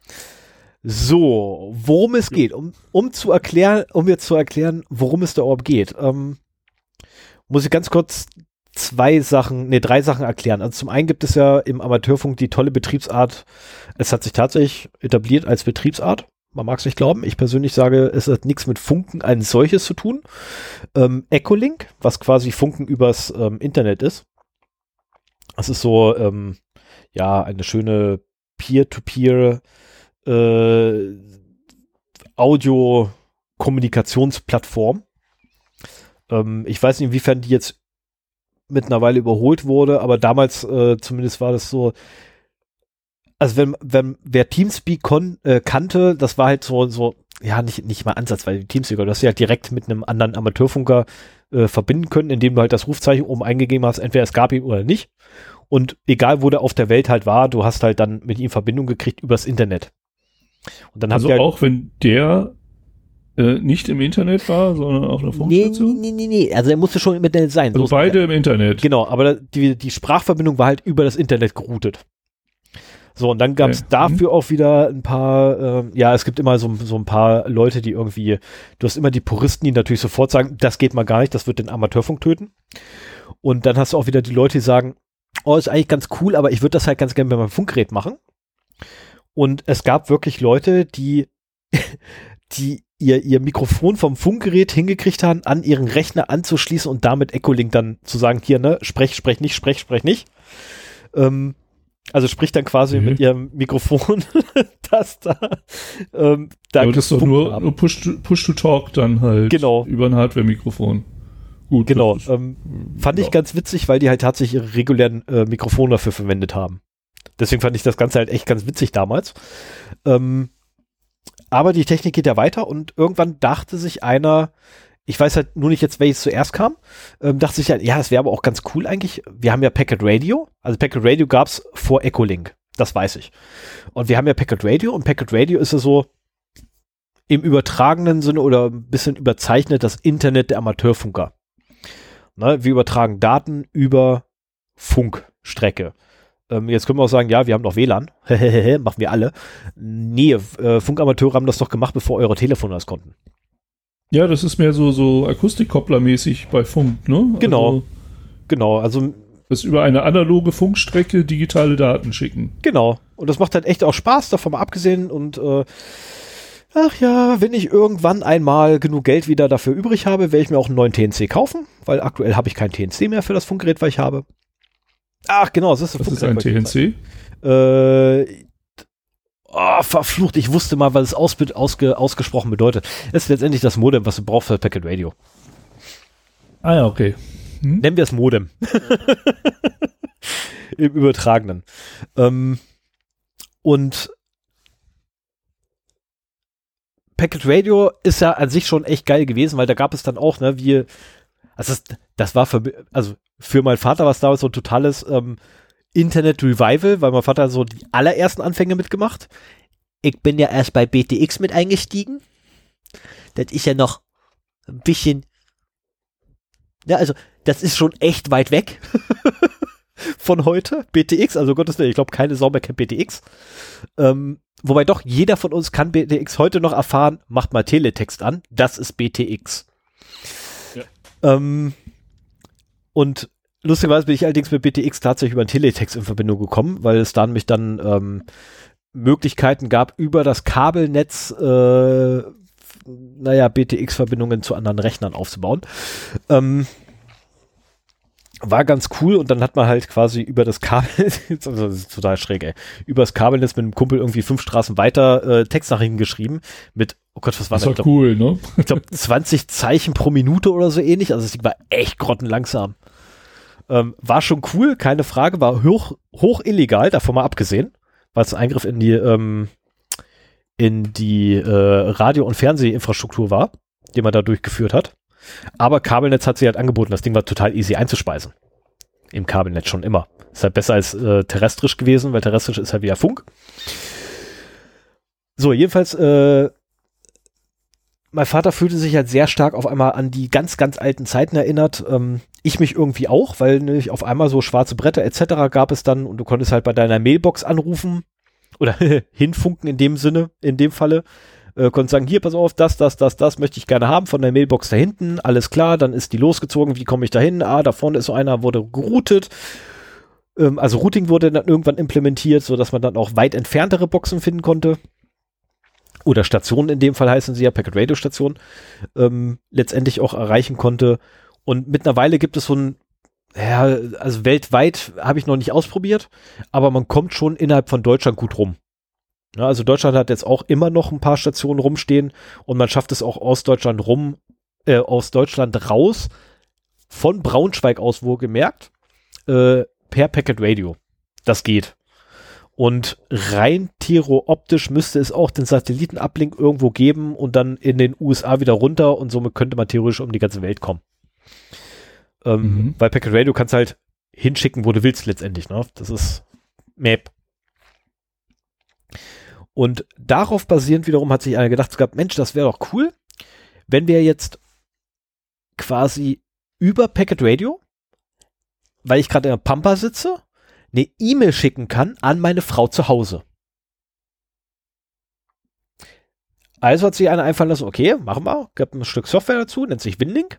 So, worum es geht, um, um zu erklären, um jetzt zu erklären, worum es da überhaupt geht, ähm, muss ich ganz kurz zwei Sachen, nee, drei Sachen erklären. Also zum einen gibt es ja im Amateurfunk die tolle Betriebsart, es hat sich tatsächlich etabliert als Betriebsart, man mag es nicht glauben, ich persönlich sage, es hat nichts mit Funken als solches zu tun. Ähm, Echolink, was quasi Funken übers ähm, Internet ist. Das ist so, ähm, ja, eine schöne Peer-to-Peer Äh, Audio-Kommunikationsplattform. Ähm, ich weiß nicht, inwiefern die jetzt mittlerweile überholt wurde, aber damals äh, zumindest war das so, also wenn, wenn wer Teamspeak kon, äh, kannte, das war halt so, so, ja, nicht, nicht mal Ansatz, weil Teamspeak, du hast ja halt direkt mit einem anderen Amateurfunker äh, verbinden können, indem du halt das Rufzeichen oben eingegeben hast, entweder es gab ihn oder nicht. Und egal, wo der auf der Welt halt war, du hast halt dann mit ihm Verbindung gekriegt übers Internet. Und dann also halt auch wenn der äh, nicht im Internet war, sondern auf einer Funkstation? Nee, nee, nee, nee, also er musste schon im Internet sein. Also so beide im Internet? Genau, aber die, die Sprachverbindung war halt über das Internet geroutet. So, und dann gab es okay. dafür mhm. auch wieder ein paar, ähm, ja, es gibt immer so, so ein paar Leute, die irgendwie, du hast immer die Puristen, die natürlich sofort sagen, das geht mal gar nicht, das wird den Amateurfunk töten. Und dann hast du auch wieder die Leute, die sagen, oh, ist eigentlich ganz cool, aber ich würde das halt ganz gerne bei meinem Funkgerät machen. Und es gab wirklich Leute, die, die ihr, ihr Mikrofon vom Funkgerät hingekriegt haben, an ihren Rechner anzuschließen und damit Echolink dann zu sagen, hier, ne, sprech, sprech nicht, sprech, sprech nicht. Ähm, also sprich dann quasi mhm. mit ihrem Mikrofon, das da, ähm, da ja, das ist doch nur, nur Push-to, Push-to-Talk dann halt. Genau. Über ein Hardware-Mikrofon. Gut. Genau. Ist, ähm, fand ja. ich ganz witzig, weil die halt tatsächlich ihre regulären äh, Mikrofone dafür verwendet haben. Deswegen fand ich das Ganze halt echt ganz witzig damals. Ähm, aber die Technik geht ja weiter und irgendwann dachte sich einer, ich weiß halt nur nicht jetzt, welches zuerst kam, ähm, dachte sich halt, ja, das wäre aber auch ganz cool eigentlich. Wir haben ja Packet Radio. Also Packet Radio gab es vor Echolink. Das weiß ich. Und wir haben ja Packet Radio und Packet Radio ist ja so im übertragenen Sinne oder ein bisschen überzeichnet das Internet der Amateurfunker. Ne, wir übertragen Daten über Funkstrecke. Ähm, jetzt können wir auch sagen, ja, wir haben noch W L A N. Machen wir alle. Nee, äh, Funkamateure haben das doch gemacht, bevor eure Telefone das konnten. Ja, das ist mehr so, so Akustikkopplermäßig bei Funk, ne? Genau. Also, genau, also das über eine analoge Funkstrecke digitale Daten schicken. Genau. Und das macht halt echt auch Spaß, davon mal abgesehen. Und äh, ach ja, wenn ich irgendwann einmal genug Geld wieder dafür übrig habe, werde ich mir auch einen neuen T N C kaufen, weil aktuell habe ich kein T N C mehr für das Funkgerät, was ich habe. Ach, genau, das ist ein Funkgerät. Was ist ein T N C? Äh, oh, verflucht, ich wusste mal, was es aus, ausge, ausgesprochen bedeutet. Es ist letztendlich das Modem, was du brauchst für Packet Radio. Ah ja, okay. Hm? Nennen wir es Modem. Im Übertragenen. Ähm, und Packet Radio ist ja an sich schon echt geil gewesen, weil da gab es dann auch, ne, wie, also das, das war für, also für meinen Vater war es damals so ein totales ähm, Internet-Revival, weil mein Vater hat so die allerersten Anfänge mitgemacht. Ich bin ja erst bei B T X mit eingestiegen. Das ist ja noch ein bisschen, ja, also das ist schon echt weit weg von heute, B T X, also Gottes Willen, ich glaube keine Sau mehr kennt B T X. Ähm, wobei doch, jeder von uns kann B T X heute noch erfahren, macht mal Teletext an, das ist B T X. Ja. Ähm, und lustigerweise bin ich allerdings mit B T X tatsächlich über einen Teletext in Verbindung gekommen, weil es da nämlich dann ähm, Möglichkeiten gab, über das Kabelnetz äh, naja, B T X-Verbindungen zu anderen Rechnern aufzubauen. Ähm, war ganz cool und dann hat man halt quasi über das Kabel, also das ist total schräg, ey, über das Kabelnetz mit einem Kumpel irgendwie fünf Straßen weiter äh, Textnachrichten geschrieben mit, oh Gott, was war das? Das war glaub, cool, ne? Ich glaube zwanzig Zeichen pro Minute oder so ähnlich, also das Ding war echt grottenlangsam. Ähm, war schon cool, keine Frage, war hoch, hoch illegal, davon mal abgesehen, weil es ein Eingriff in die ähm, in die äh, Radio- und Fernsehinfrastruktur war, den man da durchgeführt hat. Aber Kabelnetz hat sie halt angeboten, das Ding war total easy einzuspeisen. Im Kabelnetz schon immer. Ist halt besser als äh, terrestrisch gewesen, weil terrestrisch ist halt wieder Funk. So, jedenfalls, äh, mein Vater fühlte sich halt sehr stark auf einmal an die ganz, ganz alten Zeiten erinnert. Ähm, ich mich irgendwie auch, weil nämlich auf einmal so schwarze Bretter et cetera gab es dann und du konntest halt bei deiner Mailbox anrufen oder hinfunken in dem Sinne, in dem Falle. Äh, konntest sagen, hier, pass auf, das, das, das, das möchte ich gerne haben von der Mailbox da hinten. Alles klar, dann ist die losgezogen. Wie komme ich da hin? Ah, da vorne ist so einer, wurde geroutet. Ähm, also Routing wurde dann irgendwann implementiert, sodass man dann auch weit entferntere Boxen finden konnte. Oder Stationen, in dem Fall heißen sie ja, Packet Radio Stationen, ähm, letztendlich auch erreichen konnte. Und mittlerweile gibt es so ein, ja, also weltweit habe ich noch nicht ausprobiert, aber man kommt schon innerhalb von Deutschland gut rum. Ja, also Deutschland hat jetzt auch immer noch ein paar Stationen rumstehen und man schafft es auch aus Deutschland rum, äh, aus Deutschland raus, von Braunschweig aus wohlgemerkt, äh, per Packet Radio. Das geht. Und rein theoroptisch müsste es auch den Satellitenablink irgendwo geben und dann in den U S A wieder runter und somit könnte man theoretisch um die ganze Welt kommen. Ähm, mhm. Weil Packet Radio kannst halt hinschicken, wo du willst letztendlich. Ne? Das ist Map. Und darauf basierend wiederum hat sich einer gedacht, es gab, Mensch, das wäre doch cool, wenn wir jetzt quasi über Packet Radio, weil ich gerade in der Pampa sitze, eine E-Mail schicken kann an meine Frau zu Hause. Also hat sich einer einfallen lassen, okay, machen wir, gab ein Stück Software dazu, nennt sich Winlink.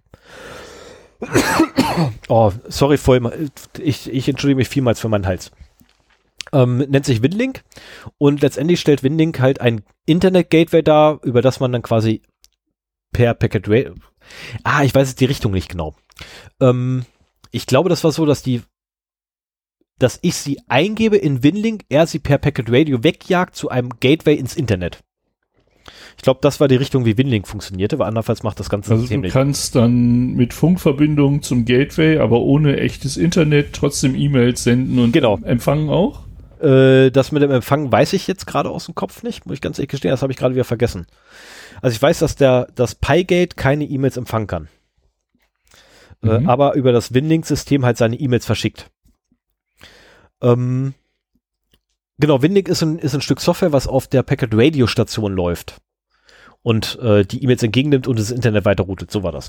Oh, sorry, voll, ich, ich entschuldige mich vielmals für meinen Hals. Ähm, nennt sich Winlink und letztendlich stellt Winlink halt ein Internet-Gateway dar, über das man dann quasi per Packet Radio, ah, ich weiß jetzt die Richtung nicht genau. Ähm, ich glaube, das war so, dass die dass ich sie eingebe in Winlink, er sie per Packet Radio wegjagt zu einem Gateway ins Internet. Ich glaube, das war die Richtung, wie Winlink funktionierte, weil andernfalls macht das Ganze also System nicht. Also du kannst dann mit Funkverbindung zum Gateway, aber ohne echtes Internet trotzdem E-Mails senden und genau. empfangen auch? Äh, das mit dem Empfang weiß ich jetzt gerade aus dem Kopf nicht, muss ich ganz ehrlich gestehen, das habe ich gerade wieder vergessen. Also ich weiß, dass der das Pygate keine E-Mails empfangen kann. Mhm. Äh, aber über das Winlink-System halt seine E-Mails verschickt. Ähm, genau, Winlink ist ein, ist ein Stück Software, was auf der Packet Radio Station läuft und äh, die E-Mails entgegennimmt und das Internet weiterroutet, so war das.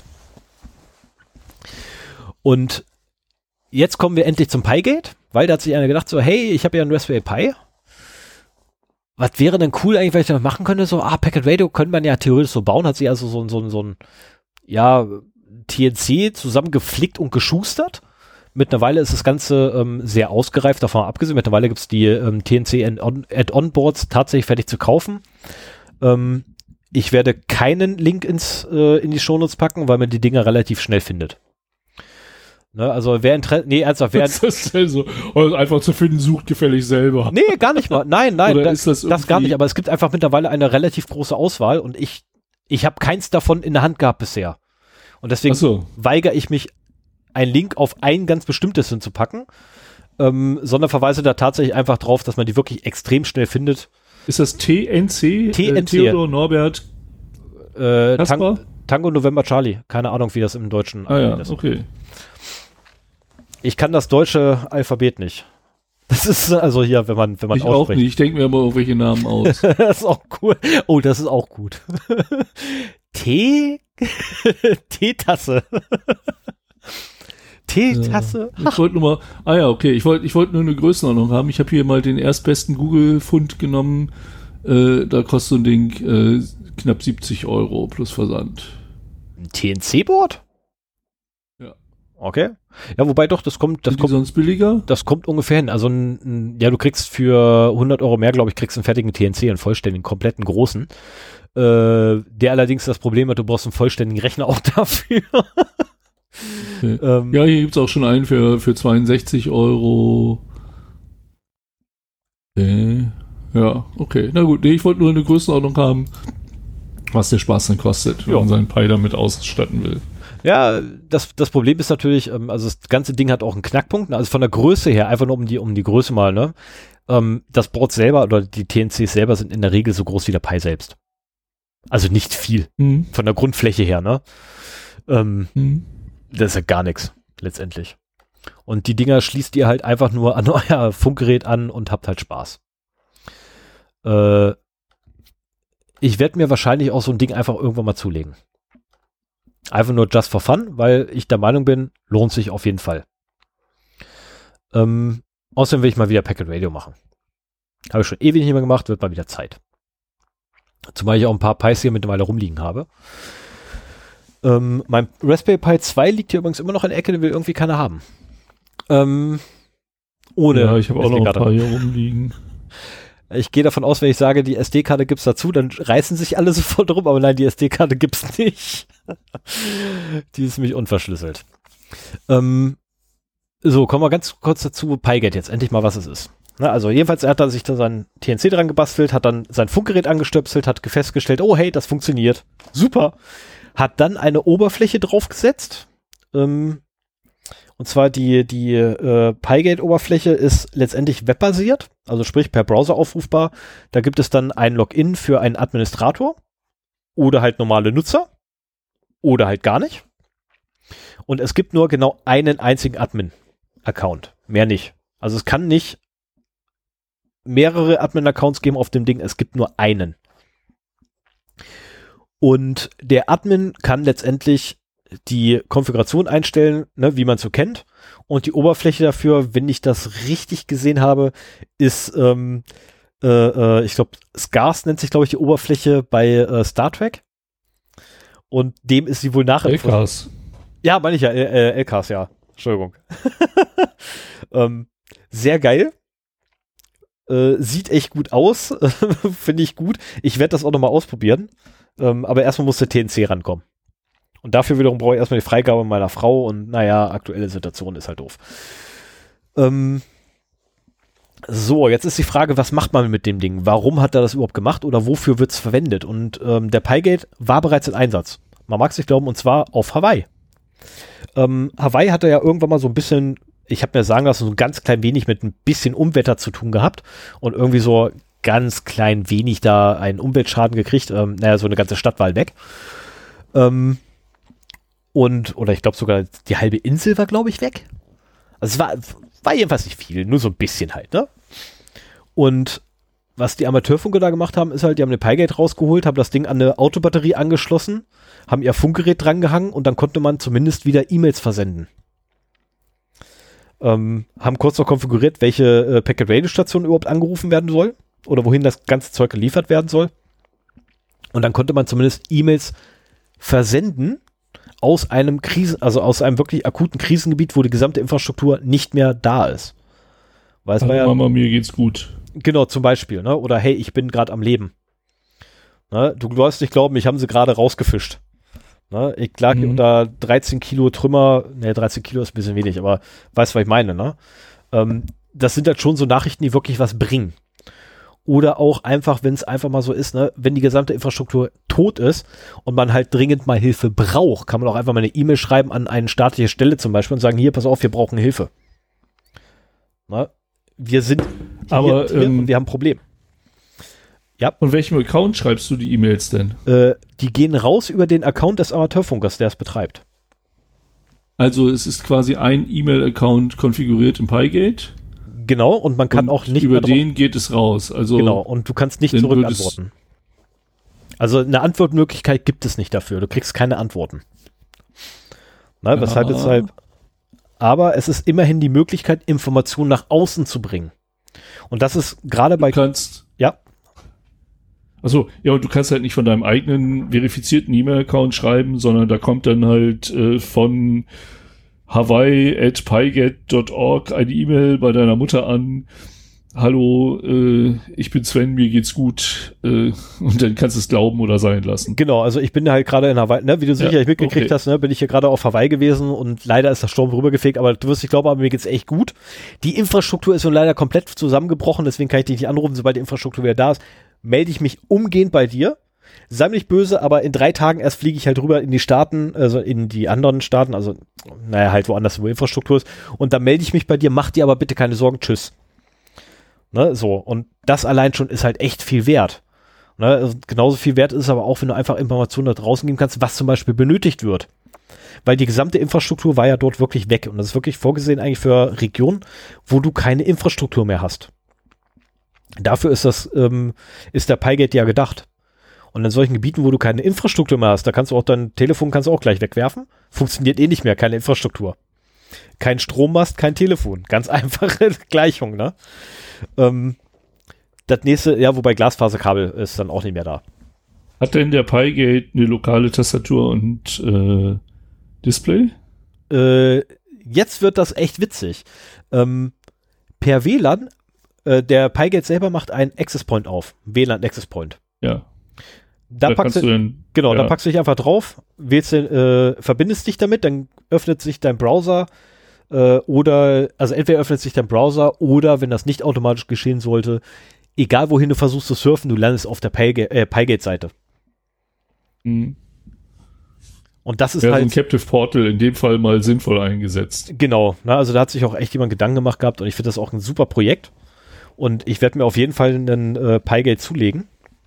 Und jetzt kommen wir endlich zum Pygate, weil da hat sich einer gedacht so, hey, ich habe ja einen Raspberry Pi. Was wäre denn cool eigentlich, wenn ich das machen könnte? So, ah, Packet Radio könnte man ja theoretisch so bauen, hat sich also so, so, so ein, ja, T N C zusammengeflickt und geschustert. Mittlerweile ist das Ganze ähm, sehr ausgereift, davon abgesehen. Mittlerweile gibt es die ähm, T N C Add-on-Boards tatsächlich fertig zu kaufen. Ähm, ich werde keinen Link ins, äh, in die Shownotes packen, weil man die Dinger relativ schnell findet. Ne, also wer Interesse, nee, ernsthaft, wer das ist so, also einfach zu finden, sucht gefällig selber. Nee, gar nicht mal. Nein, nein, Oder das, ist das, das gar nicht. Aber es gibt einfach mittlerweile eine relativ große Auswahl und ich, ich habe keins davon in der Hand gehabt bisher. Und deswegen so. weigere ich mich, einen Link auf ein ganz bestimmtes hinzupacken, ähm, sondern verweise da tatsächlich einfach drauf, dass man die wirklich extrem schnell findet. Ist das T N C? T N C. Äh, Theodor Norbert äh, Tang- Tango November Charlie. Keine Ahnung, wie das im Deutschen ah, ja, ist. Okay. Ich kann das deutsche Alphabet nicht. Das ist also hier, wenn man wenn man ich ausspricht. auch nicht. Ich denke mir immer irgendwelche Namen aus. Das ist auch cool. Oh, das ist auch gut. Tee? Teetasse. Teetasse? Ja. Ich wollte nur mal, ah ja, okay, ich wollte ich wollte nur eine Größenordnung haben. Ich habe hier mal den erstbesten Google-Fund genommen. äh, da kostet so ein Ding äh, knapp siebzig Euro plus Versand. Ein T N C-Board? Ja. Okay. Ja, wobei doch, das kommt, das Sind kommt die sonst billiger? Das kommt ungefähr hin. Also, ein, ein, ja, du kriegst für hundert Euro mehr, glaube ich, kriegst einen fertigen T N C, einen vollständigen, kompletten großen. Äh, der allerdings das Problem hat, du brauchst einen vollständigen Rechner auch dafür. Okay. ähm, Ja, hier gibt's auch schon einen für, für zweiundsechzig Euro. Okay. Ja, okay. Na gut, nee, ich wollte nur eine Größenordnung haben, was der Spaß dann kostet, wenn Ja. man seinen Pi damit ausstatten will. Ja, das, das Problem ist natürlich, ähm, also das ganze Ding hat auch einen Knackpunkt, ne? Also von der Größe her, einfach nur um die, um die Größe mal, ne? Ähm, das Board selber oder die T N Cs selber sind in der Regel so groß wie der Pi selbst. Also nicht viel. Hm. Von der Grundfläche her, ne? Ähm, Hm. das ist ja gar nichts, letztendlich. Und die Dinger schließt ihr halt einfach nur an euer Funkgerät an und habt halt Spaß. Äh, ich werde mir wahrscheinlich auch so ein Ding einfach irgendwann mal zulegen. Einfach nur just for fun, weil ich der Meinung bin, lohnt sich auf jeden Fall. Ähm, außerdem will ich mal wieder Packet Radio machen. Habe ich schon ewig nicht mehr gemacht, wird mal wieder Zeit. Zumal ich auch ein paar Pis hier mittlerweile rumliegen habe. Ähm, mein Raspberry Pi zwei liegt hier übrigens immer noch in der Ecke, den will irgendwie keiner haben. Ähm, ohne Ja, ich habe auch noch ein S D-Karte. paar hier rumliegen. Ich gehe davon aus, wenn ich sage, die S D-Karte gibt's dazu, dann reißen sich alle sofort drum, aber nein, die S D-Karte gibt's nicht. Die ist nämlich unverschlüsselt. Ähm, so, kommen wir ganz kurz dazu, Pi-Gate jetzt, endlich mal, was es ist. Na, also jedenfalls, er hat da sich da sein T N C dran gebastelt, hat dann sein Funkgerät angestöpselt, hat festgestellt, oh hey, das funktioniert. Super. Hat dann eine Oberfläche draufgesetzt. Ähm, und zwar die, die äh, Pi-Gate-Oberfläche ist letztendlich webbasiert, also sprich per Browser aufrufbar. Da gibt es dann ein Login für einen Administrator oder halt normale Nutzer oder halt gar nicht. Und es gibt nur genau einen einzigen Admin-Account, mehr nicht. Also es kann nicht mehrere Admin-Accounts geben auf dem Ding, es gibt nur einen. Und der Admin kann letztendlich die Konfiguration einstellen, ne, wie man es so kennt. Und die Oberfläche dafür, wenn ich das richtig gesehen habe, ist, ähm, äh, äh, ich glaube, Scars nennt sich, glaube ich, die Oberfläche bei äh, Star Trek. Und dem ist sie wohl nachempfunden. L Ks. Ja, meine ich ja, äh, L Ks, ja. Entschuldigung. ähm, sehr geil. Äh, sieht echt gut aus. Finde ich gut. Ich werde das auch nochmal ausprobieren. Ähm, aber erstmal muss der T N C rankommen. Und dafür wiederum brauche ich erstmal die Freigabe meiner Frau und naja, aktuelle Situation ist halt doof. Ähm, so, jetzt ist die Frage, was macht man mit dem Ding? Warum hat er das überhaupt gemacht oder wofür wird es verwendet? Und ähm, der Pi-Gate war bereits in Einsatz. Man mag es nicht glauben, und zwar auf Hawaii. Ähm, Hawaii hatte ja irgendwann mal so ein bisschen, ich habe mir sagen lassen, so ein ganz klein wenig mit ein bisschen Unwetter zu tun gehabt und irgendwie so ganz klein wenig da einen Umweltschaden gekriegt. Ähm, naja, so eine ganze Stadt war halt weg. Ähm, und, oder ich glaube sogar die halbe Insel war, glaube ich, weg. Also es war, war jedenfalls nicht viel, nur so ein bisschen halt, ne? Und was die Amateurfunker da gemacht haben, ist halt, die haben eine Pi-Gate rausgeholt, haben das Ding an eine Autobatterie angeschlossen, haben ihr Funkgerät drangehangen und dann konnte man zumindest wieder E-Mails versenden. Ähm, haben kurz noch konfiguriert, welche äh, Packet-Radio-Station überhaupt angerufen werden soll oder wohin das ganze Zeug geliefert werden soll. Und dann konnte man zumindest E-Mails versenden aus einem Krisen, also aus einem wirklich akuten Krisengebiet, wo die gesamte Infrastruktur nicht mehr da ist. Weil es Also war ja, Mama, mir geht's gut. genau, zum Beispiel, ne? Oder hey, ich bin gerade am Leben. Ne? Du wirst nicht glauben, mich haben sie gerade rausgefischt. Ne? Ich lag hier Mhm. unter dreizehn Kilo Trümmer, ne, dreizehn Kilo ist ein bisschen wenig, aber weißt, was ich meine, ne? Ähm, das sind halt schon so Nachrichten, die wirklich was bringen. Oder auch einfach, wenn es einfach mal so ist, ne, wenn die gesamte Infrastruktur tot ist und man halt dringend mal Hilfe braucht, kann man auch einfach mal eine E-Mail schreiben an eine staatliche Stelle zum Beispiel und sagen, hier, pass auf, wir brauchen Hilfe. Ne? Wir sind hier, Aber, hier ähm, und wir haben ein Problem. Von welchem Account schreibst du die E-Mails denn? Äh, die gehen raus über den Account des Amateurfunkers, der es betreibt. Also es ist quasi ein E-Mail-Account konfiguriert im Pi-Gate. Genau, und man kann und auch nicht über mehr drauf- den geht es raus. Also Genau, und du kannst nicht dann zurück würde es- antworten. Also eine Antwortmöglichkeit gibt es nicht dafür. Du kriegst keine Antworten. Ne, weshalb Ja. es halt, aber es ist immerhin die Möglichkeit, Informationen nach außen zu bringen. Und das ist gerade bei, du kannst ja, Also ja, und du kannst halt nicht von deinem eigenen verifizierten E-Mail-Account schreiben, sondern da kommt dann halt äh, von hawaii at pyget dot org eine E-Mail bei deiner Mutter an. Hallo, äh, ich bin Sven, mir geht's gut. Äh, und dann kannst du es glauben oder sein lassen. Genau, also ich bin halt gerade in Hawaii, ne, wie du sicherlich ja, mitgekriegt okay. hast, ne, bin ich hier gerade auf Hawaii gewesen und leider ist der Sturm rübergefegt, aber du wirst nicht glauben, aber mir geht's echt gut. Die Infrastruktur ist nun leider komplett zusammengebrochen, deswegen kann ich dich nicht anrufen, sobald die Infrastruktur wieder da ist. Melde ich mich umgehend bei dir. Sei mir nicht böse, aber in drei Tagen erst fliege ich halt rüber in die Staaten, also in die anderen Staaten, also naja, halt woanders, wo Infrastruktur ist. Und dann melde ich mich bei dir, mach dir aber bitte keine Sorgen, tschüss. Ne, so, und das allein schon ist halt echt viel wert. Ne, also genauso viel wert ist es aber auch, wenn du einfach Informationen da draußen geben kannst, was zum Beispiel benötigt wird. Weil die gesamte Infrastruktur war ja dort wirklich weg. Und das ist wirklich vorgesehen eigentlich für Regionen, wo du keine Infrastruktur mehr hast. Dafür ist das, ähm, ist der Pygate ja gedacht. Und in solchen Gebieten, wo du keine Infrastruktur mehr hast, da kannst du auch dein Telefon kannst du auch gleich wegwerfen. Funktioniert eh nicht mehr, keine Infrastruktur. Kein Strommast, kein Telefon. Ganz einfache Gleichung, ne? Ähm, das nächste, ja, wobei Glasfaserkabel ist dann auch nicht mehr da. Hat denn der Pygate eine lokale Tastatur und äh, Display? Äh, jetzt wird das echt witzig. Ähm, per W L A N, äh, der Pygate selber macht einen Access Point auf. W L A N Access Point. Ja. Da, da packst du, dann, genau, ja. da packst du dich einfach drauf, wählst den, äh, verbindest dich damit, dann öffnet sich dein Browser äh, oder, also entweder öffnet sich dein Browser oder, wenn das nicht automatisch geschehen sollte, egal wohin du versuchst zu surfen, du landest auf der Pygate, äh, Pygate-Seite. Mhm. Und das ist ja, halt so ein Captive Portal in dem Fall mal sinnvoll eingesetzt. Genau, na, also da hat sich auch echt jemand Gedanken gemacht gehabt und ich finde das auch ein super Projekt und ich werde mir auf jeden Fall einen äh, Pygate zulegen.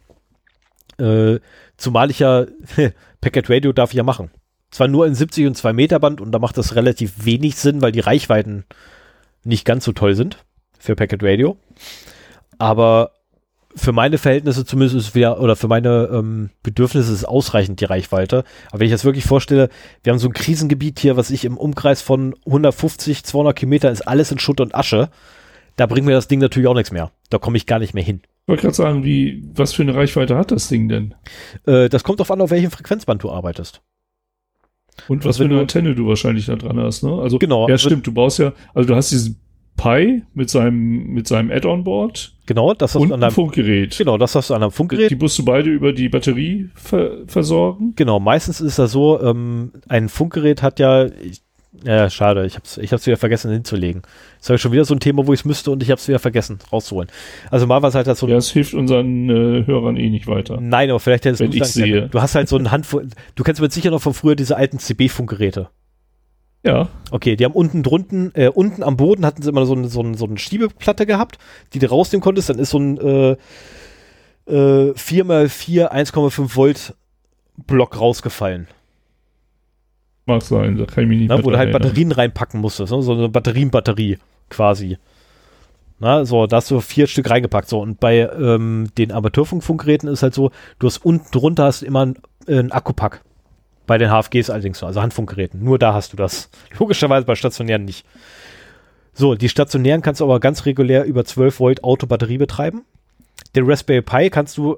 Äh, zumal ich ja Packet Radio darf ich ja machen. Zwar nur in siebzig und zwei Meter Band und da macht das relativ wenig Sinn, weil die Reichweiten nicht ganz so toll sind für Packet Radio. Aber für meine Verhältnisse zumindest ist es wieder, oder für meine ähm, Bedürfnisse ist es ausreichend, die Reichweite. Aber wenn ich das wirklich vorstelle, wir haben so ein Krisengebiet hier, was ich im Umkreis von hundertfünfzig, zweihundert Kilometer ist alles in Schutt und Asche. Da bringt mir das Ding natürlich auch nichts mehr. Da komme ich gar nicht mehr hin. Ich wollte gerade sagen, wie, was für eine Reichweite hat das Ding denn? Äh, das kommt darauf an, auf welchem Frequenzband du arbeitest. Und was Also für eine du- Antenne du wahrscheinlich da dran hast, ne? Also, Genau. ja, Also- stimmt, du baust ja, also du hast diesen Pi mit seinem, mit seinem Add-on-Board Genau, das hast und du an ein einem, Funkgerät. genau, das hast du an einem Funkgerät. Die musst du beide über die Batterie ver versorgen. Genau, meistens ist das so, ähm, ein Funkgerät hat ja, ich, ja, schade, ich hab's, ich hab's wieder vergessen hinzulegen. Jetzt habe ich schon wieder so ein Thema, wo ich es müsste und ich hab's wieder vergessen rauszuholen. Also mal was halt das so Ja, es hilft unseren äh, Hörern eh nicht weiter. Nein, aber vielleicht hättest Wenn du ich sagen können. sehe. Du hast halt so eine Handvoll, du kennst mit sicher noch von früher diese alten C B-Funkgeräte. Ja, Okay, die haben unten drunten, äh, unten am Boden hatten sie immer so eine, so eine, so eine Schiebeplatte gehabt, die du rausnehmen konntest, dann ist so ein äh, äh, vier mal vier eins Komma fünf Volt Block rausgefallen, mag sein, da kann ich mich nicht ne, mehr wo du dran halt erinnern. Batterien reinpacken musstest, ne, so eine Batterienbatterie quasi. Na, so, da hast du vier Stück reingepackt. So, und bei ähm, den Amateurfunkgeräten ist halt so, du hast unten drunter hast immer einen, äh, einen Akkupack. Bei den H F Gs allerdings so, also Handfunkgeräten. Nur da hast du das. Logischerweise bei stationären nicht. So, die stationären kannst du aber ganz regulär über zwölf Volt Autobatterie betreiben. Den Raspberry Pi kannst du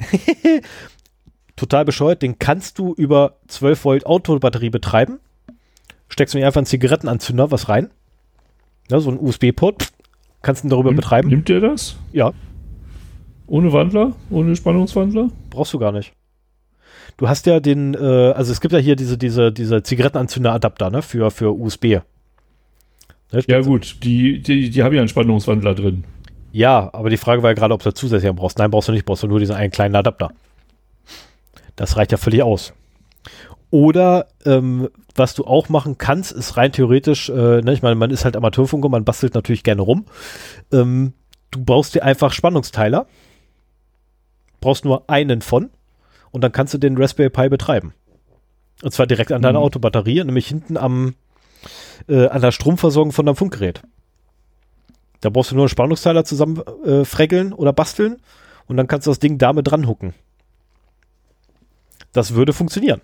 total bescheuert, den kannst du über zwölf Volt Autobatterie betreiben. Steckst du dir einfach einen Zigarettenanzünder was rein. Ja, so ein U S B-Port. Kannst du ihn darüber Nimmt- betreiben. Nimmt der das? Ja, Ohne Wandler? Ohne Spannungswandler? brauchst du gar nicht. Du hast ja den, äh, also es gibt ja hier diese, diese, diese Zigarettenanzünder-Adapter, ne, für, für U S B. Ne, Ja gut, die, die, die haben ja einen Spannungswandler drin. Ja, aber die Frage war ja gerade, ob du zusätzlich brauchst. Nein, brauchst du nicht, brauchst du nur diesen einen kleinen Adapter. Das reicht ja völlig aus. Oder, ähm, was du auch machen kannst, ist rein theoretisch, äh, ne, ich meine, man ist halt Amateurfunker, man bastelt natürlich gerne rum. Ähm, du baust dir einfach Spannungsteiler, brauchst nur einen von und dann kannst du den Raspberry Pi betreiben. Und zwar direkt an deiner Mhm. Autobatterie, nämlich hinten am äh, an der Stromversorgung von deinem Funkgerät. Da brauchst du nur einen Spannungsteiler zusammen äh, fräckeln oder basteln und dann kannst du das Ding damit dran hucken. Das würde funktionieren.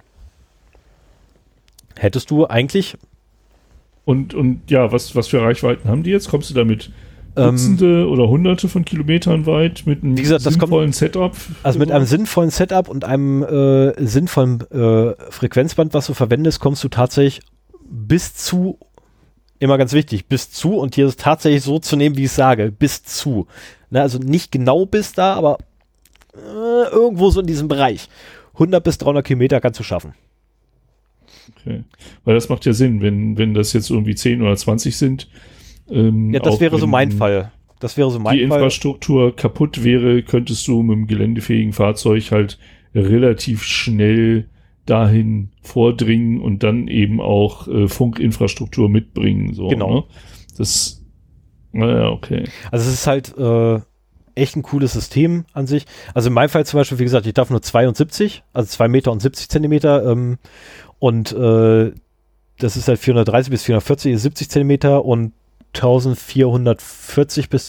Hättest du eigentlich, Und, und ja, was, was für Reichweiten haben die jetzt? Kommst du damit Dutzende ähm, oder Hunderte von Kilometern weit mit einem gesagt, sinnvollen kommt, Setup. Also mit einem sinnvollen Setup und einem äh, sinnvollen äh, Frequenzband, was du verwendest, kommst du tatsächlich bis zu, immer ganz wichtig, bis zu, und hier ist es tatsächlich so zu nehmen, wie ich sage, bis zu. Na, also nicht genau bis da, aber äh, irgendwo so in diesem Bereich. hundert bis dreihundert Kilometer kannst du schaffen. Okay, weil das macht ja Sinn, wenn, wenn das jetzt irgendwie zehn oder zwanzig sind. Ähm, ja, das wäre so mein Fall. Das wäre so mein die Fall. Infrastruktur kaputt wäre, könntest du mit einem geländefähigen Fahrzeug halt relativ schnell dahin vordringen und dann eben auch äh, Funkinfrastruktur mitbringen. So, genau. Ne? Das, naja, okay. Also es ist halt äh, echt ein cooles System an sich. Also in meinem Fall zum Beispiel, wie gesagt, ich darf nur zweiundsiebzig, also zwei Meter und siebzig Zentimeter ähm, und äh, das ist halt vierhundertdreißig bis vierhundertvierzig, ist siebzig Zentimeter und eintausendvierhundertvierzig bis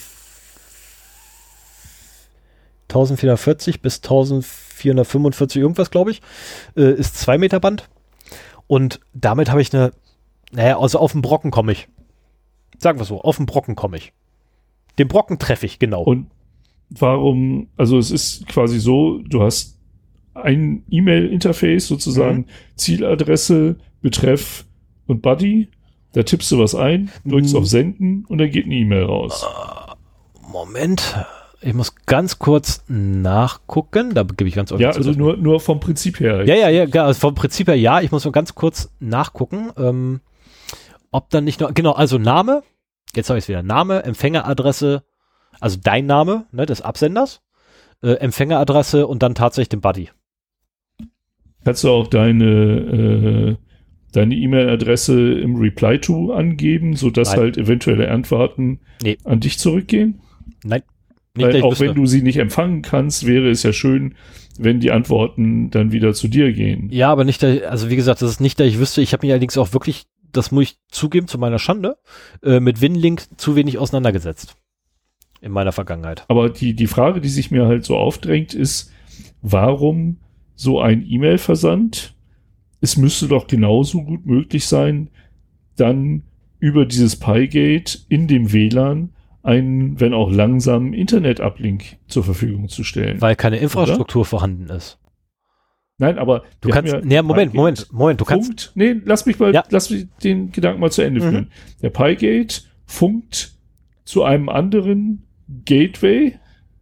eintausendvierhundertvierzig bis eintausendvierhundertfünfundvierzig irgendwas, glaube ich, äh, ist zwei Meter Band. Und damit habe ich eine, naja, also auf den Brocken komme ich. Sagen wir so, auf den Brocken komme ich. Den Brocken treffe ich, genau. Und warum, also es ist quasi so, du hast ein E-Mail-Interface sozusagen, mhm. Zieladresse, Betreff und Buddy. Da tippst du was ein, drückst mhm. auf Senden und dann geht eine E-Mail raus. Moment, ich muss ganz kurz nachgucken. Da gebe ich ganz Ja, also nur, nur vom Prinzip her. Ja, ja, ja, also vom Prinzip her ja. Ich muss mal ganz kurz nachgucken, ähm, ob dann nicht noch, genau, also Name, jetzt habe ich es wieder, Name, Empfängeradresse, also dein Name, ne, des Absenders, äh, Empfängeradresse und dann tatsächlich den Buddy. Kannst du auch deine äh, deine E-Mail-Adresse im Reply-to angeben, sodass Nein. halt eventuelle Antworten nee. an dich zurückgehen? Nein. Nicht, Weil auch wüsste. Wenn du sie nicht empfangen kannst, wäre es ja schön, wenn die Antworten dann wieder zu dir gehen. Ja, aber nicht, also wie gesagt, das ist nicht, da ich wüsste, ich habe mich allerdings auch wirklich, das muss ich zugeben, zu meiner Schande, äh, mit Winlink zu wenig auseinandergesetzt. In meiner Vergangenheit. Aber die, die Frage, die sich mir halt so aufdrängt, ist, warum so ein E-Mail-Versand? Es müsste doch genauso gut möglich sein, dann über dieses Pygate in dem W L A N einen, wenn auch langsamen Internet-Uplink zur Verfügung zu stellen. Weil keine Infrastruktur oder? vorhanden ist. Nein, aber du kannst, ja nee, Moment, Pygate Moment, Moment, du funkt, kannst. Nee, lass mich mal, ja. lass mich den Gedanken mal zu Ende mhm. führen. Der Pygate funkt zu einem anderen Gateway,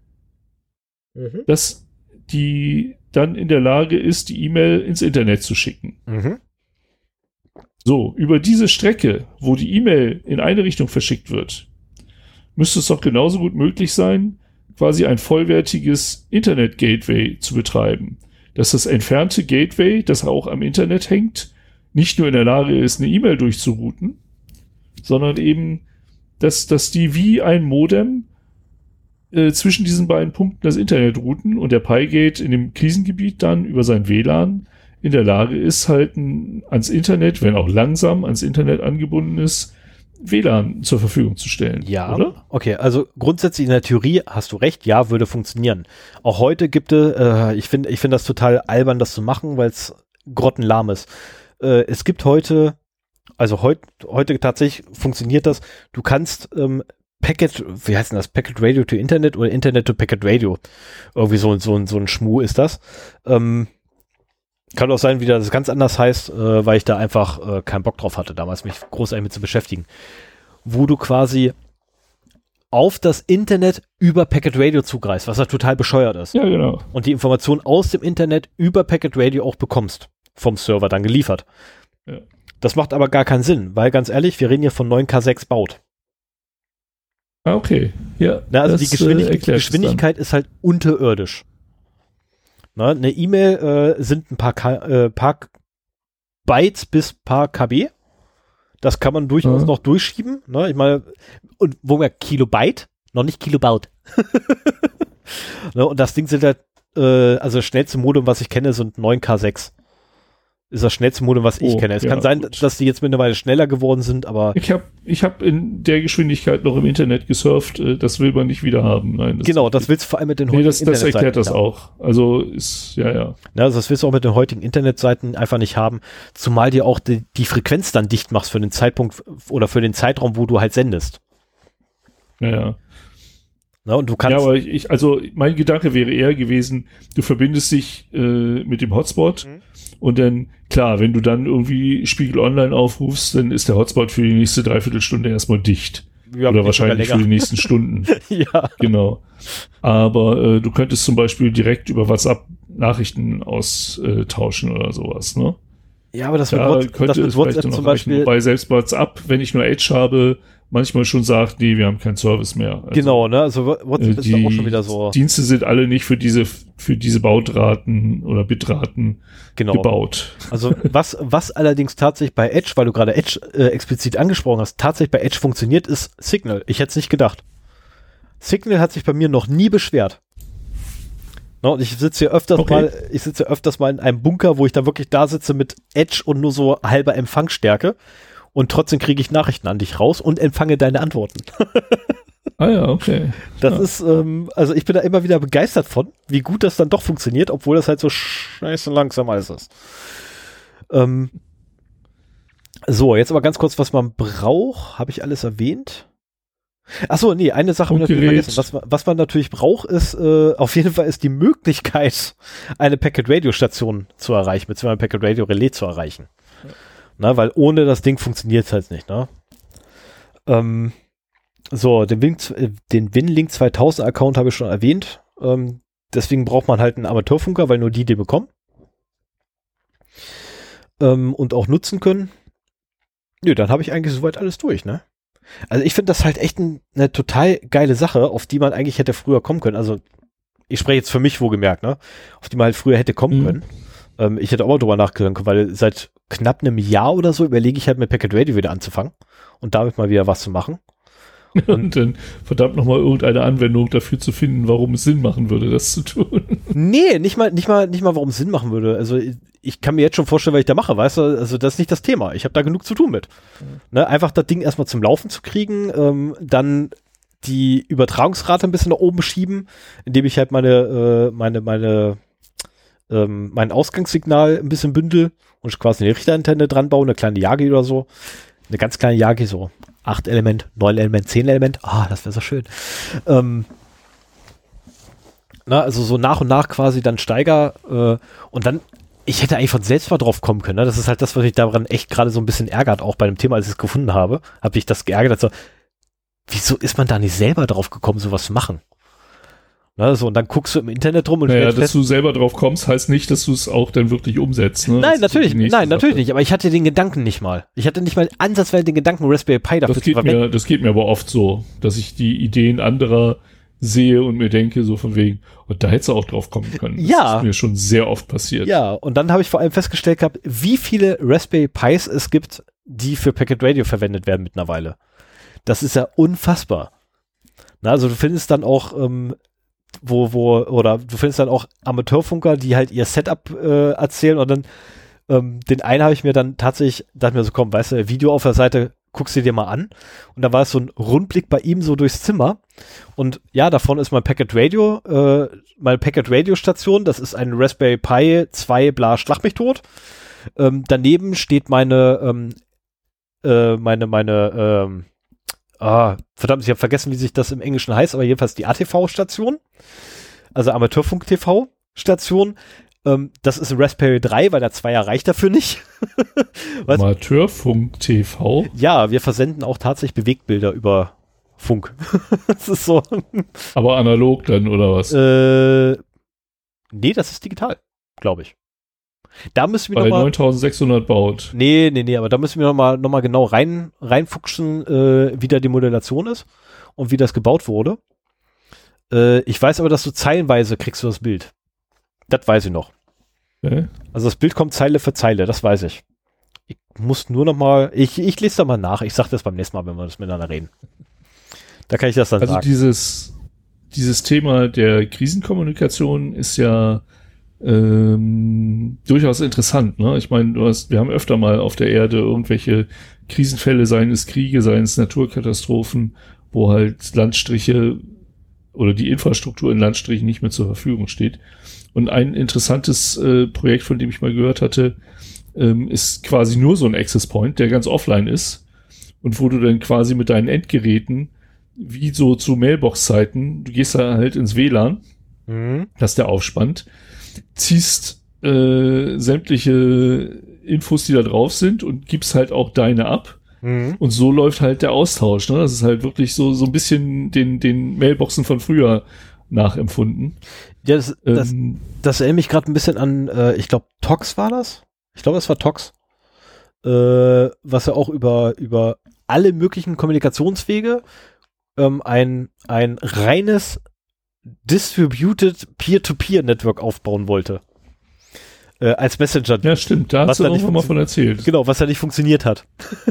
mhm. das die dann in der Lage ist, die E-Mail ins Internet zu schicken. Mhm. So, über diese Strecke, wo die E-Mail in eine Richtung verschickt wird, müsste es doch genauso gut möglich sein, quasi ein vollwertiges Internet-Gateway zu betreiben. Dass das entfernte Gateway, das auch am Internet hängt, nicht nur in der Lage ist, eine E-Mail durchzurouten, sondern eben, dass, dass die wie ein Modem äh, zwischen diesen beiden Punkten das Internet routen und der Pygate in dem Krisengebiet dann über sein W L A N in der Lage ist, halt ein, ans Internet, wenn auch langsam ans Internet angebunden ist, W L A N zur Verfügung zu stellen. Ja, oder? Okay, also grundsätzlich in der Theorie hast du recht, ja, würde funktionieren. Auch heute gibt es, äh, ich finde ich finde das total albern, das zu machen, weil es grottenlahm ist. Äh, es gibt heute, also heut, heute tatsächlich funktioniert das, du kannst ähm, Packet, wie heißt denn das, Packet Radio to Internet oder Internet to Packet Radio, irgendwie so, so, so ein Schmuh ist das. Ähm, Kann auch sein, wie das ganz anders heißt, äh, weil ich da einfach äh, keinen Bock drauf hatte, damals mich großartig mit zu beschäftigen. Wo du quasi auf das Internet über Packet Radio zugreifst, was ja total bescheuert ist. Ja, genau. Und die Information aus dem Internet über Packet Radio auch bekommst. Vom Server dann geliefert. Ja. Das macht aber gar keinen Sinn, weil ganz ehrlich, wir reden hier von neun K sechs Baud. Ah, okay. Ja. Na, also das, die Geschwindig- äh, Geschwindigkeit ist halt unterirdisch. Na, eine E-Mail äh, sind ein paar, K- äh, paar Bytes bis paar K B. Das kann man durchaus ja. noch durchschieben. Ne? Ich meine, und wo wir Kilobyte, noch nicht Kilobaut. Ne? Und das Ding sind halt, äh, also das schnellste Modem, was ich kenne, sind neun K sechs. Ist das schnellste Modem, was ich oh, kenne. Es ja, kann sein, gut. dass die jetzt mittlerweile schneller geworden sind, aber... Ich habe ich hab in der Geschwindigkeit noch im Internet gesurft. Das will man nicht wieder haben. Nein, das genau, das willst du vor allem mit den heutigen nee, das, das erklärt das haben. auch. Also ist, ja, ja. Ja, also das willst du auch mit den heutigen Internetseiten einfach nicht haben, zumal dir auch die, die Frequenz dann dicht machst für den Zeitpunkt oder für den Zeitraum, wo du halt sendest. Naja. Na, und du kannst. Ja, aber ich, also mein Gedanke wäre eher gewesen, du verbindest dich äh, mit dem Hotspot mhm. und dann, klar, wenn du dann irgendwie Spiegel Online aufrufst, dann ist der Hotspot für die nächste Dreiviertelstunde erstmal dicht. Ja, oder wahrscheinlich für die nächsten Stunden. Ja. Genau. Aber äh, du könntest zum Beispiel direkt über WhatsApp Nachrichten austauschen oder sowas, ne? Ja, aber das da wird könnte es WhatsApp zum Beispiel. Wobei selbst WhatsApp, wenn ich nur Edge habe, manchmal schon sagt, nee, wir haben keinen Service mehr. Also, genau, ne? Also WhatsApp äh, ist da auch schon wieder so. Dienste sind alle nicht für diese für diese Bautraten oder Bitraten genau. gebaut. Also was was allerdings tatsächlich bei Edge, weil du gerade Edge äh, explizit angesprochen hast, tatsächlich bei Edge funktioniert, ist Signal. Ich hätte es nicht gedacht. Signal hat sich bei mir noch nie beschwert. No, und ich sitze hier öfters okay. mal, ich sitze öfters mal in einem Bunker, wo ich da wirklich da sitze mit Edge und nur so halber Empfangsstärke und trotzdem kriege ich Nachrichten an dich raus und empfange deine Antworten. Ah ja, okay. Das ja. ist, ähm, also ich bin da immer wieder begeistert von, wie gut das dann doch funktioniert, obwohl das halt so scheiße langsam alles ist. Ähm, so, jetzt aber ganz kurz, was man braucht, habe ich alles erwähnt? Achso, nee, eine Sache habe ich natürlich vergessen. Was, was man natürlich braucht, ist, äh, auf jeden Fall ist die Möglichkeit, eine Packet-Radio-Station zu erreichen, beziehungsweise ein Packet-Radio-Relais zu erreichen. Ja. Na, weil ohne das Ding funktioniert es halt nicht, ne? Ähm, so, den, Win- den WinLink zweitausend Account habe ich schon erwähnt. Ähm, deswegen braucht man halt einen Amateurfunker, weil nur die den bekommen. Ähm, und auch nutzen können. Nö, dann habe ich eigentlich soweit alles durch, ne? Also ich finde das halt echt ein, eine total geile Sache, auf die man eigentlich hätte früher kommen können. Also ich spreche jetzt für mich wohlgemerkt, ne? Auf die man halt früher hätte kommen mhm. können. Ähm, ich hätte auch mal drüber nachgedacht, weil seit knapp einem Jahr oder so überlege ich halt mit Packet Radio wieder anzufangen und damit mal wieder was zu machen. Und, und dann verdammt nochmal irgendeine Anwendung dafür zu finden, warum es Sinn machen würde, das zu tun. Nee, nicht mal, nicht mal, nicht mal, warum es Sinn machen würde. Also ich kann mir jetzt schon vorstellen, was ich da mache, weißt du, also das ist nicht das Thema. Ich habe da genug zu tun mit. Mhm. Ne, einfach das Ding erstmal zum Laufen zu kriegen, ähm, dann die Übertragungsrate ein bisschen nach oben schieben, indem ich halt meine, äh, meine, meine, ähm, mein Ausgangssignal ein bisschen bündel und quasi eine Richterantenne dran baue, eine kleine Yagi oder so. Eine ganz kleine Yagi, so acht Element, neun Element, zehn Element. Ah, das wäre so schön. Ähm, na, also so nach und nach quasi dann steiger äh, und dann ich hätte eigentlich von selbst mal drauf kommen können. Ne? Das ist halt das, was mich daran echt gerade so ein bisschen ärgert, auch bei dem Thema, als ich es gefunden habe, habe ich das geärgert. Also, wieso ist man da nicht selber drauf gekommen, sowas zu machen? Ne, so, und dann guckst du im Internet rum und naja, dass fest, du selber drauf kommst, heißt nicht, dass du es auch dann wirklich umsetzt. Ne? Nein, das natürlich, nein, Sache. natürlich nicht. Aber ich hatte den Gedanken nicht mal. Ich hatte nicht mal ansatzweise den Gedanken, Raspberry Pi dafür das geht zu verwenden. Mir, das geht mir aber oft so, dass ich die Ideen anderer sehe und mir denke, so von wegen, und da hättest du auch drauf kommen können. Das ja. ist mir schon sehr oft passiert. Ja, und dann habe ich vor allem festgestellt gehabt, wie viele Raspberry Pis es gibt, die für Packet Radio verwendet werden mittlerweile. Das ist ja unfassbar. Na, also du findest dann auch, ähm, wo, wo, oder du findest dann auch Amateurfunker, die halt ihr Setup äh, erzählen und dann ähm, den einen habe ich mir dann tatsächlich, dachte mir so, komm, weißt du, Video auf der Seite, guckst du dir mal an. Und da war es so ein Rundblick bei ihm so durchs Zimmer. Und ja, da vorne ist mein Packet Radio, äh, meine Packet Radio Station. Das ist ein Raspberry Pi zwei bla Schlag mich tot. Ähm, daneben steht meine, ähm, äh, meine, meine, ähm, ah, verdammt, ich habe vergessen, wie sich das im Englischen heißt, aber jedenfalls die A T V-Station. Also Amateurfunk-T V-Station. Ähm, das ist ein Raspberry drei, weil der Zweier reicht dafür nicht. Amateurfunk-T V? Ja, wir versenden auch tatsächlich Bewegtbilder über Funk. Das ist so. Aber analog dann, oder was? Äh, nee, das ist digital, glaube ich. Da müssen wir Bei noch mal, neuntausendsechshundert baut. Nee, nee, nee, aber da müssen wir noch mal, noch mal genau rein, reinfuchsen, äh, wie da die Modellation ist und wie das gebaut wurde. Äh, ich weiß aber, dass du zeilenweise kriegst du das Bild. Das weiß ich noch. Okay. Also das Bild kommt Zeile für Zeile, das weiß ich. Ich muss nur noch mal, ich, ich lese da mal nach. Ich sag das beim nächsten Mal, wenn wir das miteinander reden. Da kann ich das dann also sagen. Also dieses, dieses Thema der Krisenkommunikation ist ja ähm, durchaus interessant. Ne? Ich meine, du hast, wir haben öfter mal auf der Erde irgendwelche Krisenfälle, seien es Kriege, seien es Naturkatastrophen, wo halt Landstriche oder die Infrastruktur in Landstrichen nicht mehr zur Verfügung steht. Und ein interessantes äh, Projekt, von dem ich mal gehört hatte, ähm, ist quasi nur so ein Access Point, der ganz offline ist und wo du dann quasi mit deinen Endgeräten wie so zu Mailbox-Zeiten. Du gehst da halt ins W L A N, Mhm. dass der aufspannt, ziehst äh, sämtliche Infos, die da drauf sind und gibst halt auch deine ab. Mhm. Und so läuft halt der Austausch. Ne? Das ist halt wirklich so, so ein bisschen den, den Mailboxen von früher nachempfunden. Ja, das, das, Ähm, das erinnert mich gerade ein bisschen an, äh, ich glaube, Tox war das? Ich glaube, es war Tox. Äh, was ja auch über, über alle möglichen Kommunikationswege ähm, ein, ein reines Distributed Peer-to-Peer-Network aufbauen wollte. Äh, als Messenger. ja, stimmt. Da Was hast du da auch nicht schon mal von erzählt. Genau, was ja nicht funktioniert hat.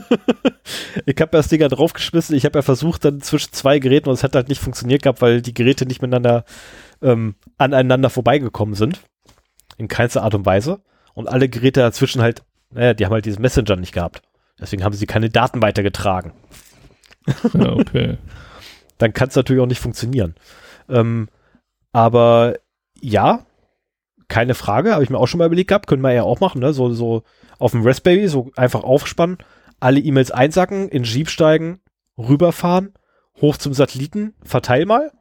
Ich habe ja das Ding ja draufgeschmissen. Ich habe ja versucht, dann zwischen zwei Geräten, und es hat halt nicht funktioniert gehabt, weil die Geräte nicht miteinander ähm, aneinander vorbeigekommen sind. In keinster Art und Weise. Und alle Geräte dazwischen halt, naja, die haben halt diesen Messenger nicht gehabt. Deswegen haben sie keine Daten weitergetragen. Ja, okay. Dann kann es natürlich auch nicht funktionieren. Ähm, aber ja, keine Frage, habe ich mir auch schon mal überlegt gehabt, können wir ja auch machen, ne? So, so auf dem Raspberry, so einfach aufspannen, alle E-Mails einsacken, in Jeep steigen, rüberfahren, hoch zum Satelliten, verteil mal.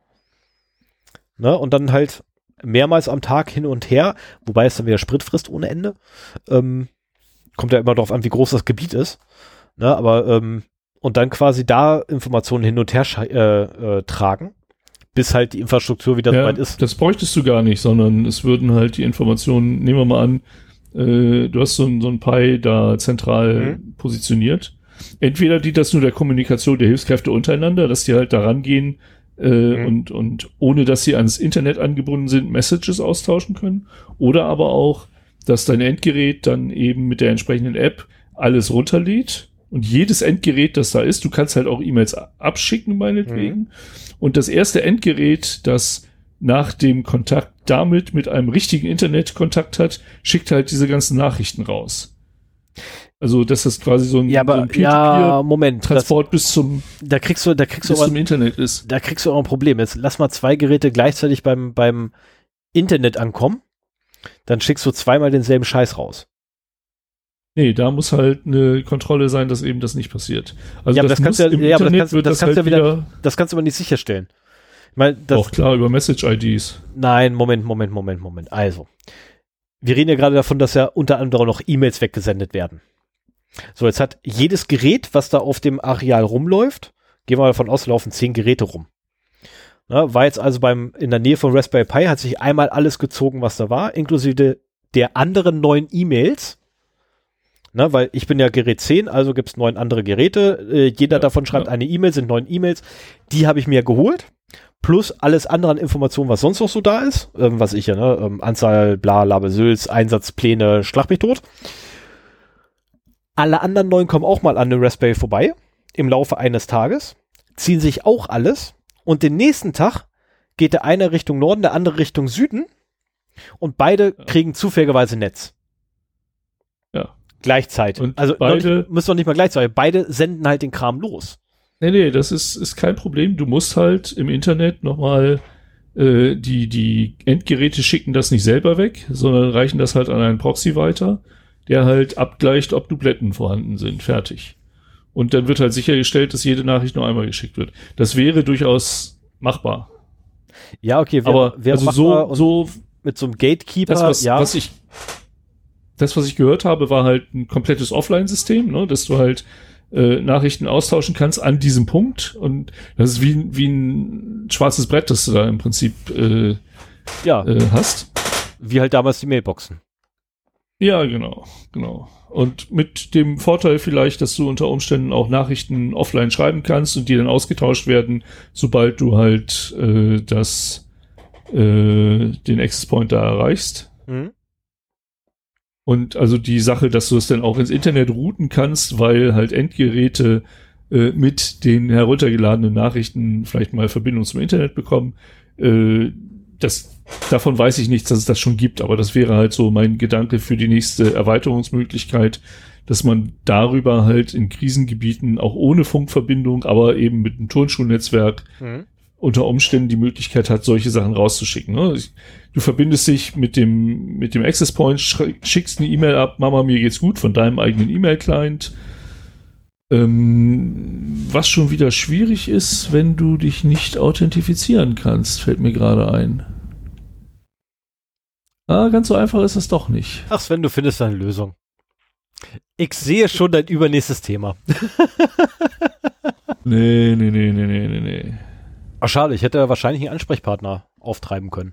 Ne? Und dann halt mehrmals am Tag hin und her, wobei es dann wieder Sprit frisst ohne Ende. Ähm, kommt ja immer darauf an, wie groß das Gebiet ist. Ne? Aber ähm, und dann quasi da Informationen hin und her äh, äh, tragen, bis halt die Infrastruktur wieder Ja, soweit ist. das bräuchtest du gar nicht, sondern es würden halt die Informationen, nehmen wir mal an, äh, du hast so ein, so ein Pi da zentral Mhm. positioniert. Entweder dient das nur der Kommunikation der Hilfskräfte untereinander, dass die halt da rangehen äh, Mhm. und, und ohne dass sie ans Internet angebunden sind, Messages austauschen können. Oder aber auch, dass dein Endgerät dann eben mit der entsprechenden App alles runterlädt. Und jedes Endgerät, das da ist, du kannst halt auch E-Mails abschicken, meinetwegen. Mhm. Und das erste Endgerät, das nach dem Kontakt damit mit einem richtigen Internet Kontakt hat, schickt halt diese ganzen Nachrichten raus. Also, dass das quasi so ein, Ja, so aber ein ja, Moment, das, Transport bis zum, da kriegst du, da kriegst du bis aber, zum Internet ist. da kriegst du auch ein Problem. Jetzt lass mal zwei Geräte gleichzeitig beim, beim Internet ankommen, dann schickst du zweimal denselben Scheiß raus. Nee, da muss halt eine Kontrolle sein, dass eben das nicht passiert. Also Ja, aber das, das kannst muss du ja- im ja, aber das Internet kannst- wird das das, kannst halt du ja wieder, wieder- Das kannst du aber nicht sicherstellen. Ich meine, das, auch klar, über Message-I Ds. nein, Moment, Moment, Moment, Moment. Also, wir reden ja gerade davon, dass ja unter anderem noch E-Mails weggesendet werden. So, jetzt hat jedes Gerät, was da auf dem Areal rumläuft, gehen wir mal davon aus, laufen zehn Geräte rum. Na, war jetzt also beim, in der Nähe von Raspberry Pi, hat sich einmal alles gezogen, was da war, inklusive der anderen neun E-Mails. Na, weil ich bin ja Gerät zehn, also gibt es neun andere Geräte. Äh, jeder Ja, davon schreibt ja. eine E-Mail, sind neun E-Mails. Die habe ich mir geholt. Plus alles andere an Informationen, was sonst noch so da ist. Ähm, was ich ja, ne? Ähm, Anzahl, bla, Labesülz, Einsatzpläne, schlag mich tot. Alle anderen neun kommen auch mal an den Raspberry vorbei. Im Laufe eines Tages. Ziehen sich auch alles. Und den nächsten Tag geht der eine Richtung Norden, der andere Richtung Süden. Und beide Ja. kriegen zufälligerweise Netz. Ja. Gleichzeitig. Und also beide- noch nicht, müssen doch nicht mal gleichzeitig. Beide senden halt den Kram los. Nee, nee, das ist, ist kein Problem. Du musst halt im Internet nochmal äh, die, die Endgeräte schicken das nicht selber weg, sondern reichen das halt an einen Proxy weiter, der halt abgleicht, ob Dubletten vorhanden sind. Fertig. Und dann wird halt sichergestellt, dass jede Nachricht nur einmal geschickt wird. Das wäre durchaus machbar. Ja, okay. Wär, Aber wär also machbar so, so und mit so einem Gatekeeper, das, was, ja. was ich das, was ich gehört habe, war halt ein komplettes Offline-System, ne, dass du halt äh, Nachrichten austauschen kannst an diesem Punkt. Und das ist wie, wie ein schwarzes Brett, das du da im Prinzip äh, ja, äh, hast. wie halt damals die Mailboxen. Ja, genau, genau. Und mit dem Vorteil vielleicht, dass du unter Umständen auch Nachrichten offline schreiben kannst und die dann ausgetauscht werden, sobald du halt äh, das äh, den Access Point da erreichst. Mhm. Und also die Sache, dass du es dann auch ins Internet routen kannst, weil halt Endgeräte äh, mit den heruntergeladenen Nachrichten vielleicht mal Verbindung zum Internet bekommen, äh, das, davon weiß ich nichts, dass es das schon gibt, aber das wäre halt so mein Gedanke für die nächste Erweiterungsmöglichkeit, dass man darüber halt in Krisengebieten auch ohne Funkverbindung, aber eben mit einem Turnschuhnetzwerk Mhm. unter Umständen die Möglichkeit hat, solche Sachen rauszuschicken. Ne? Du verbindest dich mit dem, mit dem Access Point, schickst eine E-Mail ab, Mama, mir geht's gut, von deinem eigenen E-Mail-Client. Ähm, was schon wieder schwierig ist, wenn du dich nicht authentifizieren kannst, fällt mir gerade ein. Ah, ganz so einfach ist es doch nicht. Ach Sven, du findest eine Lösung. Ich sehe schon dein übernächstes Thema. Nee, nee, nee, nee, nee, nee, nee. Ach schade, ich hätte wahrscheinlich einen Ansprechpartner auftreiben können.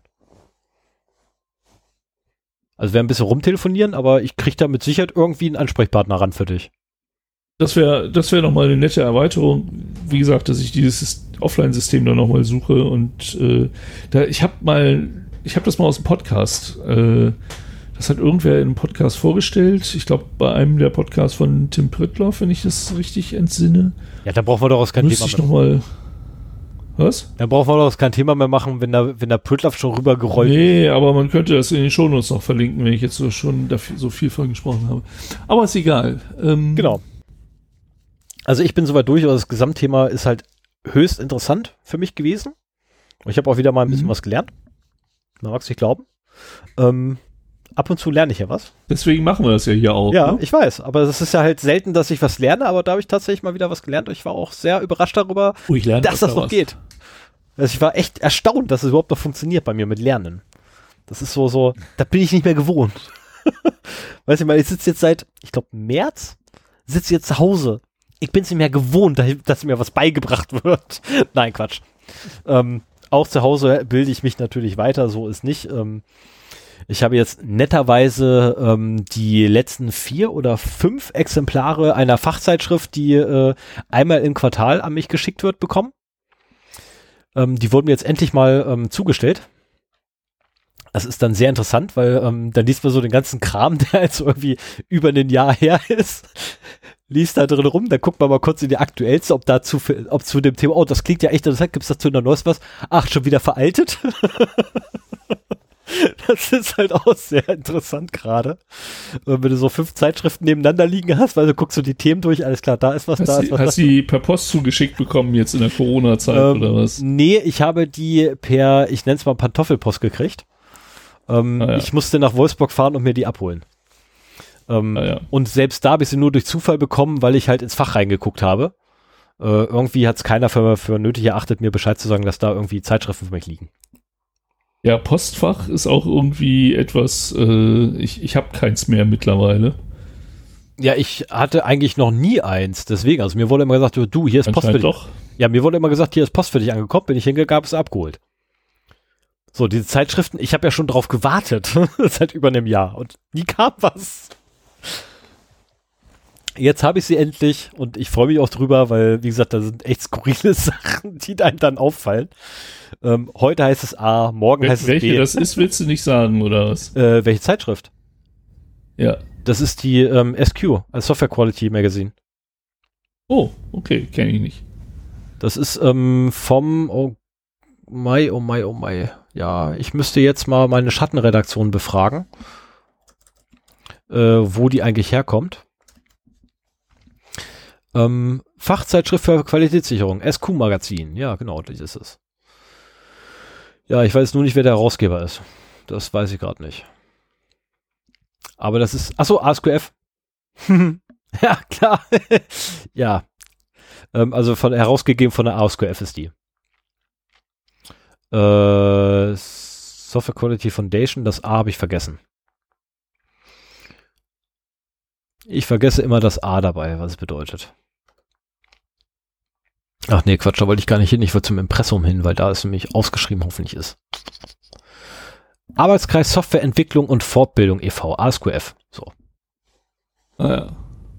Also wir ein bisschen rumtelefonieren, aber ich kriege da mit Sicherheit irgendwie einen Ansprechpartner ran für dich. Das wäre das wäre nochmal eine nette Erweiterung. Wie gesagt, dass ich dieses Offline-System da nochmal suche und äh, da ich habe mal, ich habe das mal aus dem Podcast, äh, das hat irgendwer in einem Podcast vorgestellt. Ich glaube, bei einem der Podcasts von Tim Prittloff, wenn ich das richtig entsinne. Ja, da brauchen wir doch kein Thema mehr. Noch mal, was? Da brauchen wir doch kein Thema mehr machen, wenn da, wenn der Prittloff schon rübergerollt ist. Nee, aber man könnte das in den Shownotes noch verlinken, wenn ich jetzt so schon dafür, so viel von gesprochen habe. Aber ist egal. Ähm, genau. Also ich bin soweit durch, aber das Gesamtthema ist halt höchst interessant für mich gewesen. Und ich habe auch wieder mal ein bisschen mhm. was gelernt. Man mag es nicht glauben. Ähm, ab und zu lerne ich ja was. Deswegen machen wir das ja hier auch. Ja, ne? Ich weiß. Aber es ist ja halt selten, dass ich was lerne. Aber da habe ich tatsächlich mal wieder was gelernt. Und ich war auch sehr überrascht darüber, oh, ich lerne dass das noch was. geht. Also ich war echt erstaunt, dass es überhaupt noch funktioniert bei mir mit Lernen. Das ist so, so, da bin ich nicht mehr gewohnt. Weißt du mal, ich sitze jetzt seit, ich glaube, März, sitze jetzt zu Hause. Ich bin es nicht mehr gewohnt, dass mir was beigebracht wird. Nein, Quatsch. Ähm, auch zu Hause bilde ich mich natürlich weiter, so ist nicht. Ähm, ich habe jetzt netterweise ähm, die letzten vier oder fünf Exemplare einer Fachzeitschrift, die äh, einmal im Quartal an mich geschickt wird, bekommen. Ähm, die wurden mir jetzt endlich mal ähm, zugestellt. Das ist dann sehr interessant, weil ähm, dann liest man so den ganzen Kram, der jetzt irgendwie über ein Jahr her ist, liest da drin rum, dann guckt man mal kurz in die aktuellste, ob dazu, ob zu dem Thema, oh, das klingt ja echt interessant, gibt es dazu noch Neues was? Ach, schon wieder veraltet? Das ist halt auch sehr interessant gerade. Wenn du so fünf Zeitschriften nebeneinander liegen hast, weil du guckst so die Themen durch, alles klar, da ist was, hast da die, ist was. Hast du die per Post zugeschickt bekommen jetzt in der Corona-Zeit ähm, oder was? Nee, ich habe die per, ich nenne es mal Pantoffelpost gekriegt. Ähm, ah, ja. Ich musste nach Wolfsburg fahren und mir die abholen. Ähm, ah, ja. Und selbst da habe ich sie nur durch Zufall bekommen, weil ich halt ins Fach reingeguckt habe. Äh, irgendwie hat es keiner für, für nötig erachtet, mir Bescheid zu sagen, dass da irgendwie Zeitschriften für mich liegen. Ja, Postfach ist auch irgendwie etwas, äh, ich, ich habe keins mehr mittlerweile. Ja, ich hatte eigentlich noch nie eins, deswegen, also mir wurde immer gesagt, du, hier ist Post für dich. Doch. Ja, mir wurde immer gesagt, hier ist Post für dich angekommen, bin ich hingegangen, habe es abgeholt. So, diese Zeitschriften, ich habe ja schon drauf gewartet, seit über einem Jahr und nie kam was. Jetzt habe ich sie endlich und ich freue mich auch drüber, weil, wie gesagt, da sind echt skurrile Sachen, die einem dann auffallen. Ähm, heute heißt es A, morgen Wel- heißt es welche B. Welche das ist, willst du nicht sagen, oder was? Äh, welche Zeitschrift? Ja. Das ist die ähm, S Q, also Software Quality Magazine. Oh, okay, kenne ich nicht. Das ist ähm, vom, oh Mai, oh Mai, oh Mai. Ja, ich müsste jetzt mal meine Schattenredaktion befragen, äh, wo die eigentlich herkommt. Ähm, Fachzeitschrift für Qualitätssicherung, S Q-Magazin. Ja, genau, das ist es. Ja, ich weiß nur nicht, wer der Herausgeber ist. Das weiß ich gerade nicht. Aber das ist, achso, A S Q F. Ja, klar. Ja. Ähm, also von, herausgegeben von der A S Q F ist die. Äh, Software Quality Foundation, das A habe ich vergessen. Ich vergesse immer das A dabei, was es bedeutet. Ach nee, Quatsch, da wollte ich gar nicht hin. Ich wollte zum Impressum hin, weil da es nämlich ausgeschrieben hoffentlich ist. Arbeitskreis Softwareentwicklung und Fortbildung e V, A S Q F. So. Ah ja.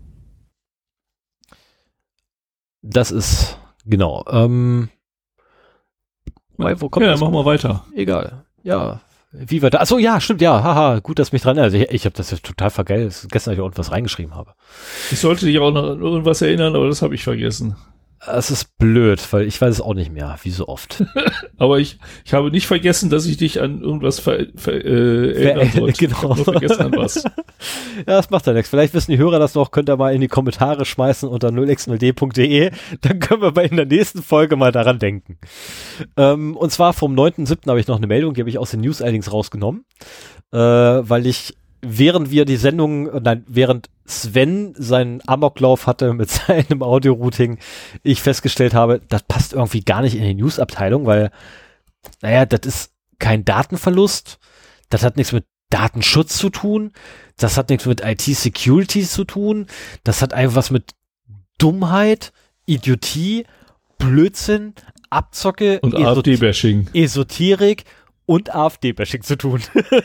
Das ist, genau. Ähm, ja, wo kommt ja das? Machen wir weiter. Egal. Ja. Wie weiter? Achso, ja, stimmt, ja, haha, gut, dass mich dran erinnert. Ich, ich habe das jetzt total vergessen, gestern ich irgendwas reingeschrieben habe. Ich sollte dich auch noch an irgendwas erinnern, aber das habe ich vergessen. Es ist blöd, weil ich weiß es auch nicht mehr, wie so oft. Aber ich, ich habe nicht vergessen, dass ich dich an irgendwas ver, ver, äh, erinnern sollte. Genau. Ich habe nur vergessen an was. Ja, das macht ja nichts. Vielleicht wissen die Hörer das noch, könnt ihr mal in die Kommentare schmeißen unter null x null d punkt d e. Dann können wir bei in der nächsten Folge mal daran denken. Ähm, und zwar vom neunten siebten habe ich noch eine Meldung, die habe ich aus den News allerdings rausgenommen, äh, weil ich während wir die Sendung, nein, während Sven seinen Amoklauf hatte mit seinem Audio-Routing, ich festgestellt habe, das passt irgendwie gar nicht in die News-Abteilung, weil, naja, das ist kein Datenverlust, das hat nichts mit Datenschutz zu tun, das hat nichts mit I T-Security zu tun, das hat einfach was mit Dummheit, Idiotie, Blödsinn, Abzocke und A F D-Bashing. Esoterik und A F D-Bashing zu tun.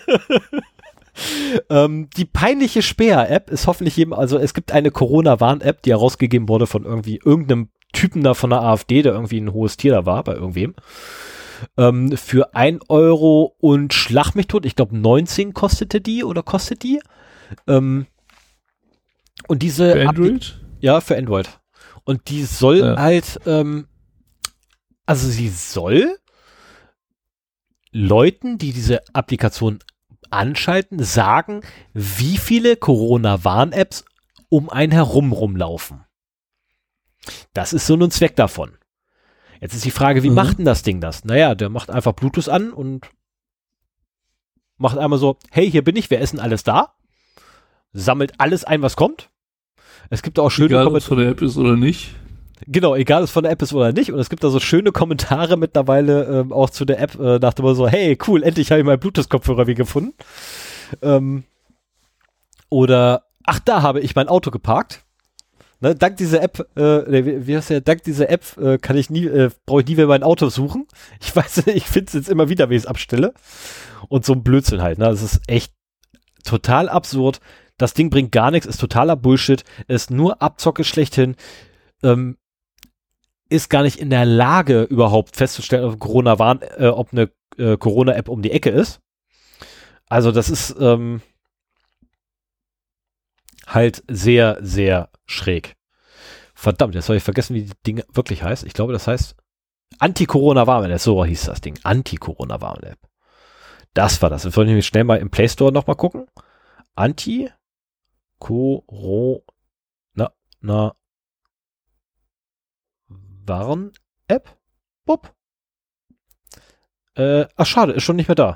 ähm, die peinliche Späher-App ist hoffentlich jedem, also es gibt eine Corona-Warn-App, die herausgegeben wurde von irgendwie irgendeinem Typen da von der A F D, der irgendwie ein hohes Tier da war, bei irgendwem. Ähm, für ein Euro und schlag mich tot, ich glaube neunzehn kostete die oder kostet die. Ähm, und diese Für Android? Appli- ja, für Android. Und die soll ja. halt, ähm, also sie soll Leuten, die diese Applikation anschalten, sagen, wie viele Corona-Warn-Apps um einen herum rumlaufen. Das ist so ein Zweck davon. Jetzt ist die Frage, wie mhm. macht denn das Ding das? Naja, der macht einfach Bluetooth an und macht einmal so, hey, hier bin ich, wer ist denn alles da? Sammelt alles ein, was kommt. Es gibt auch schöne Egal, ob es von der App ist oder nicht. Genau, egal, ob es von der App ist oder nicht. Und es gibt da so schöne Kommentare mittlerweile ähm, auch zu der App, äh, nach dem Motto so, hey, cool, endlich habe ich meinen Bluetooth-Kopfhörer wieder gefunden. Ähm, oder, ach, da habe ich mein Auto geparkt. Ne, dank dieser App, äh, wie, wie heißt der, dank dieser App äh, kann ich nie, äh, brauche ich nie mehr mein Auto suchen. Ich weiß nicht, ich finde es jetzt immer wieder, wenn ich es abstelle. Und so ein Blödsinn halt, ne, das ist echt total absurd. Das Ding bringt gar nichts, ist totaler Bullshit, ist nur Abzocke schlechthin, ähm, ist gar nicht in der Lage, überhaupt festzustellen, ob Corona warn, äh, ob eine äh, Corona-App um die Ecke ist. Also das ist ähm, halt sehr, sehr schräg. Verdammt, jetzt habe ich vergessen, wie das Ding wirklich heißt. Ich glaube, das heißt Anti-Corona-Warn-App, so hieß das Ding. Anti-Corona-Warn-App. Das war das. Jetzt wollte ich nämlich schnell mal im Play Store nochmal gucken. Anti-Corona Warn-App? Bup. Äh, ach, schade, ist schon nicht mehr da.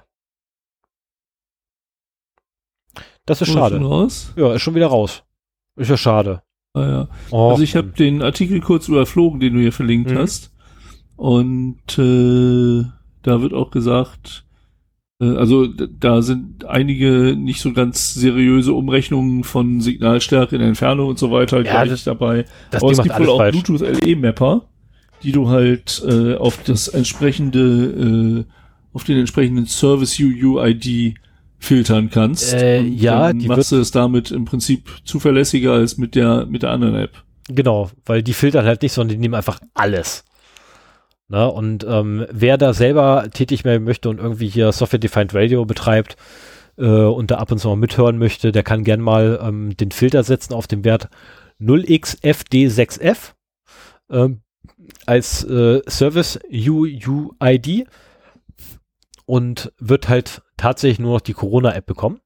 Das ist oh, schade. Schon raus? Ja, ist schon wieder raus. Ist ja schade. Ah, ja. Oh, also ich habe den Artikel kurz überflogen, den du hier verlinkt mhm. hast. Und äh, da wird auch gesagt, äh, also d- da sind einige nicht so ganz seriöse Umrechnungen von Signalstärke in Entfernung und so weiter ja, gleich das, dabei. Das Aber es gibt wohl auch falsch. Bluetooth-L E-Mapper, die du halt äh, auf das entsprechende, äh, auf den entsprechenden Service U U I D filtern kannst. Äh, und ja, dann die machst wird du es damit im Prinzip zuverlässiger als mit der mit der anderen App. Genau, weil die filtern halt nicht, sondern die nehmen einfach alles. Na, und ähm, wer da selber tätig werden möchte und irgendwie hier Software-Defined Radio betreibt äh, und da ab und zu mal mithören möchte, der kann gern mal ähm, den Filter setzen auf den Wert null x F D sechs F ähm, als äh, Service U U I D und wird halt tatsächlich nur noch die Corona-App bekommen.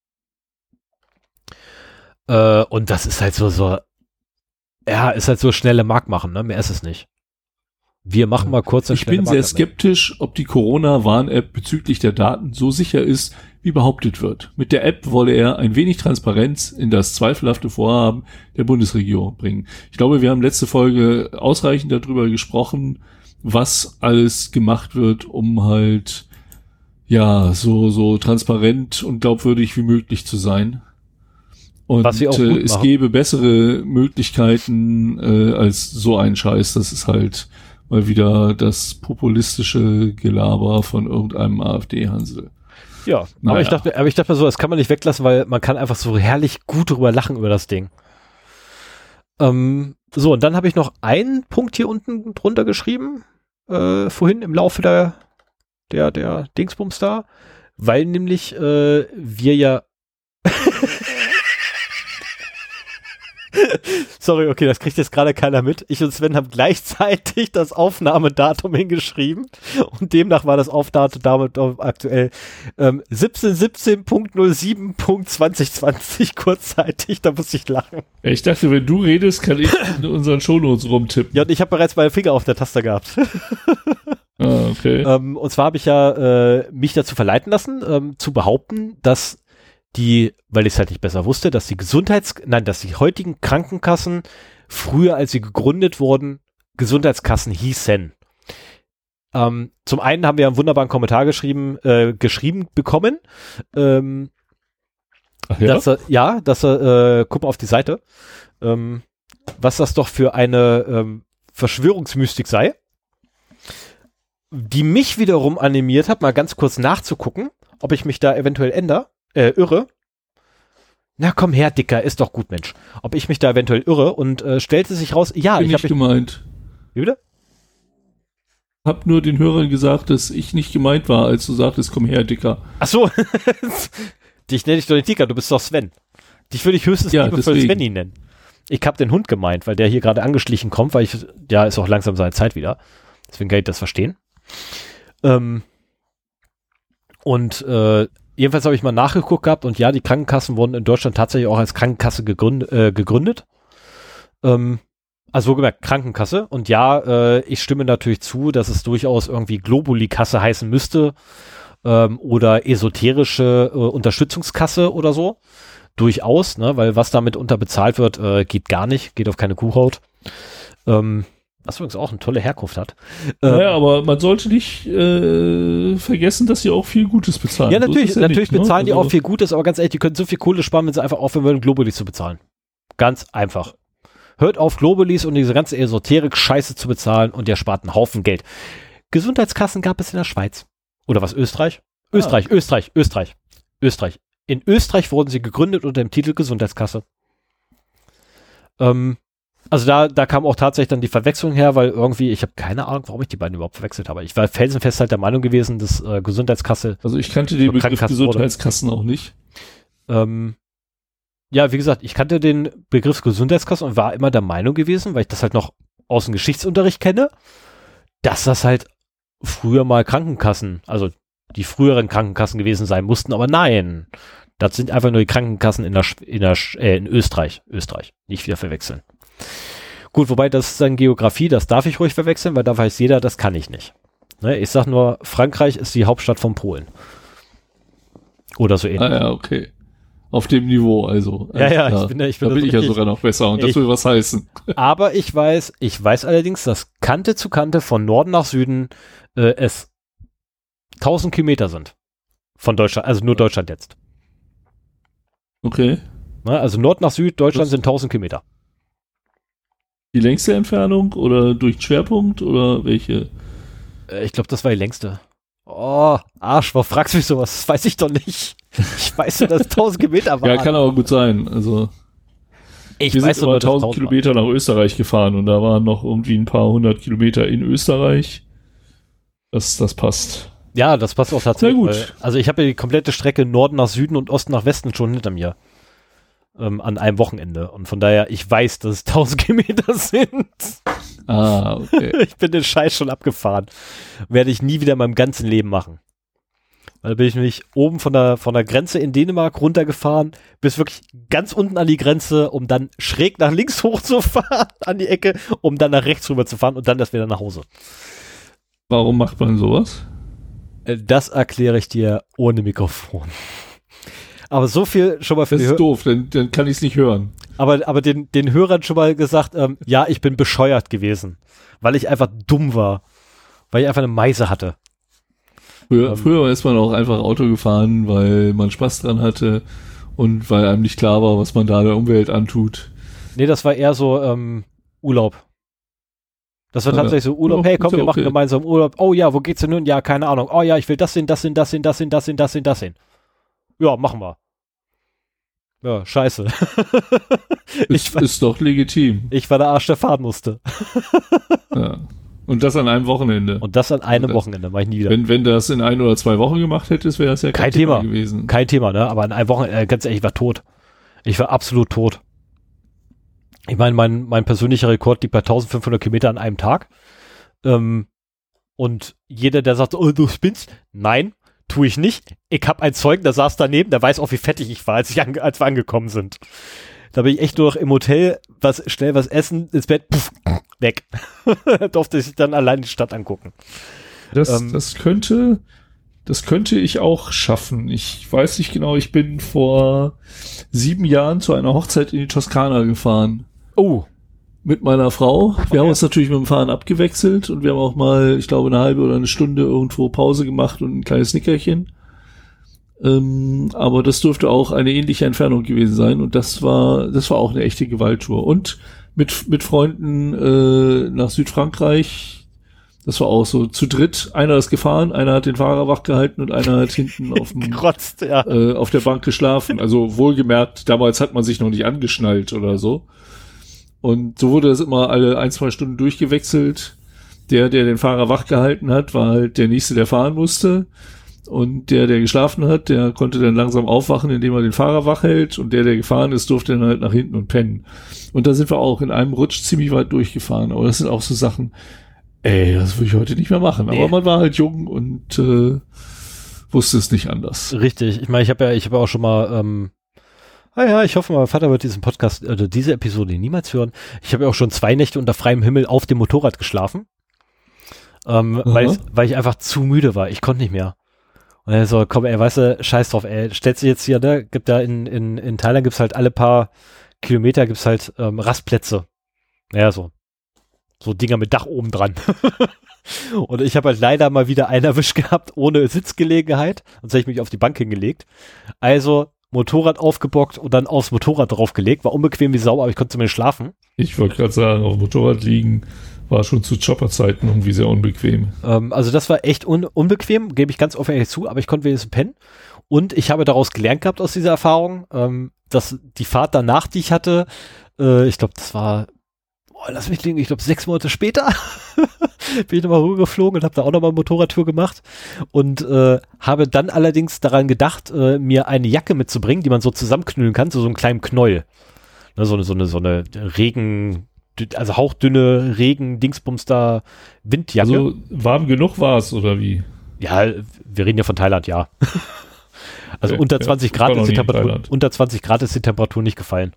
Äh, und das ist halt so, so, ja, ist halt so schnelle Marktmachen, ne? Mehr ist es nicht. Wir machen mal kurz eine Ich bin sehr skeptisch, ob die Corona-Warn-App bezüglich der Daten so sicher ist, wie behauptet wird. Mit der App wolle er ein wenig Transparenz in das zweifelhafte Vorhaben der Bundesregierung bringen. Ich glaube, wir haben letzte Folge ausreichend darüber gesprochen, was alles gemacht wird, um halt ja so so transparent und glaubwürdig wie möglich zu sein. Und was wir auch äh, gut es machen. gäbe bessere Möglichkeiten äh, als so ein Scheiß. Das ist halt mal wieder das populistische Gelaber von irgendeinem AfD-Hansel. Ja, naja. aber ich dachte, aber ich dachte mir so, das kann man nicht weglassen, weil man kann einfach so herrlich gut drüber lachen über das Ding. Ähm, so, und dann habe ich noch einen Punkt hier unten drunter geschrieben, äh, vorhin im Laufe der, der, der Dingsbums da, weil nämlich äh, wir ja Sorry, okay, das kriegt jetzt gerade keiner mit. Ich und Sven haben gleichzeitig das Aufnahmedatum hingeschrieben und demnach war das Aufnahmedatum aktuell ähm, siebzehn siebzehn null sieben zwanzig zwanzig kurzzeitig, da muss ich lachen. Ich dachte, wenn du redest, kann ich in unseren Shownotes rumtippen. Ja, und ich habe bereits meine Finger auf der Taste gehabt. Ah, okay. ähm, und zwar habe ich ja äh, mich dazu verleiten lassen, ähm, zu behaupten, dass die, weil ich es halt nicht besser wusste, dass die Gesundheits, nein, dass die heutigen Krankenkassen früher, als sie gegründet wurden, Gesundheitskassen hießen. Ähm, zum einen haben wir einen wunderbaren Kommentar geschrieben, äh, geschrieben bekommen, ähm, Ach ja? dass er, ja, dass er, äh, guck mal auf die Seite, ähm, was das doch für eine ähm, Verschwörungsmystik sei, die mich wiederum animiert hat, mal ganz kurz nachzugucken, ob ich mich da eventuell ändere, äh, irre. Na komm her, Dicker, ist doch gut, Mensch. Ob ich mich da eventuell irre und äh, stellte sich raus, ja, Bin ich habe nicht gemeint. Wie bitte? Hab nur den Hörern gesagt, dass ich nicht gemeint war, als du sagtest, komm her, Dicker. Ach so. Dich nenne ich doch nicht Dicker, du bist doch Sven. Dich würde ich höchstens Ja, liebevoll deswegen. Svenny nennen. Ich habe den Hund gemeint, weil der hier gerade angeschlichen kommt, weil ich, ja, ist auch langsam seine Zeit wieder. Deswegen kann ich das verstehen. Ähm, und äh, jedenfalls habe ich mal nachgeguckt gehabt und ja, die Krankenkassen wurden in Deutschland tatsächlich auch als Krankenkasse gegründet. Äh, gegründet. Ähm, also so gemerkt, Krankenkasse. Und ja, äh, ich stimme natürlich zu, dass es durchaus irgendwie Globuli-Kasse heißen müsste ähm, oder esoterische äh, Unterstützungskasse oder so. Durchaus, ne, weil was damit unterbezahlt wird, äh, geht gar nicht, geht auf keine Kuhhaut. Ähm, was übrigens auch eine tolle Herkunft hat. Ähm, Naja, aber man sollte nicht äh, vergessen, dass sie auch viel Gutes bezahlen. ja, So natürlich, ist es ja natürlich nicht, bezahlen ne? die Also, auch viel Gutes, aber ganz ehrlich, die können so viel Kohle sparen, wenn sie einfach aufhören würden, Globulis zu bezahlen. Ganz einfach. Hört auf, Globulis und diese ganze Esoterik-Scheiße zu bezahlen und ihr spart einen Haufen Geld. Gesundheitskassen gab es in der Schweiz. Oder was, Österreich? Ah. Österreich, Österreich, Österreich, Österreich. In Österreich wurden sie gegründet unter dem Titel Gesundheitskasse. Ähm, also da, da kam auch tatsächlich dann die Verwechslung her, weil irgendwie, ich habe keine Ahnung, warum ich die beiden überhaupt verwechselt habe. Ich war felsenfest halt der Meinung gewesen, dass äh, Gesundheitskasse Also ich kannte den Und Begriff Krankenkassen Gesundheitskassen auch nicht. Ähm, ja, wie gesagt, ich kannte den Begriff Gesundheitskasse und war immer der Meinung gewesen, weil ich das halt noch aus dem Geschichtsunterricht kenne, dass das halt früher mal Krankenkassen, also die früheren Krankenkassen gewesen sein mussten, aber nein, das sind einfach nur die Krankenkassen in, der, Sch- in, der, Sch- äh, in Österreich, Österreich, nicht wieder verwechseln. Gut, wobei das ist dann Geografie, das darf ich ruhig verwechseln, weil da weiß jeder, das kann ich nicht. Ne, ich sag nur, Frankreich ist die Hauptstadt von Polen. Oder so ähnlich. Ah ja, okay. Auf dem Niveau, also. Ja, ja, Alles ich klar. bin, ich bin Da da bin so ich ja richtig- sogar noch besser und das Ich- will was heißen. Aber ich weiß, ich weiß allerdings, dass Kante zu Kante von Norden nach Süden äh, es tausend Kilometer sind. Von Deutschland, also nur Deutschland jetzt. Okay. Ne? Also Nord nach Süd, Deutschland Das- sind tausend Kilometer. Die längste Entfernung oder durch den Schwerpunkt oder welche? Äh, ich glaube, das war die längste. Oh, Arsch, warum fragst du mich sowas? Das weiß ich doch nicht. Ich weiß nur, dass es tausend Kilometer waren. Ja, kann aber gut sein. Also ich wir weiß sind nur, aber dass es tausend Kilometer nach Österreich gefahren und da waren noch irgendwie ein paar hundert Kilometer in Österreich. Das, das passt. Ja, das passt auch tatsächlich. Sehr gut. Weil, also ich habe ja die komplette Strecke Norden nach Süden und Osten nach Westen schon hinter mir. Ähm, an einem Wochenende. Und von daher, ich weiß, dass es tausend Kilometer sind. Ah, okay. Ich bin den Scheiß schon abgefahren. Werde ich nie wieder in meinem ganzen Leben machen. Weil da bin ich nämlich oben von der, von der Grenze in Dänemark runtergefahren, bis wirklich ganz unten an die Grenze, um dann schräg nach links hochzufahren, an die Ecke, um dann nach rechts rüber zu fahren und dann erst wieder nach Hause. Warum macht man sowas? Äh, Das erkläre ich dir ohne Mikrofon. Aber so viel schon mal für Das die ist Hör doof, dann, dann kann ich es nicht hören. aber, aber den, den Hörern schon mal gesagt, ähm, ja, ich bin bescheuert gewesen, weil ich einfach dumm war, weil ich einfach eine Meise hatte. Früher, Ähm. früher ist man auch einfach Auto gefahren, weil man Spaß dran hatte und weil einem nicht klar war, was man da der Umwelt antut. Nee, das war eher so ähm, Urlaub. Das war Ah, tatsächlich so Urlaub. Ja, Hey, komm, ist ja wir machen okay. gemeinsam Urlaub. Oh ja, wo geht's denn nun? Ja, keine Ahnung. Oh ja, ich will das sehen, das sehen, das sehen, das sehen, das sehen, das sehen, das sehen. Ja, machen wir. Ja, scheiße. ich, Ist, war, ist doch legitim. ich war der Arsch, der fahren musste. Ja. Und das an einem Wochenende. Und das an einem das- Wochenende, mach ich nie wieder. Wenn, wenn das in ein oder zwei Wochen gemacht hättest, wäre das ja Kein Thema. gewesen. Kein Thema, ne? Aber an einem Wochenende, äh, ganz ehrlich, ich war tot. Ich war absolut tot. Ich meine, mein, mein persönlicher Rekord liegt bei eintausendfünfhundert Kilometer an einem Tag. Ähm, und jeder, der sagt, oh, du spinnst, nein, tue ich nicht. Ich habe einen Zeugen, der saß daneben, der weiß auch, wie fettig ich war, als, ich ange als wir angekommen sind. Da bin ich echt nur noch im Hotel, was, schnell was essen, ins Bett, puff, weg. Durfte sich dann allein die Stadt angucken. Das, Ähm. das könnte, Das könnte ich auch schaffen. Ich weiß nicht genau, ich bin vor sieben Jahren zu einer Hochzeit in die Toskana gefahren. Oh. Mit meiner Frau. Wir okay. haben uns natürlich mit dem Fahren abgewechselt und wir haben auch mal, ich glaube, eine halbe oder eine Stunde irgendwo Pause gemacht und ein kleines Nickerchen. Ähm, aber das dürfte auch eine ähnliche Entfernung gewesen sein und das war, das war auch eine echte Gewalttour. Und mit, mit Freunden äh, nach Südfrankreich. Das war auch so zu dritt. Einer ist gefahren, einer hat den Fahrer wach gehalten und einer hat hinten auf dem, Gerotzt, ja. äh, auf der Bank geschlafen. Also wohlgemerkt, damals hat man sich noch nicht angeschnallt oder so. Und so wurde das immer alle ein, zwei Stunden durchgewechselt. Der, der den Fahrer wach gehalten hat, war halt der Nächste, der fahren musste. Und der, der geschlafen hat, der konnte dann langsam aufwachen, indem er den Fahrer wach hält. Und der, der gefahren ist, durfte dann halt nach hinten und pennen. Und da sind wir auch in einem Rutsch ziemlich weit durchgefahren. Aber das sind auch so Sachen, ey, das würde ich heute nicht mehr machen. Nee. Aber man war halt jung und äh, wusste es nicht anders. Richtig. Ich meine, ich habe ja, ich habe ja auch schon mal, ähm, ah ja, ich hoffe, mein Vater wird diesen Podcast, also diese Episode niemals hören. Ich habe ja auch schon zwei Nächte unter freiem Himmel auf dem Motorrad geschlafen, ähm, weil, weil ich einfach zu müde war. Ich konnte nicht mehr. Und er so, komm, ey, weißt du, scheiß drauf, ey, stellst du jetzt hier, ne, gibt da in, in, in Thailand gibt's halt alle paar Kilometer gibt's halt ähm, Rastplätze. Naja, so. So Dinger mit Dach oben dran. Und ich habe halt leider mal wieder einen erwischt gehabt, ohne Sitzgelegenheit. Sonst hätte ich mich auf die Bank hingelegt. Also Motorrad aufgebockt und dann aufs Motorrad draufgelegt. War unbequem wie Sau, aber ich konnte zumindest schlafen. Ich wollte gerade sagen, auf dem Motorrad liegen war schon zu Chopperzeiten irgendwie sehr unbequem. Ähm, also das war echt un- unbequem, gebe ich ganz offen ehrlich zu, aber ich konnte wenigstens pennen. Und ich habe daraus gelernt gehabt aus dieser Erfahrung, ähm, dass die Fahrt danach, die ich hatte, äh, ich glaube, das war Oh, lass mich liegen, ich glaube sechs Monate später bin ich nochmal rübergeflogen und habe da auch nochmal eine Motorradtour gemacht und äh, habe dann allerdings daran gedacht, äh, mir eine Jacke mitzubringen, die man so zusammenknüllen kann, so, so einen kleinen Knäuel. Ne, so eine, so eine, so eine Regen, also hauchdünne Regen-Dingsbums da Windjacke. Also warm genug war es, oder wie? Ja, wir reden ja von Thailand, ja. Also okay, unter zwanzig ja, Grad ist die Temperatur, unter zwanzig Grad ist die Temperatur nicht gefallen.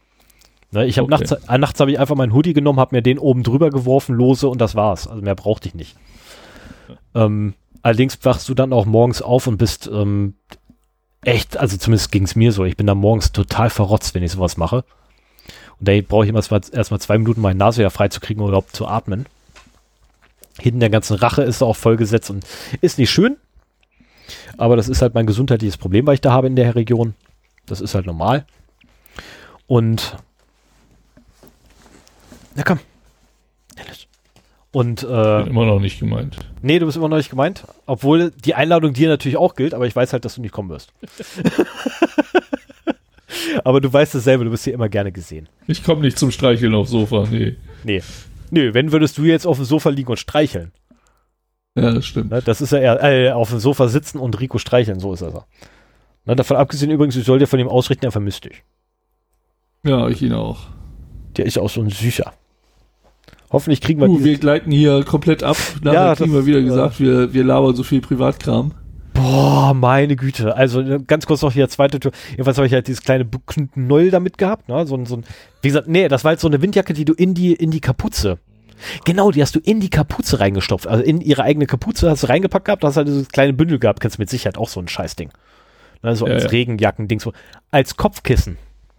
Ne, ich habe okay. nachts, äh, nachts habe ich einfach meinen Hoodie genommen, habe mir den oben drüber geworfen, lose und das war's. Also mehr brauchte ich nicht. Ja. Ähm, allerdings wachst du dann auch morgens auf und bist ähm, echt, also zumindest ging es mir so, ich bin da morgens total verrotzt, wenn ich sowas mache. Und da brauche ich immer erstmal zwei Minuten, meine Nase ja freizukriegen oder überhaupt zu atmen. Hinten der ganzen Rache ist auch vollgesetzt und ist nicht schön. Aber das ist halt mein gesundheitliches Problem, was ich da habe in der Region. Das ist halt normal. Und na komm. Und äh, bin immer noch nicht gemeint. Nee, du bist immer noch nicht gemeint. Obwohl die Einladung dir natürlich auch gilt, aber ich weiß halt, dass du nicht kommen wirst. Aber du weißt dasselbe, du bist hier immer gerne gesehen. Ich komme nicht zum Streicheln aufs Sofa, nee. Nee. Nö, wenn würdest du jetzt auf dem Sofa liegen und streicheln. Ja, das stimmt. Ne, das ist ja eher äh, auf dem Sofa sitzen und Rico streicheln, so ist er. Ne, davon abgesehen übrigens, ich soll dir von ihm ausrichten, er vermisst dich. Ja, ich ihn auch. Der ist auch so ein Süßer. Hoffentlich kriegen wir... Uh, wir gleiten hier komplett ab. Nachher ja, kriegen wir wieder gesagt, wir, wir labern so viel Privatkram. Boah, meine Güte. Also ganz kurz noch hier zweite Tour. Jedenfalls habe ich halt dieses kleine Knoll damit gehabt. Ne? So, so ein, wie gesagt, nee, das war halt so eine Windjacke, die du in die, in die Kapuze... Genau, die hast du in die Kapuze reingestopft. Also in ihre eigene Kapuze hast du reingepackt gehabt, hast halt dieses kleine Bündel gehabt. Kennst du mit Sicherheit auch so ein Scheißding. Ne? So ja, als ja. Regenjacken-Ding. So. Als Kopfkissen.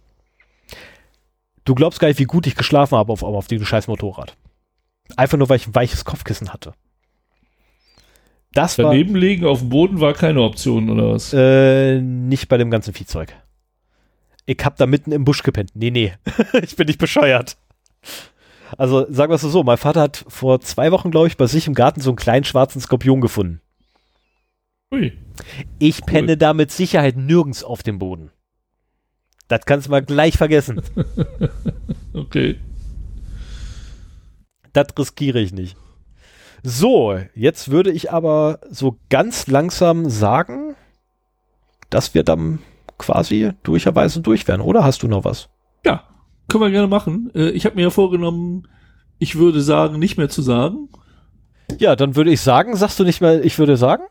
Du glaubst gar nicht, wie gut ich geschlafen habe auf, auf dem scheiß Motorrad. Einfach nur, weil ich ein weiches Kopfkissen hatte. Das Daneben war, liegen auf dem Boden war keine Option, oder was? Äh, nicht bei dem ganzen Viehzeug. Ich hab da mitten im Busch gepennt. Nee, nee. Ich bin nicht bescheuert. Also, sagen wir es so, mein Vater hat vor zwei Wochen, glaube ich, bei sich im Garten so einen kleinen schwarzen Skorpion gefunden. Ui. Ich cool. penne da mit Sicherheit nirgends auf dem Boden. Das kannst du mal gleich vergessen. Okay. Das riskiere ich nicht. So, jetzt würde ich aber so ganz langsam sagen, dass wir dann quasi durcherweise durch wären. Oder hast du noch was? Ja, können wir gerne machen. Ich habe mir ja vorgenommen, ich würde sagen, nicht mehr zu sagen. Ja, dann würde ich sagen, sagst du nicht mehr, ich würde sagen?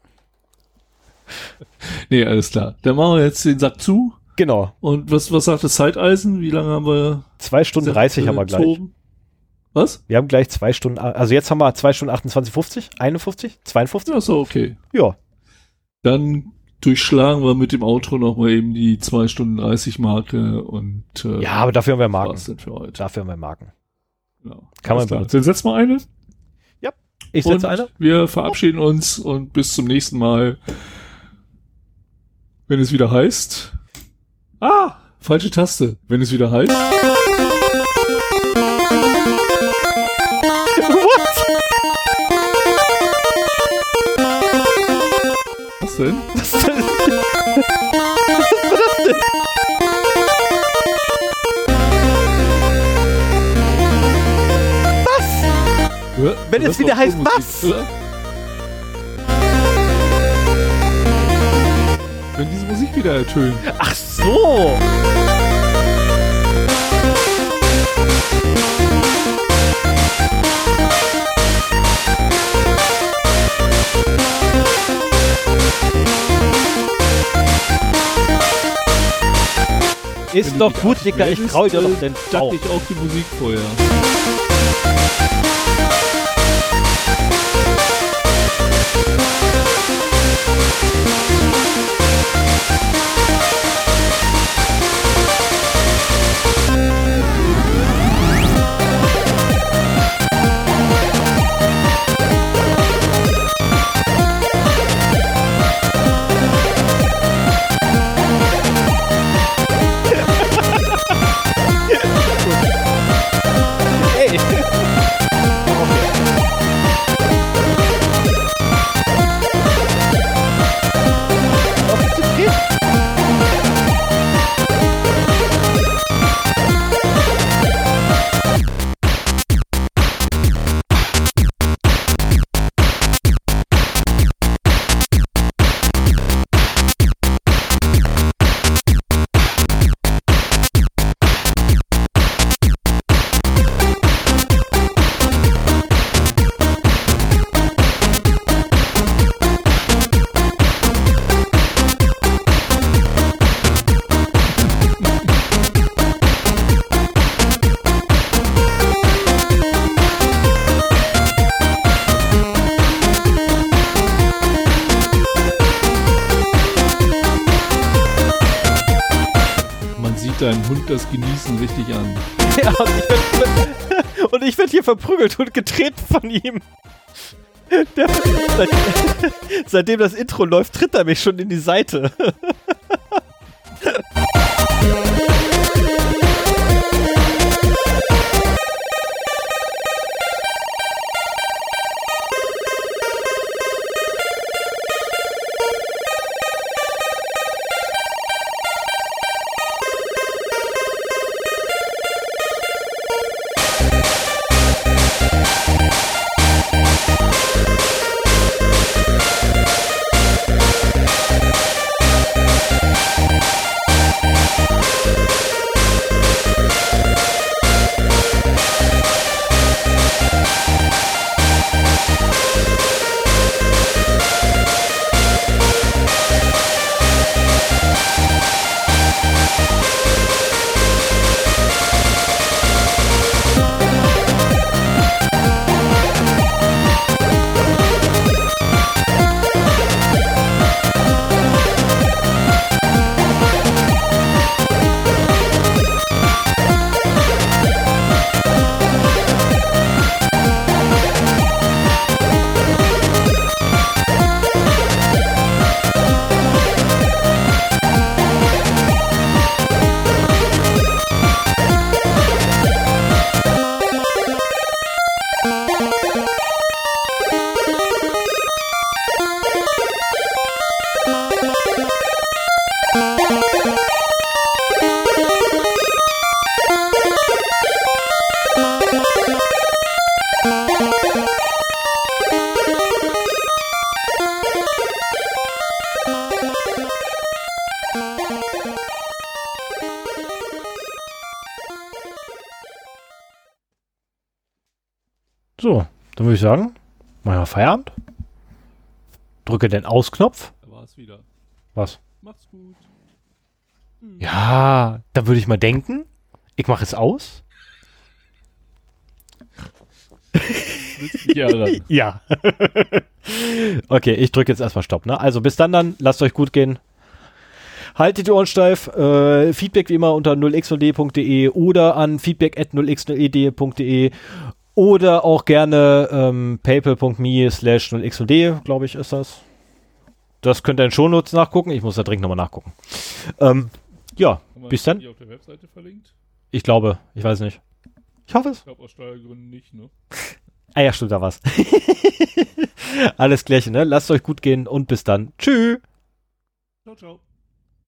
Nee, alles klar. Dann machen wir jetzt den Sack zu. Genau. Und was, was sagt das Zeiteisen? Wie lange haben wir? Zwei Stunden dreißig haben wir gleich. Toben? Was? Wir haben gleich zwei Stunden, also jetzt haben wir zwei Stunden achtundzwanzig, fünfzig, einundfünfzig, zweiundfünfzig. Ja, so, okay. Ja. Dann durchschlagen wir mit dem Outro nochmal eben die zwei Stunden dreißig Marke und äh, Ja, aber dafür haben wir Marken. was denn für heute? Dafür haben wir Marken. Ja. Kann man Alles klar. benutzen. Dann setzen wir eine. Ich Und setze eine. wir verabschieden uns und bis zum nächsten Mal, wenn es wieder heißt. Ah, falsche Taste. Wenn es wieder heißt. What? Was denn? Was ist denn? Was war das denn? Ja, Wenn das es wieder war heißt, Musik, was? oder? Wenn diese Musik wieder ertönt. Ach so. Ist doch gut, Dicker, ich trau dir doch den Dachte Bauch. ich auch die Musik vorher. Ey. Okay. Zu viel? Man sieht deinen Hund das Genießen richtig an. Ja, und ich werd, und ich werd hier verprügelt und getreten von ihm. Der, seit, seitdem das Intro läuft, tritt er mich schon in die Seite. So, dann würde ich sagen, machen wir Feierabend. Drücke den Ausknopf. Da war es wieder. Was? Macht's gut. Ja, dann würde ich mal denken, ich mache es aus. willst mich ja ran. Ja. Okay, ich drücke jetzt erstmal Stopp. Ne? Also bis dann dann, lasst euch gut gehen. Haltet die Ohren steif. Äh, Feedback wie immer unter null x null d punkt de oder an feedback at null x null e d punkt de oder auch gerne ähm, paypal punkt me slash null x null d, glaube ich, ist das. Das könnt ihr in den Shownotes nachgucken. Ich muss da dringend nochmal nachgucken. Ähm, ja, bis dann. Auf der Webseite verlinkt? Ich glaube, ich weiß nicht. Ich hoffe es. Ich glaube aus Steuergründen nicht, ne? Ah ja, stimmt da was. Alles klärchen, ne? Lasst euch gut gehen und bis dann. Tschüss. Ciao, ciao.